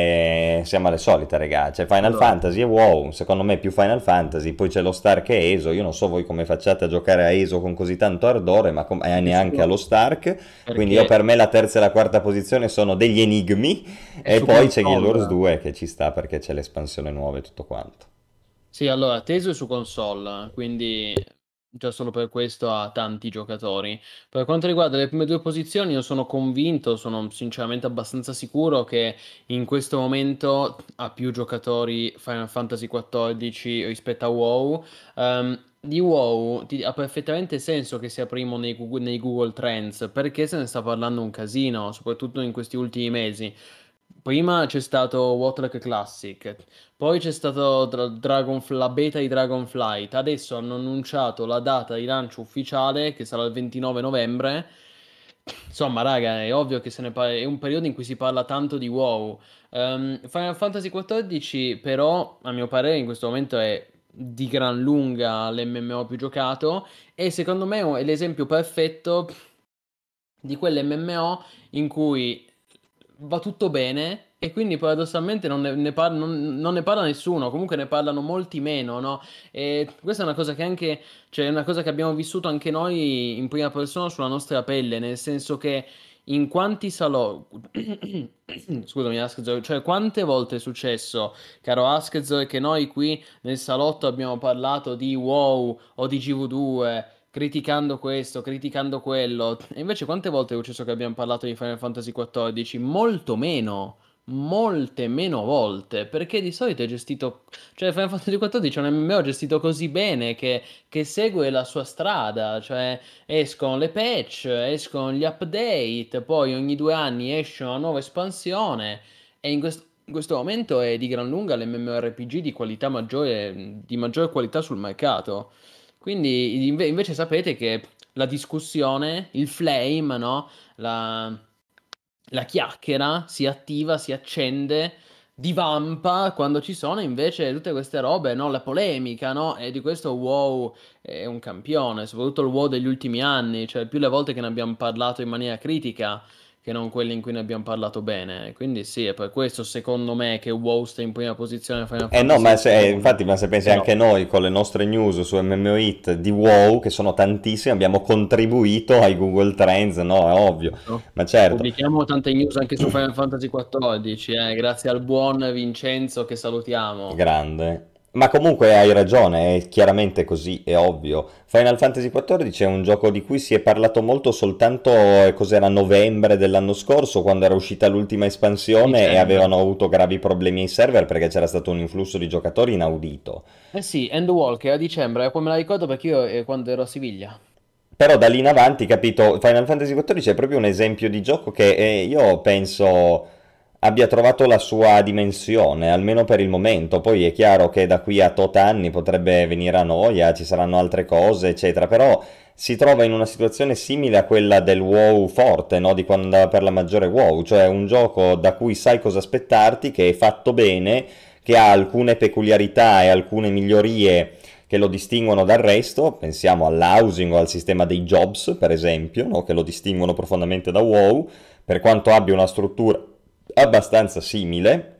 eh, siamo alle solite, ragazzi, c'è Final Allora. Fantasy e WoW, secondo me più Final Fantasy, poi c'è lo Stark e E S O, io non so voi come facciate a giocare a E S O con così tanto ardore, ma com- eh, neanche allo Stark, quindi io Perché per me la terza e la quarta posizione sono degli enigmi, è e su poi c'è Guild console. Wars due che ci sta perché c'è l'espansione nuova e tutto quanto. Sì, allora, teso è su console, quindi già solo per questo ha tanti giocatori. Per quanto riguarda le prime due posizioni, io sono convinto, sono sinceramente abbastanza sicuro che in questo momento ha più giocatori Final Fantasy quattordici rispetto a WoW. Ehm, di WoW ti- ha perfettamente senso che sia primo nei Google, nei Google Trends, perché se ne sta parlando un casino, soprattutto in questi ultimi mesi. Prima c'è stato Waterloo Classic, poi c'è stato Dra- Dragonf- la beta di Dragonflight. Adesso hanno annunciato la data di lancio ufficiale che sarà il ventinove novembre. Insomma, raga, è ovvio che se ne parla. È un periodo in cui si parla tanto di WoW. Ehm, Final Fantasy quattordici, però, a mio parere, in questo momento è di gran lunga l'M M O più giocato. E secondo me è l'esempio perfetto di quell'M M O in cui va tutto bene e quindi paradossalmente non ne, ne par- non- non ne parla nessuno, comunque ne parlano molti meno, no? E questa è una cosa che anche, cioè è una cosa che abbiamo vissuto anche noi in prima persona sulla nostra pelle, nel senso che in quanti salotti, scusami Askzo, cioè quante volte è successo, caro Askzo, che noi qui nel salotto abbiamo parlato di WoW o di G V due, criticando questo, criticando quello. E invece quante volte è successo che abbiamo parlato di Final Fantasy quattordici? Molto meno, molte meno volte, perché di solito è gestito, cioè Final Fantasy quattordici è un M M O gestito così bene che, che segue la sua strada, cioè escono le patch, escono gli update, poi ogni due anni esce una nuova espansione e in questo, in questo momento è di gran lunga l'MMORPG di qualità maggiore, di maggiore qualità sul mercato. Quindi inve- invece sapete che la discussione, il flame, no? La, la chiacchiera si attiva, si accende, divampa quando ci sono invece tutte queste robe, no? La polemica, no? E di questo WoW è un campione, soprattutto il WoW degli ultimi anni, cioè più le volte che ne abbiamo parlato in maniera critica che non quelle in cui ne abbiamo parlato bene. Quindi sì, è per questo secondo me che WoW sta in prima posizione a Final Eh no, ma Fantasy se, eh, secondo. infatti, ma se pensi Però anche noi con le nostre news su M M O Hit di WoW, che sono tantissime, abbiamo contribuito ai Google Trends, no, è ovvio, Certo. ma certo. Pubblichiamo tante news anche su Final Fantasy quattordici, eh, grazie al buon Vincenzo che salutiamo. Grande. Ma comunque hai ragione, è chiaramente così, è ovvio. Final Fantasy quattordici è un gioco di cui si è parlato molto soltanto, eh, cos'era, novembre dell'anno scorso, quando era uscita l'ultima espansione e Dicembre. avevano avuto gravi problemi ai server perché c'era stato un influsso di giocatori inaudito. Eh sì, Endwalker a dicembre, eh, poi me la ricordo perché io eh, quando ero a Siviglia. Però da lì in avanti, capito, Final Fantasy quattordici è proprio un esempio di gioco che eh, io penso abbia trovato la sua dimensione, almeno per il momento. Poi è chiaro che da qui a tot anni potrebbe venire a noia, ci saranno altre cose, eccetera. Però si trova in una situazione simile a quella del WoW forte, no? Di quando andava per la maggiore WoW, cioè un gioco da cui sai cosa aspettarti, che è fatto bene, che ha alcune peculiarità e alcune migliorie che lo distinguono dal resto, pensiamo all'housing o al sistema dei jobs, per esempio, no? Che lo distinguono profondamente da WoW, per quanto abbia una struttura abbastanza simile,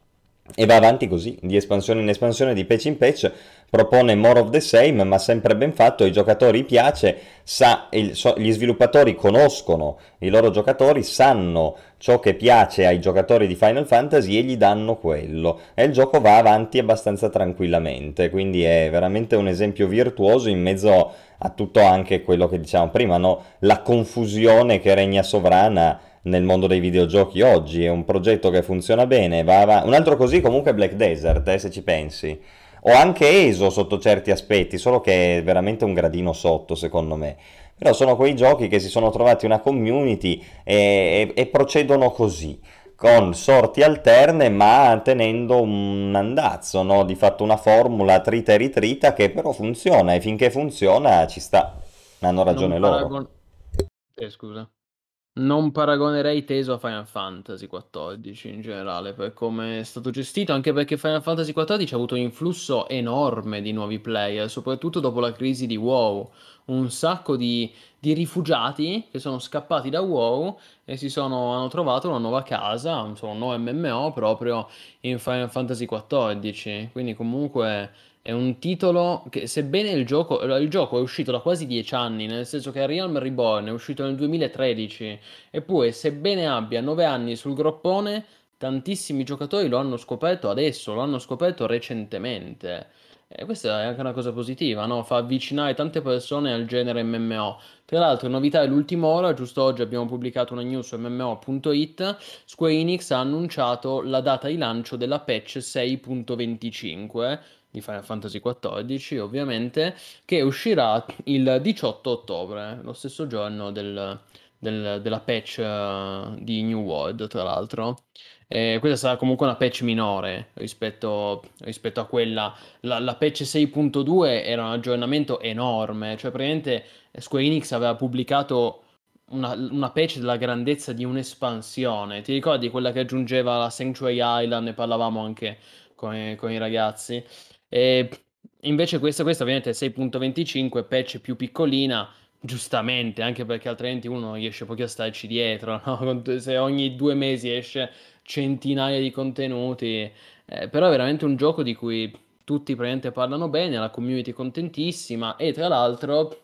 e va avanti così, di espansione in espansione, di patch in patch, propone more of the same, ma sempre ben fatto, ai giocatori piace, sa, il, so, gli sviluppatori conoscono i loro giocatori, sanno ciò che piace ai giocatori di Final Fantasy e gli danno quello. E il gioco va avanti abbastanza tranquillamente, quindi è veramente un esempio virtuoso in mezzo a tutto anche quello che diciamo prima, no? La confusione che regna sovrana nel mondo dei videogiochi oggi. È un progetto che funziona bene, va avanti. Un altro così comunque è Black Desert, eh, se ci pensi. O anche ESO sotto certi aspetti, solo che è veramente un gradino sotto, secondo me. Però sono quei giochi che si sono trovati una community e, e- e procedono così, con sorti alterne, ma tenendo un andazzo, no? Di fatto una formula trita e ritrita che però funziona e finché funziona ci sta. Hanno Non ragione loro. paragon... Eh, scusa. Non paragonerei teso a Final Fantasy quattordici in generale per come è stato gestito, anche perché Final Fantasy quattordici ha avuto un influsso enorme di nuovi player, soprattutto dopo la crisi di WoW. Un sacco di, di rifugiati che sono scappati da WoW e si sono, hanno trovato una nuova casa, insomma, un nuovo M M O proprio in Final Fantasy quattordici. Quindi comunque è un titolo che, sebbene il gioco, il gioco è uscito da quasi dieci anni, nel senso che Realm Reborn è uscito nel duemilatredici, eppure, sebbene abbia nove anni sul groppone, tantissimi giocatori lo hanno scoperto adesso, lo hanno scoperto recentemente. E questa è anche una cosa positiva, no? Fa avvicinare tante persone al genere M M O. Tra l'altro, novità dell'ultima ora, giusto oggi abbiamo pubblicato una news su M M O punto it, Square Enix ha annunciato la data di lancio della patch sei punto venticinque di Final Fantasy quattordici, ovviamente, che uscirà il diciotto ottobre, lo stesso giorno del, del- della patch eh, di New World, tra l'altro. E questa sarà comunque una patch minore rispetto, rispetto a quella. La, la patch sei punto due era un aggiornamento enorme, cioè praticamente Square Enix aveva pubblicato una, una patch della grandezza di un'espansione. Ti ricordi quella che aggiungeva la Sanctuary Island? Ne parlavamo anche con i, con i ragazzi. E invece questa, questa ovviamente è sei punto venticinque, patch più piccolina, giustamente, anche perché altrimenti uno non riesce proprio a starci dietro, no? Se ogni due mesi esce centinaia di contenuti, eh, però è veramente un gioco di cui tutti praticamente parlano bene, la community è contentissima e tra l'altro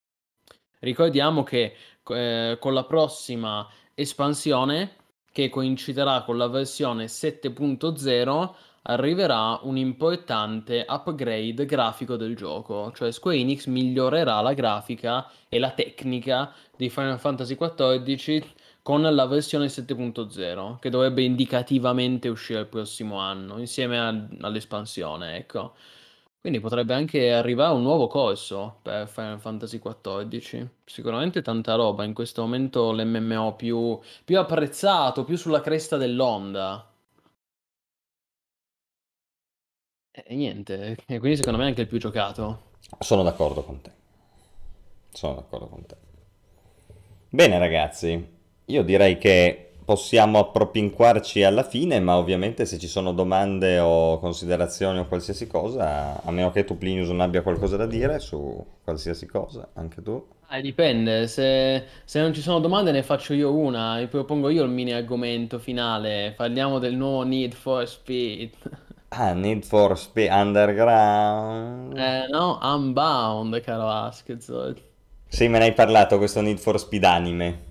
ricordiamo che eh, con la prossima espansione, che coinciderà con la versione sette punto zero, arriverà un importante upgrade grafico del gioco, cioè Square Enix migliorerà la grafica e la tecnica di Final Fantasy quattordici con la versione sette punto zero, che dovrebbe indicativamente uscire il prossimo anno, insieme a- all'espansione, ecco. Quindi potrebbe anche arrivare un nuovo corso per Final Fantasy quattordici. Sicuramente tanta roba, in questo momento l'M M O più, più apprezzato, più sulla cresta dell'onda. E e niente, e quindi secondo me è anche il più giocato. Sono d'accordo con te. Sono d'accordo con te. Bene ragazzi, io direi che possiamo appropinquarci alla fine, ma ovviamente se ci sono domande o considerazioni o qualsiasi cosa, a meno che tu Plinius non abbia qualcosa da dire su qualsiasi cosa, anche tu. Ah, dipende, se, se non ci sono domande ne faccio io una, vi propongo io il mini argomento finale, parliamo del nuovo Need for Speed. Ah, Need for Speed Underground. Eh no, Unbound, caro Askez. Sì, me ne hai parlato, questo Need for Speed anime.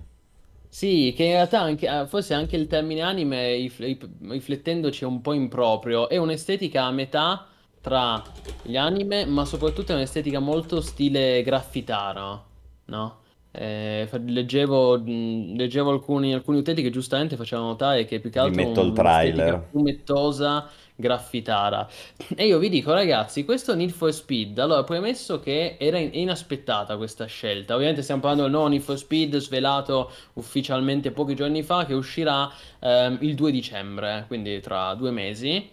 Sì, che in realtà anche, eh, forse anche il termine anime, rif- rif- riflettendoci, è un po' improprio. È un'estetica a metà tra gli anime, ma soprattutto è un'estetica molto stile graffitaro, no? Eh, fa- leggevo, mh, leggevo alcuni, alcuni utenti che giustamente facevano notare che più che Vi altro è metto il un'estetica trailer. fumettosa, graffitara. E io vi dico, ragazzi, questo Need for Speed, allora, premesso che era in- inaspettata questa scelta, ovviamente stiamo parlando del nuovo Need for Speed svelato ufficialmente pochi giorni fa, che uscirà ehm, il due dicembre, quindi tra due mesi.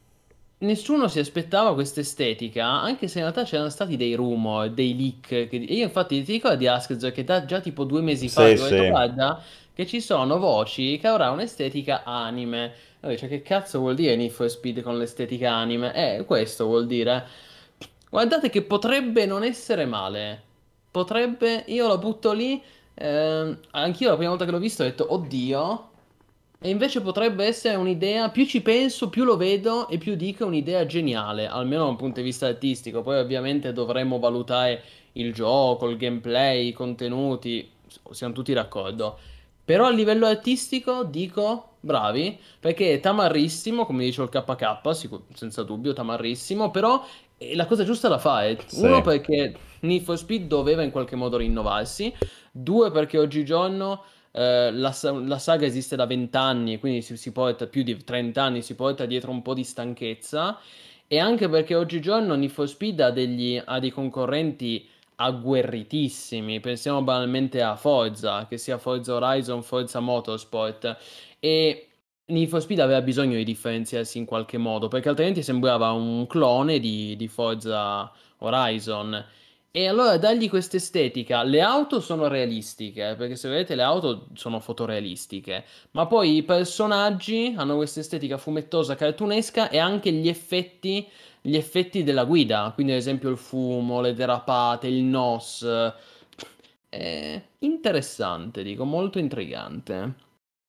Nessuno si aspettava questa estetica, anche se in realtà c'erano stati dei rumor, dei leak. Che... e io infatti ti ricordo di Askez che da- già tipo due mesi fa Sì, ti ho detto sì. guarda che ci sono voci che avrà un'estetica anime. Allora, dice, che cazzo vuol dire Need for Speed con l'estetica anime? Eh, questo vuol dire. Guardate che potrebbe non essere male. Potrebbe, io lo butto lì. ehm, anch'io la prima volta che l'ho visto ho detto, oddio. E invece potrebbe essere un'idea, più ci penso, più lo vedo e più dico è un'idea geniale, almeno da un punto di vista artistico. Poi ovviamente dovremmo valutare il gioco, il gameplay, i contenuti, siamo tutti d'accordo. Però a livello artistico dico bravi, perché è tamarrissimo, come dice il K K, sicur- senza dubbio tamarrissimo, però eh, la cosa giusta la fa. eh. Uno Sì. perché Need for Speed doveva in qualche modo rinnovarsi, due perché oggigiorno eh, la, sa- la saga esiste da venti anni, quindi si, si porta più di trenta anni, si porta dietro un po' di stanchezza. E anche perché oggigiorno Need for Speed ha, degli, ha dei concorrenti agguerritissimi. Pensiamo banalmente a Forza, che sia Forza Horizon, Forza Motorsport. E Need for Speed aveva bisogno di differenziarsi in qualche modo, perché altrimenti sembrava un clone di, di Forza Horizon. E allora dargli questa estetica, le auto sono realistiche, perché se vedete le auto sono fotorealistiche, ma poi i personaggi hanno questa estetica fumettosa, cartunesca e anche gli effetti, gli effetti della guida, quindi ad esempio il fumo, le derapate, il N O S. È interessante, dico, molto intrigante.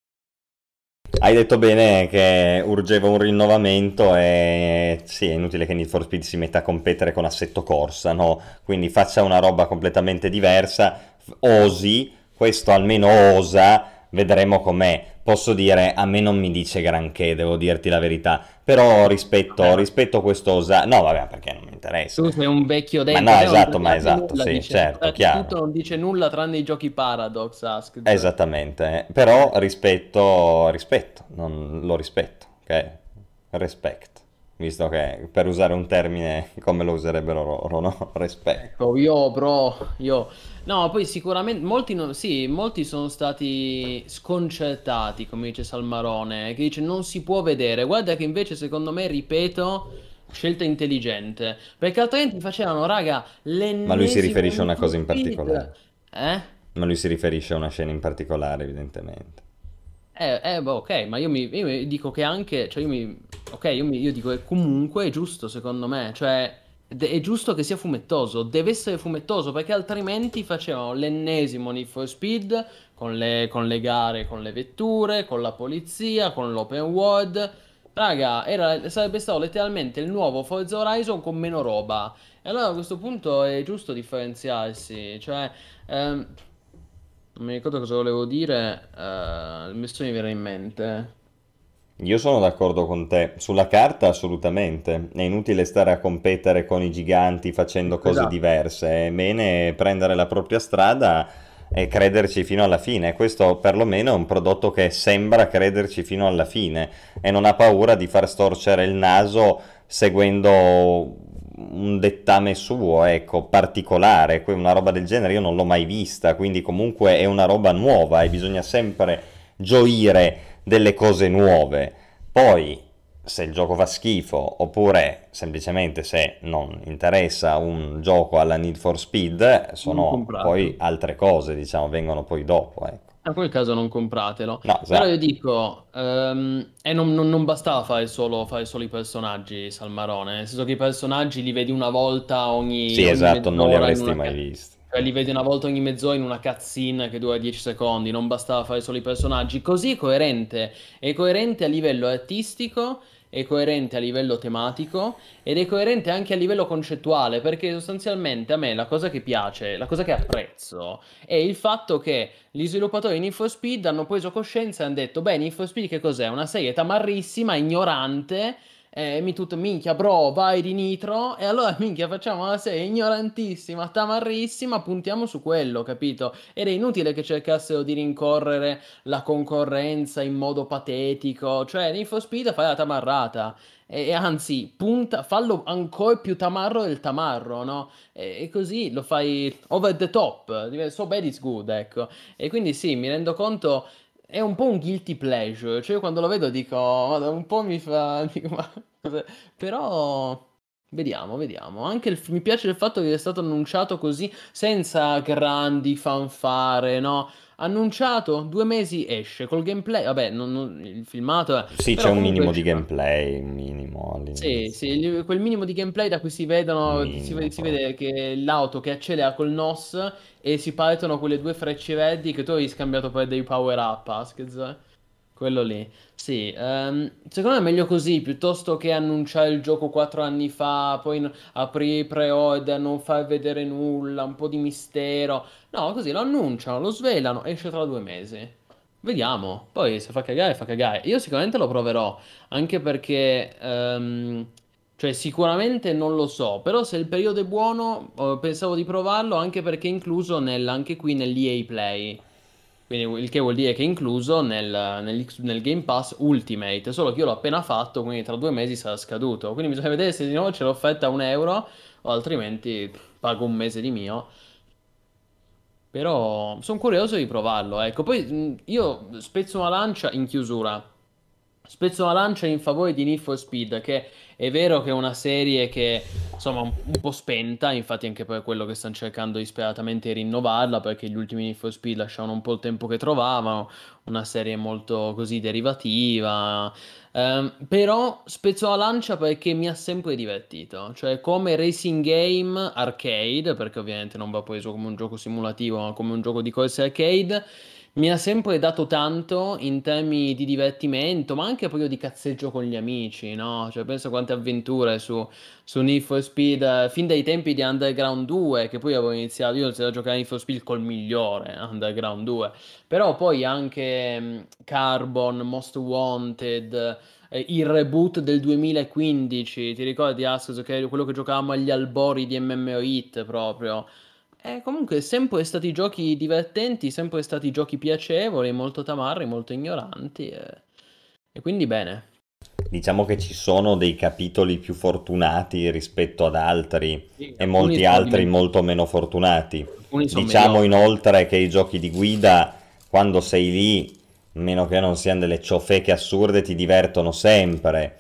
Hai detto bene che urgeva un rinnovamento e sì, è inutile che Need for Speed si metta a competere con Assetto Corsa, no? Quindi faccia una roba completamente diversa, f- osi, questo almeno osa, vedremo com'è. Posso dire, a me non mi dice granché, devo dirti la verità, però rispetto, Vabbè, ma rispetto questo osa... No, vabbè, perché non mi interessa. tu sei un vecchio Ma dente, no, te non esatto, giochi ma a più esatto, nulla, sì, dice, certo, eh, tutto chiaro. non dice nulla tranne i giochi Paradox, Asked. Esattamente, eh. Però rispetto, rispetto, non lo rispetto, ok? Respect, visto che per usare un termine come lo userebbero loro, no? Respect. Ecco, io bro, io... No, poi sicuramente molti, non- sì, molti sono stati sconcertati, come dice Salmarone, che dice non si può vedere. Guarda che invece secondo me, ripeto, scelta intelligente, perché altrimenti facevano, raga, Ma lui si l'ennesimo riferisce a Need una for cosa in Speed. particolare. Eh? Ma lui si riferisce a una scena in particolare, evidentemente. Eh, eh, boh, ok, ma io mi, io mi dico che anche, cioè io mi, ok, io, mi, io dico che comunque è giusto secondo me, cioè de- è giusto che sia fumettoso, deve essere fumettoso perché altrimenti facevano l'ennesimo Need for Speed con le, con le gare, con le vetture, con la polizia, con l'open world. Raga, era, sarebbe stato letteralmente il nuovo Forza Horizon con meno roba. E allora a questo punto è giusto differenziarsi, cioè... ehm, non mi ricordo cosa volevo dire, eh, adesso mi viene in mente. Io sono d'accordo con te, sulla carta assolutamente, è inutile stare a competere con i giganti facendo cose Esatto. diverse, è bene prendere la propria strada, e crederci fino alla fine. Questo perlomeno è un prodotto che sembra crederci fino alla fine e non ha paura di far storcere il naso seguendo un dettame suo, ecco, particolare. Una roba del genere io non l'ho mai vista, quindi comunque è una roba nuova e bisogna sempre gioire delle cose nuove. Poi se il gioco fa schifo oppure semplicemente se non interessa un gioco alla Need for Speed, sono poi altre cose, diciamo, vengono poi dopo, ecco. In quel caso non compratelo. No, Però esatto. io dico, ehm, e non, non- non bastava fare solo, fare solo i personaggi, Salmarone, nel senso che i personaggi li vedi una volta ogni, Sì, ogni esatto, non li mezz'ora in avresti una mai ca- visti. cioè li vedi una volta ogni mezz'ora in una cutscene che dura dieci secondi, non bastava fare solo i personaggi. Così è coerente, è coerente a livello artistico, è coerente a livello tematico ed è coerente anche a livello concettuale, perché sostanzialmente a me la cosa che piace, la cosa che apprezzo è il fatto che gli sviluppatori di Need for Speed hanno preso coscienza e hanno detto: beh, Need for Speed che cos'è? Una serie tamarrissima, ignorante. E mi tutto, minchia, bro, vai di nitro. E allora, minchia, facciamo una serie ignorantissima, tamarrissima, puntiamo su quello, capito? Ed è inutile che cercassero di rincorrere la concorrenza in modo patetico. Cioè, Need for Speed fai la tamarrata. E, e anzi, punta, fallo ancora più tamarro del tamarro, no? E, e così lo fai over the top. Diventa so bad it's good, ecco. E quindi sì, mi rendo conto. È un po' un guilty pleasure, cioè io quando lo vedo dico, "Guarda, un po' mi fa, dico, ma cos'è?" Però vediamo, vediamo. Anche il- mi piace il fatto che è stato annunciato così, senza grandi fanfare, no? Annunciato, due mesi esce, col gameplay, vabbè, non- non- il filmato è, Sì, c'è però un comunque minimo di esce. gameplay, un minimo Sì, all'inizio. sì, il- quel minimo di gameplay da cui si vedono, si Minimo vede, si proprio. vede che l'auto che accelera col N O S e si partono quelle due frecce verdi che tu hai scambiato per dei power up, Askez. eh. Quello lì. Sì, ehm, secondo me è meglio così, piuttosto che annunciare il gioco quattro anni fa, poi n- aprire i pre-order, non far vedere nulla, un po' di mistero. No, così lo annunciano, lo svelano, esce tra due mesi. Vediamo, poi se fa cagare, fa cagare. Io sicuramente lo proverò. Anche perché, ehm, cioè sicuramente non lo so, però se il periodo è buono, eh, pensavo di provarlo anche perché è incluso nel, anche qui nell'E A Play. Quindi il che vuol dire che è incluso nel, nel- nel Game Pass Ultimate, solo che io l'ho appena fatto, quindi tra due mesi sarà scaduto. Quindi bisogna vedere se di nuovo c'è l'offerta a un euro o altrimenti pff, pago un mese di mio. Però sono curioso di provarlo, ecco. Poi mh, io spezzo una lancia in chiusura. Spezzo una lancia in favore di Need for Speed, che è vero che è una serie che, insomma, un, un po' spenta, infatti anche per quello che stanno cercando disperatamente di rinnovarla, perché gli ultimi Need for Speed lasciavano un po' il tempo che trovavano, una serie molto così derivativa. Ehm, però spezzo la lancia perché mi ha sempre divertito, cioè come racing game arcade, perché ovviamente non va preso come un gioco simulativo, ma come un gioco di corse arcade. Mi ha sempre dato tanto in termini di divertimento, ma anche proprio di cazzeggio con gli amici, no? Cioè, penso quante avventure su, su Need for Speed, eh, fin dai tempi di Underground due, che poi avevo iniziato, io ho iniziato a giocare a Need for Speed col migliore, eh, Underground due, però poi anche mh, Carbon, Most Wanted, eh, il reboot del duemilaquindici, ti ricordi, Asus, che è quello che giocavamo agli albori di M M O Hit proprio? Eh, comunque, sempre stati giochi divertenti, sempre stati giochi piacevoli, molto tamarri, molto ignoranti. E, e quindi bene. Diciamo che ci sono dei capitoli più fortunati rispetto ad altri Sì, e alcuni molti sono altri dimenticati, molto meno fortunati. alcuni sono Diciamo mediocri. inoltre che i giochi di guida, quando sei lì, a meno che non siano delle ciofeche assurde, ti divertono sempre.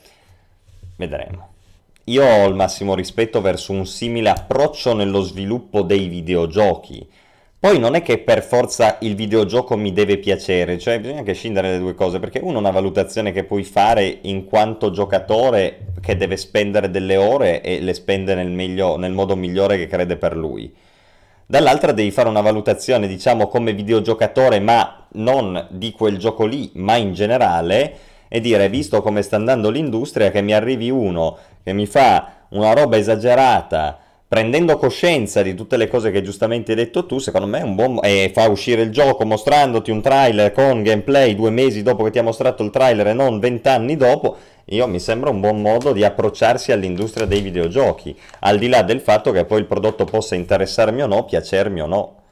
Vedremo. Io ho il massimo rispetto verso un simile approccio nello sviluppo dei videogiochi. Poi non è che per forza il videogioco mi deve piacere, cioè bisogna anche scindere le due cose, perché uno è una valutazione che puoi fare in quanto giocatore che deve spendere delle ore e le spende nel, meglio- nel modo migliore che crede per lui. Dall'altra devi fare una valutazione, diciamo, come videogiocatore, ma non di quel gioco lì, ma in generale, e dire, visto come sta andando l'industria, che mi arrivi uno che mi fa una roba esagerata, prendendo coscienza di tutte le cose che giustamente hai detto tu, secondo me è un buon... e fa uscire il gioco mostrandoti un trailer con gameplay due mesi dopo che ti ha mostrato il trailer e non vent'anni dopo, io mi sembra un buon modo di approcciarsi all'industria dei videogiochi, al di là del fatto che poi il prodotto possa interessarmi o no, piacermi o no.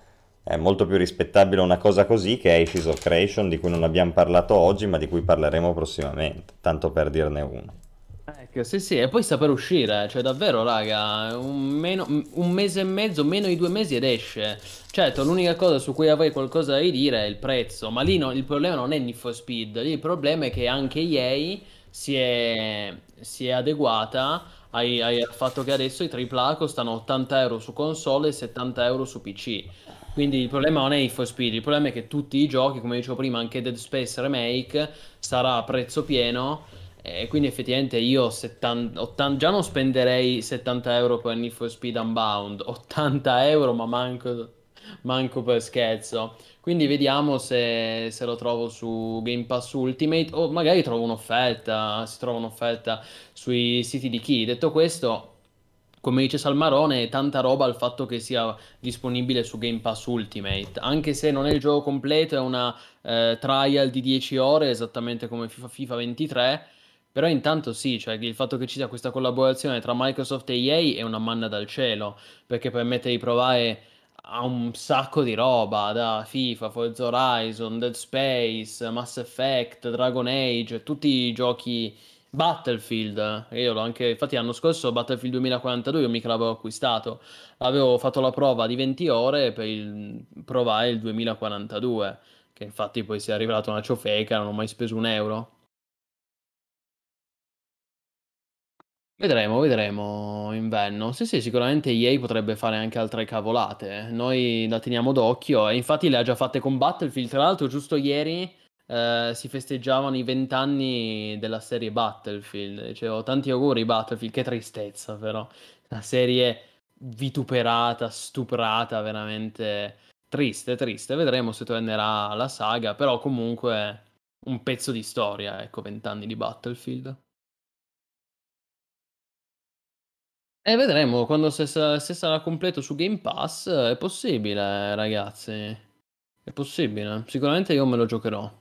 È molto più rispettabile una cosa così che Ashes of Creation, di cui non abbiamo parlato oggi, ma di cui parleremo prossimamente, tanto per dirne uno. Ecco, sì, sì, e poi sta per uscire, cioè davvero, raga, un, meno- un mese e mezzo, meno di due mesi ed esce. Certo, l'unica cosa su cui avrei qualcosa da ridire è il prezzo, ma lì no- il problema non è Need for Speed, lì il problema è che anche E A si è, si è adeguata ai- ai- al fatto che adesso i tripla A costano ottanta euro su console e settanta euro su P C. Quindi il problema non è Need for Speed, il problema è che tutti i giochi, come dicevo prima, anche Dead Space Remake, sarà a prezzo pieno e quindi effettivamente io settanta, ottanta, già non spenderei settanta euro per Need for Speed Unbound, ottanta euro ma manco, manco per scherzo. Quindi vediamo se, se lo trovo su Game Pass Ultimate o magari trovo un'offerta, si trova un'offerta sui siti di chi. Detto questo, come dice Salmarone, è tanta roba il fatto che sia disponibile su Game Pass Ultimate, anche se non è il gioco completo, è una eh, trial di dieci ore, esattamente come FIFA, FIFA ventitré. Però intanto sì, cioè il fatto che ci sia questa collaborazione tra Microsoft e E A è una manna dal cielo, perché permette di provare a un sacco di roba, da FIFA, Forza Horizon, Dead Space, Mass Effect, Dragon Age, tutti i giochi Battlefield. Io l'ho anche, infatti l'anno scorso Battlefield duemilaquarantadue io mica l'avevo acquistato, avevo fatto la prova di venti ore per il, provare il duemilaquarantadue, che infatti poi si è rivelato una ciofeca, non ho mai speso un euro. Vedremo, vedremo inverno. Sì, sì, sicuramente E A potrebbe fare anche altre cavolate. Noi la teniamo d'occhio e infatti le ha già fatte con Battlefield. Tra l'altro, giusto ieri eh, si festeggiavano i vent'anni della serie Battlefield. Dicevo, tanti auguri Battlefield, che tristezza però. La serie vituperata, stuprata, veramente triste, triste. Vedremo se tornerà la saga, però comunque un pezzo di storia, ecco, vent'anni di Battlefield. E vedremo quando se, sa- se sarà completo su Game Pass. È possibile, ragazzi. È possibile. Sicuramente io me lo giocherò.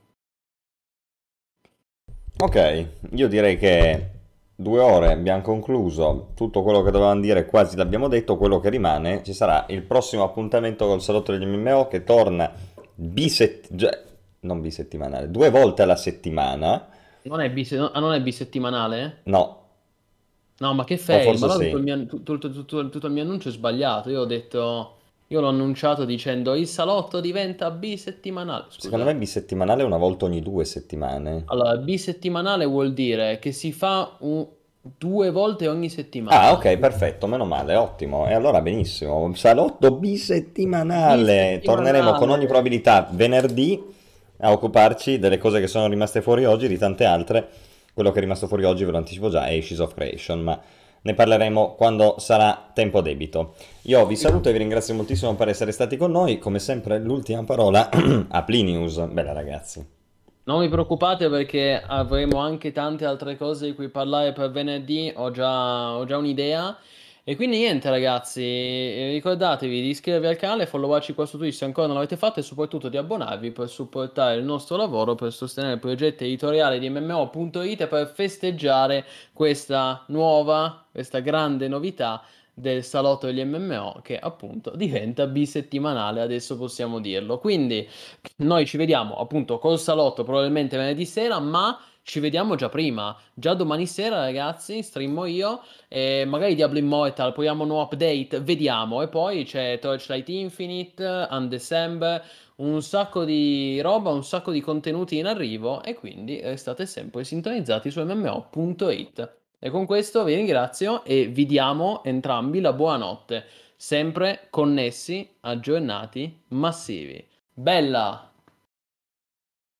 Ok, io direi che due ore abbiamo concluso, tutto quello che dovevamo dire quasi l'abbiamo detto, quello che rimane ci sarà il prossimo appuntamento col Salotto degli M M O che torna bisett- già- non bisettimanale, due volte alla settimana. Non è, bis- no- ah, non è bisettimanale? No, No, ma che o fail? Ma forse allora sì. tutto il mio, tutto, tutto- tutto- tutto il mio annuncio è sbagliato. Io ho detto. Io l'ho annunciato dicendo il salotto diventa bisettimanale. Secondo me Scusate. bisettimanale è una volta ogni due settimane. Allora, bisettimanale vuol dire che si fa un- due volte ogni Ah, settimana. ok, perfetto, meno male, ottimo. E allora benissimo. Salotto bisettimanale. Torneremo con ogni Bisettimanale. probabilità venerdì a occuparci delle cose che sono rimaste fuori oggi, di tante altre. Quello che è rimasto fuori oggi, ve lo anticipo già, è Ashes of Creation, ma ne parleremo quando sarà tempo debito. Io vi saluto e vi ringrazio moltissimo per essere stati con noi. Come sempre, l'ultima parola a Plinius. Bella ragazzi. Non vi preoccupate perché avremo anche tante altre cose di cui parlare per venerdì, ho già, ho già un'idea. E quindi niente ragazzi, eh, ricordatevi di iscrivervi al canale, followarci qua su Twitch se ancora non l'avete fatto e soprattutto di abbonarvi per supportare il nostro lavoro, per sostenere il progetto editoriale di M M O punto it e per festeggiare questa nuova, questa grande novità del salotto degli M M O che appunto diventa bisettimanale, adesso possiamo dirlo. Quindi noi ci vediamo appunto col salotto probabilmente venerdì sera, ma ci vediamo già prima. Già domani sera, ragazzi, streamo io e magari Diablo Immortal, proviamo un nuovo update, vediamo. E poi c'è Torchlight Infinite, Undecember, un sacco di roba, un sacco di contenuti in arrivo e quindi restate sempre sintonizzati su M M O punto it. E con questo vi ringrazio e vi diamo entrambi la buonanotte, sempre connessi, aggiornati, massivi. Bella!